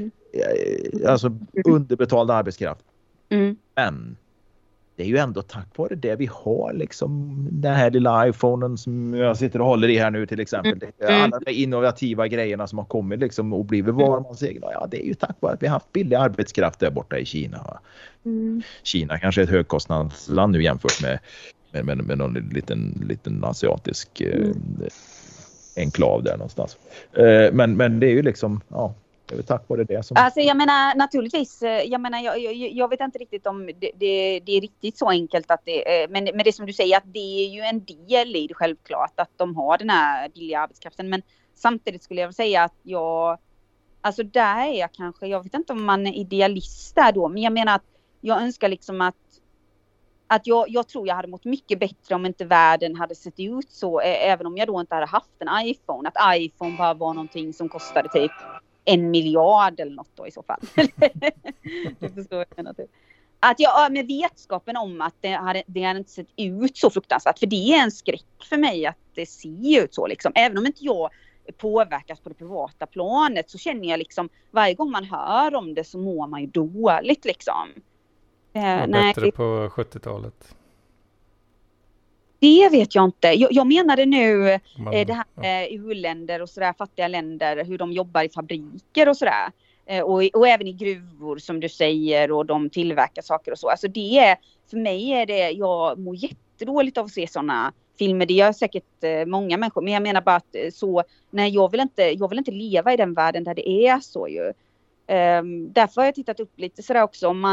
alltså underbetald arbetskraft. Men det är ju ändå tack vare det vi har liksom den här lilla iPhonen som jag sitter och håller i här nu till exempel. Alla de innovativa grejerna som har kommit liksom och blivit varmans egna. Ja, det är ju tack vare att vi har haft billig arbetskraft där borta i Kina. Kina kanske är ett högkostnadsland nu jämfört med någon liten asiatisk enklav där någonstans. Men det är ju liksom, ja, det är tack vare det som... Alltså jag menar naturligtvis, jag vet inte riktigt om det är riktigt så enkelt att det, men det som du säger, att det är ju en del i det självklart att de har den här billiga arbetskraften, men samtidigt skulle jag säga att alltså där är jag kanske, jag vet inte om man är idealist där då, men jag menar att jag önskar liksom att jag tror jag hade mått mycket bättre om inte världen hade sett ut så, även om jag då inte hade haft en iPhone. Att iPhone bara var någonting som kostade typ 1 miljard eller något då i så fall. Du förstår jag typ. Att jag med vetskapen om att det hade inte sett ut så fruktansvärt. För det är en skräck för mig att det ser ut så liksom. Även om inte jag påverkas på det privata planet så känner jag liksom varje gång man hör om det så mår man ju dåligt liksom. Bättre på 70-talet. Det vet jag inte. Jag menade nu det här med u-länder och sådär, fattiga länder, hur de jobbar i fabriker och sådär. Och även i gruvor som du säger och de tillverkar saker och så. Alltså det är, för mig är det, jag mår jättedåligt av att se sådana filmer. Det gör säkert många människor. Men jag menar bara att så, nej, jag vill inte leva i den världen där det är så ju. Därför har jag tittat upp lite sådär också. Om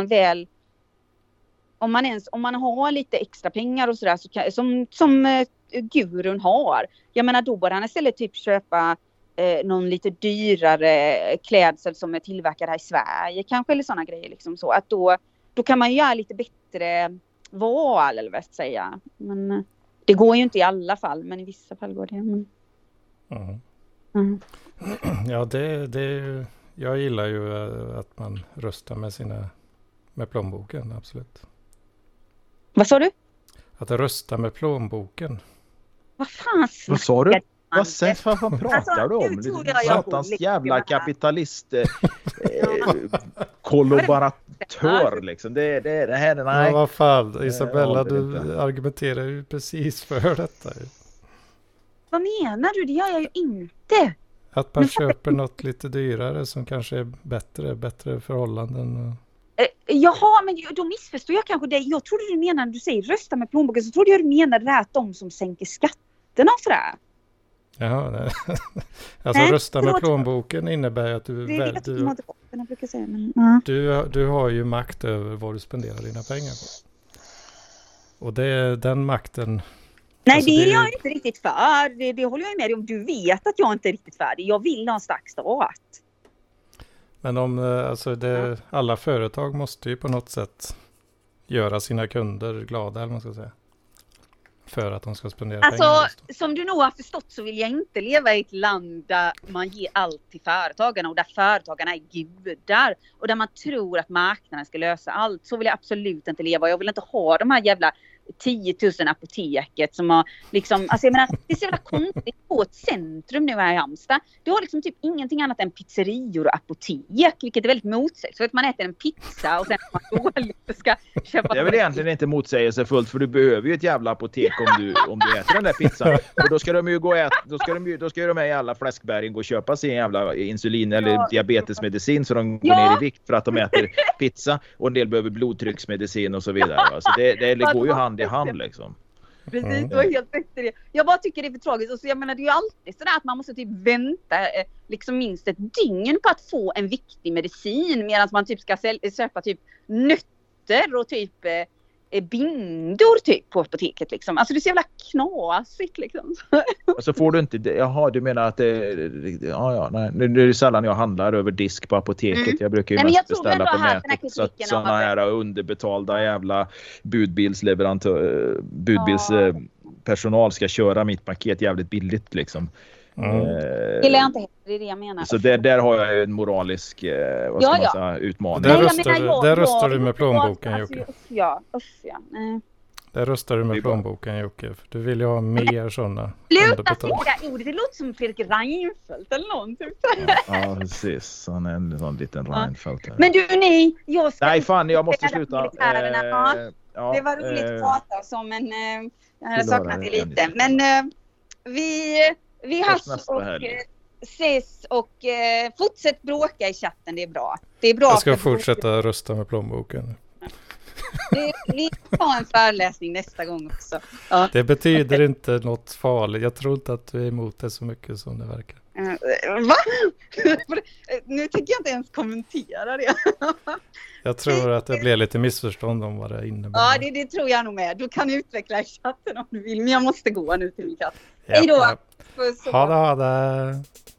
man har lite extra pengar och sådär så som gurun har. Jag menar då borde han istället typ köpa någon lite dyrare klädsel som är tillverkad här i Sverige kanske, eller sådana grejer liksom så. Att då kan man ju göra lite bättre val eller vad jag ska säga. Men det går ju inte i alla fall, men i vissa fall går det. Men... Ja, det jag gillar ju att man röstar med plånboken, absolut. Vad sa du? Att rösta med plånboken. Vad sa du? Vad pratar du om? Satans jävla kapitalist kollaboratör liksom. Det här nej. Ja, vad fan. Isabella, du argumenterar ju precis för detta. Vad menar du? Det gör jag ju inte. Att man köper något lite dyrare som kanske är bättre förhållanden. Jaha, men då missförstår jag kanske det. Jag trodde du menade, när du säger rösta med plånboken, så trodde jag du menade det här att de som sänker skatterna och sådär. Jaha, nej. Alltså rösta med plånboken innebär att du har ju makt över vad du spenderar dina pengar på. Och den makten... Nej, alltså, det är jag inte riktigt för. Det håller jag med om. Du vet att jag inte är riktigt för det. Jag vill ha en stark stat. Men alla företag måste ju på något sätt göra sina kunder glada, eller man ska säga. För att de ska spendera pengar. Alltså, som du nog har förstått så vill jag inte leva i ett land där man ger allt till företagarna och där företagarna är gudar och där man tror att marknaden ska lösa allt. Så vill jag absolut inte leva. Jag vill inte ha de här jävla 10 000 apoteket som har liksom, alltså jag menar, det är så jävla konstigt på ett centrum nu här i Halmstad. Du har liksom typ ingenting annat än pizzerior och apotek, vilket är väldigt motsägelsefullt. Så att man äter en pizza och sen man dåligt ska köpa. Jag vill egentligen inte motsägelsefullt, för du behöver ju ett jävla apotek om du äter den där pizzan. Och då ska de ju då ska de här jävla fläskbergen gå och köpa sin jävla insulin eller diabetesmedicin så de går ner i vikt för att de äter pizza, och en del behöver blodtrycksmedicin och så vidare. Alltså det går ju hand i hand liksom. Precis, du har helt rätt i det. Jag bara tycker det är för tragiskt. Och så, jag menar, det är ju alltid sådär att man måste typ vänta liksom minst ett dygn på att få en viktig medicin, medan man typ ska köpa typ nötter och typ bindor typ på apoteket liksom. Alltså det är så jävla knasigt liksom. Och så får du inte, jaha, du menar att nej, nu är det sällan jag handlar över disk på apoteket. Jag brukar ju mest beställa på nätet, så att sådana här underbetalda jävla budbilspersonal ska köra mitt paket jävligt billigt liksom. Det är inte heller, det är det jag menar. Så där har jag ju en moralisk utmaning. Där röstar du med plånboken, Jocke. Där röstar du med plånboken, Jocke. För du vill ju ha mer sådana. Sluta säga ordet, det låter som Fredrik Reinfeldt eller någonting. Ja, precis. Han är en sån liten Reinfeldt. Men du, nej, fan, jag måste sluta. Det var roligt att prata om, men jag hade saknat det lite. Men vi hörs och ses och fortsätt bråka i chatten, det är bra. Det är bra. Jag ska fortsätta rösta med plånboken. Vi tar en föreläsning nästa gång också. Ja. Det betyder inte något farligt. Jag tror inte att du är emot det så mycket som det verkar. Va? Nu tycker jag inte ens kommentera det. Jag tror att det blir lite missförstånd om vad det innebär. Ja, det tror jag nog med. Du kan utveckla i chatten om du vill. Men jag måste gå nu till min katt. Hej då! Ha det.